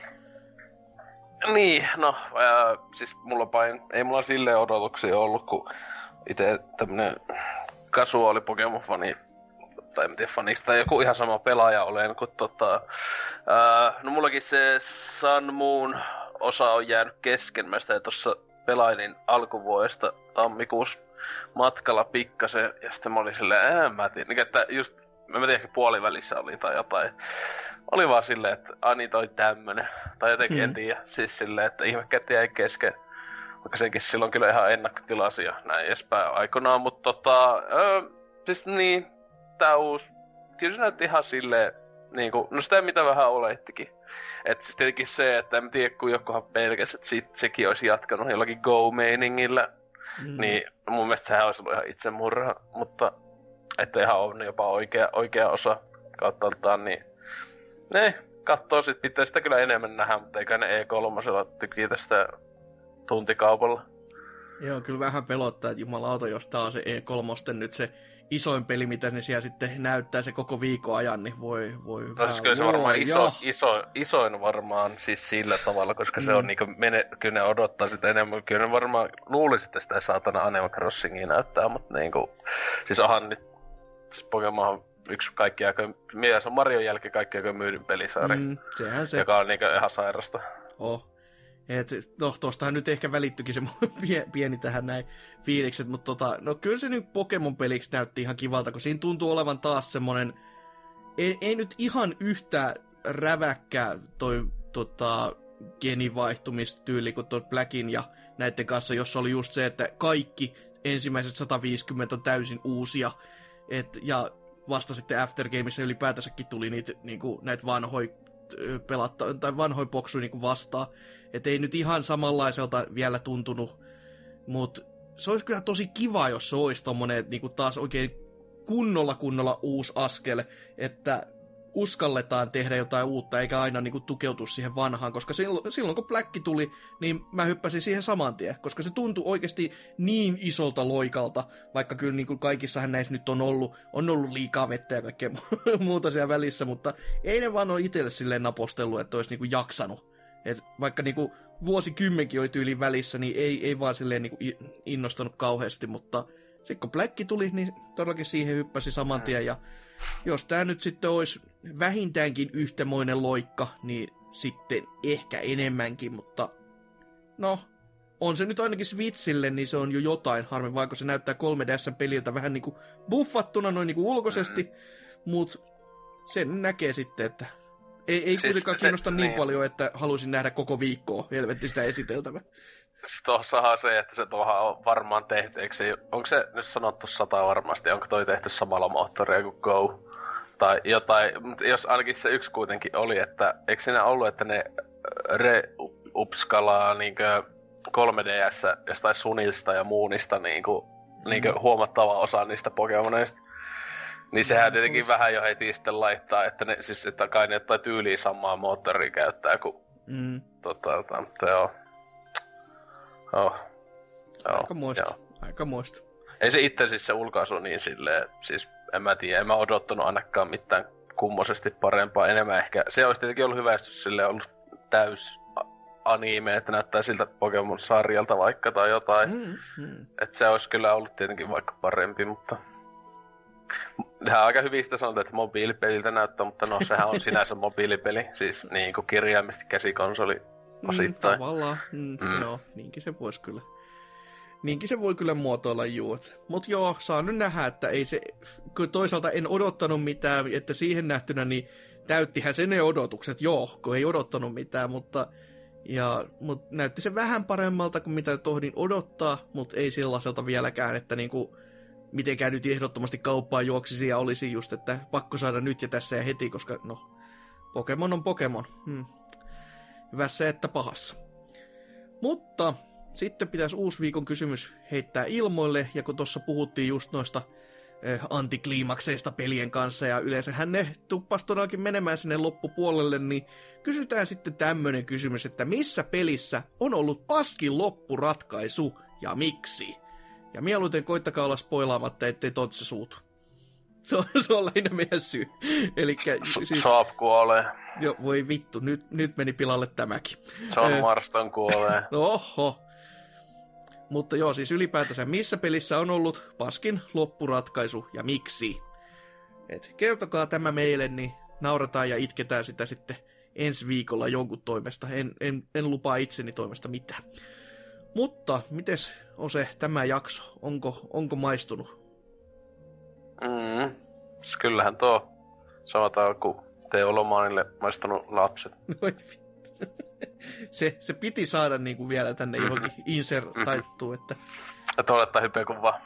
Niin, no, siis ei mulla silleen odotuksia ollut, kun itse tämmönen kasuaali Pokemon-fani, tai en tiedä faniksi, tai joku ihan sama pelaaja olen, kun no mullakin se Sun Moon osa on jäänyt kesken, mä sitä tossa pelailin alkuvuodesta tammikuussa matkalla pikkasen, ja sitten mä olin silleen, mä tiedän, että just, mä tiedä, puolivälissä oli tai jotain. Oli vaan silleen, että niin toi tämmönen, tai jotenkin en tiedä, siis silleen, että ihmekätti jäi kesken. Vaikka senkin silloin kyllä ihan ennakkotilasi ja näin edespäin aikanaan, mutta siis niin, tää uusi, kyllä se näytti ihan silleen, niinku, no sitä mitä vähän olettikin. Että siis tietenkin se, että en tiedä, kun jokuhan pelkäs, että sekin olisi jatkanut jollakin Go-meiningillä, niin mun mielestä sehän olisi ollut ihan itsemurha, mutta että ihan on jopa oikea osa kautta niin ne, kattoo sit, pitää sitä kyllä enemmän nähdä, mutta eikä ne E3 tykitä sitä tuntikaupalla. Joo, kyllä vähän pelottaa, että jumalauta, jos tää on se E3 nyt se isoin peli, mitä ne siellä sitten näyttää se koko viikon ajan, niin voi no, siis kyllä se varmaan isoin varmaan siis sillä tavalla, koska se on niinku, kyllä ne odottaa sitä enemmän, kyllä ne varmaan luulisi, että sitä saatana Animal Crossingia näyttää, mutta niinku, siis onhan nyt, siis Pokemon on yksi kaikki aika, se on Marion jälkeen kaikki aika myydyn pelisarja, sehän se. Joka on niinku ihan sairasta. Oh. No, tostahan nyt ehkä välittyikin se pieni tähän näin fiilikset, mutta no kyllä se nyt Pokemon-peliksi näytti ihan kivalta, kun siinä tuntuu olevan taas semmonen, ei nyt ihan yhtä räväkkä toi genivaihtumistyyli kuin tuon Blackin ja näiden kanssa, jossa oli just se, että kaikki ensimmäiset 150 on täysin uusia, ja vasta sitten Aftergameissa ylipäätänsäkin tuli niitä, niinku, näitä vanhoja vanhoja boksuja niinku vastaan. Että ei nyt ihan samanlaiselta vielä tuntunut, mutta se olisi kyllä tosi kiva, jos se olisi tommonen niinku taas oikein kunnolla uusi askel, että uskalletaan tehdä jotain uutta, eikä aina niinku tukeutua siihen vanhaan, koska silloin kun Black tuli, niin mä hyppäsin siihen saman tien, koska se tuntui oikeasti niin isolta loikalta, vaikka kyllä niinku kaikissahan näissä nyt on ollut liikaa vettä ja kaikkea muuta siellä välissä, mutta ei ne vaan ole itselle silleen napostellut, että olisi niinku jaksanut. Et vaikka niinku vuosikymmenkin oli tyyliin välissä, niin ei vaan silleen niinku innostanut kauheasti, mutta sitten kun Black tuli, niin todellakin siihen hyppäsi saman tien, ja jos tää nyt sitten olisi vähintäänkin yhtämoinen loikka, niin sitten ehkä enemmänkin, mutta no, on se nyt ainakin Switchille, niin se on jo jotain harmi, vaikka se näyttää 3DS-peliltä vähän niinku buffattuna noin niinku ulkoisesti, mutta sen näkee sitten, että ei kuitenkaan kiinnosta niin paljon, että haluaisin nähdä koko viikkoa helvetti sitä esiteltävää. Tuossahan se, että se tuohan on varmaan tehty, onko se nyt sanottu 100 varmasti, onko toi tehty samalla moottoria kuin Go? Tai jotain, jos ainakin se yksi kuitenkin oli, että eikö siinä ollut, että ne reupskalaa niinkö 3DS jostain Sunista ja Moonista niinkö huomattava osa niistä Pokemoneista. Niin sehän tietenkin vähän jo heti sitten laittaa, että ne siis että kai ne jotain tyyliä samaa moottoria käyttää kuin joo. Aika muista. Ei se itse siis se ulkaisu niin silleen, siis en mä tiedä, en mä odottanut ainakaan mitään kummosesti parempaa. Enemmän ehkä, se olisi tietenkin ollut hyvä, jos silleen ollut täys anime, että näyttää siltä Pokemon-sarjalta vaikka tai jotain. Että se olisi kyllä ollut tietenkin vaikka parempi, mutta Tähän aika hyvin sitä sanotaan, että mobiilipeliltä näyttää, mutta no sehän on sinänsä mobiilipeli, siis niin kuin kirjaimisesti käsikonsoli osittain. Tavallaan, joo, niinkin se voisi kyllä. Niinkin se voi kyllä muotoilla juot. Mut joo, saa nyt nähdä, että ei se, kun toisaalta en odottanut mitään, että siihen nähtynä, niin täyttihän se ne odotukset, joo, kun ei odottanut mitään, mutta näytti se vähän paremmalta kuin mitä tohdin odottaa, mutta ei sellaiselta vieläkään, että niinku mitenkään nyt ehdottomasti kauppaan juoksisi ja olisi just, että pakko saada nyt ja tässä ja heti, koska no, Pokemon on Pokemon. Hyvässä että pahassa. Mutta sitten pitäisi uusi viikon kysymys heittää ilmoille, ja kun tuossa puhuttiin just noista antikliimakseista pelien kanssa, ja yleensähän ne tuppas todellakin menemään sinne loppupuolelle, niin kysytään sitten tämmönen kysymys, että missä pelissä on ollut paskin loppuratkaisu, ja miksi? Ja mieluiten koittakaa olla spoilaamatta, ettei Tontse suutu. Se on lähinnä meidän syy. Elikkä siis Saab kuolee. Joo, voi vittu, nyt meni pilalle tämäkin. John Marston kuolee. Oho. Mutta joo, siis ylipäätänsä missä pelissä on ollut paskin loppuratkaisu ja miksi? Et kertokaa tämä meille, niin naurataan ja itketään sitä sitten ensi viikolla jonkun toimesta. En lupaa itseni toimesta mitään. Mutta mites Ose tämä jakso? Onko maistunut? Kyllähän tuo sanotaan kuin Teo Lomanille maistanut lapset. Se piti saada niinku vielä tänne johonkin insert-taittuun, että olettaa hypekuvaa.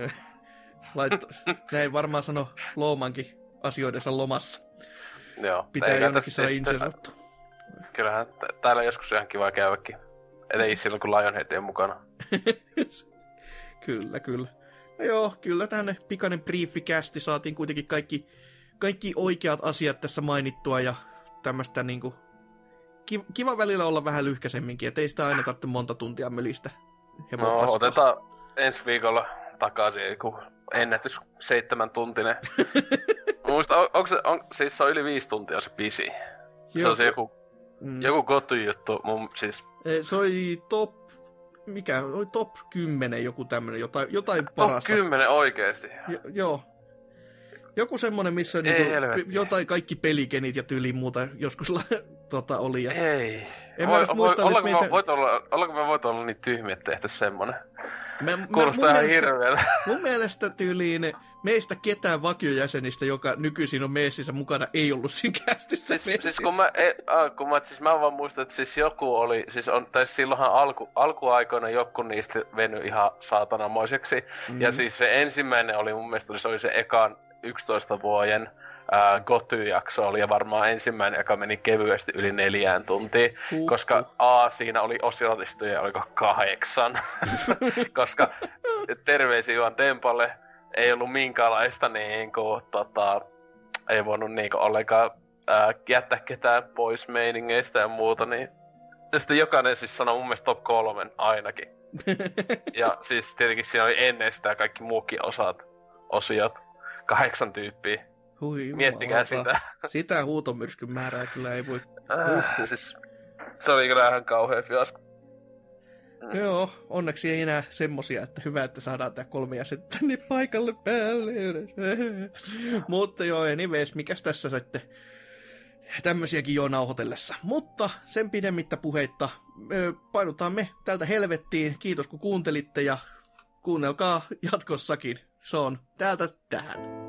Näin varmaan sano Loomankin asioidensa lomassa. Joo. Pitää jonnekin saada insertattu. Kyllähän täällä joskus ihan kiva käydäkin. Ei silloin kun Lionhead on mukana. Kyllä. No joo, kyllä tänne pikainen briefikästi saatiin kuitenkin kaikki oikeat asiat tässä mainittua ja tämmöistä niinku kiva välillä olla vähän lyhkäisemminkin, ettei sitä aina tarvitse monta tuntia mölistä. No otetaan ensi viikolla takaisin joku ennätys 7-tuntinen. Muista, siis se on yli 5 tuntia se pisi. Se on se joku kotujuttu, siis se oli top 10 joku tämmönen, jotain parasta. Top 10 oikeesti? Joo. Joku semmonen, missä on jotain kaikki pelikenit ja tyyliin muuta joskus oli. Ja Ei. en mä muista, että Ollaanko me voit olla niin tyhmiä, että tehty semmonen? Kuulostaa Kuulostaa ihan hirveältä. Mun mielestä tyyliin meistä ketään vakiojäsenistä, joka nykyisin on messissä mukana, ei ollut siinä kästissä siis mä vaan muistan, että siis joku oli, tai silloinhan alkuaikoina joku niistä veny ihan saatanamoiseksi. Ja siis se ensimmäinen oli mun mielestä, se oli se ekan 11 vuoden Goty-jakso oli ja varmaan ensimmäinen, joka meni kevyesti yli 4 tuntiin, koska siinä oli osallistuja, oliko 8, koska terveisiä vaan Dempalle, ei ollut minkäänlaista ei voinut ollenkaan jättää ketään pois meiningeistä ja muuta, niin sitten jokainen siis sanoi mun mielestä top 3 ainakin. Ja siis tietenkin siinä oli ennen sitä kaikki muukin osiot, 8 tyyppiä. Hui, miettikää sitä. Sitä huutomyrskyn määrää kyllä ei voi. Siis, se oli kyllä ihan kauhea fiasko. Joo, onneksi ei enää semmosia, että hyvä, että saadaan tää 3 jäsentä tänne paikalle päälle. Mutta joo, anyways, mikäs tässä sitten tämmösiäkin jo nauhoitellessa. Mutta sen pidemmittä puheitta painutaan me tältä helvettiin. Kiitos kun kuuntelitte ja kuunnelkaa jatkossakin. Se on täältä tähän.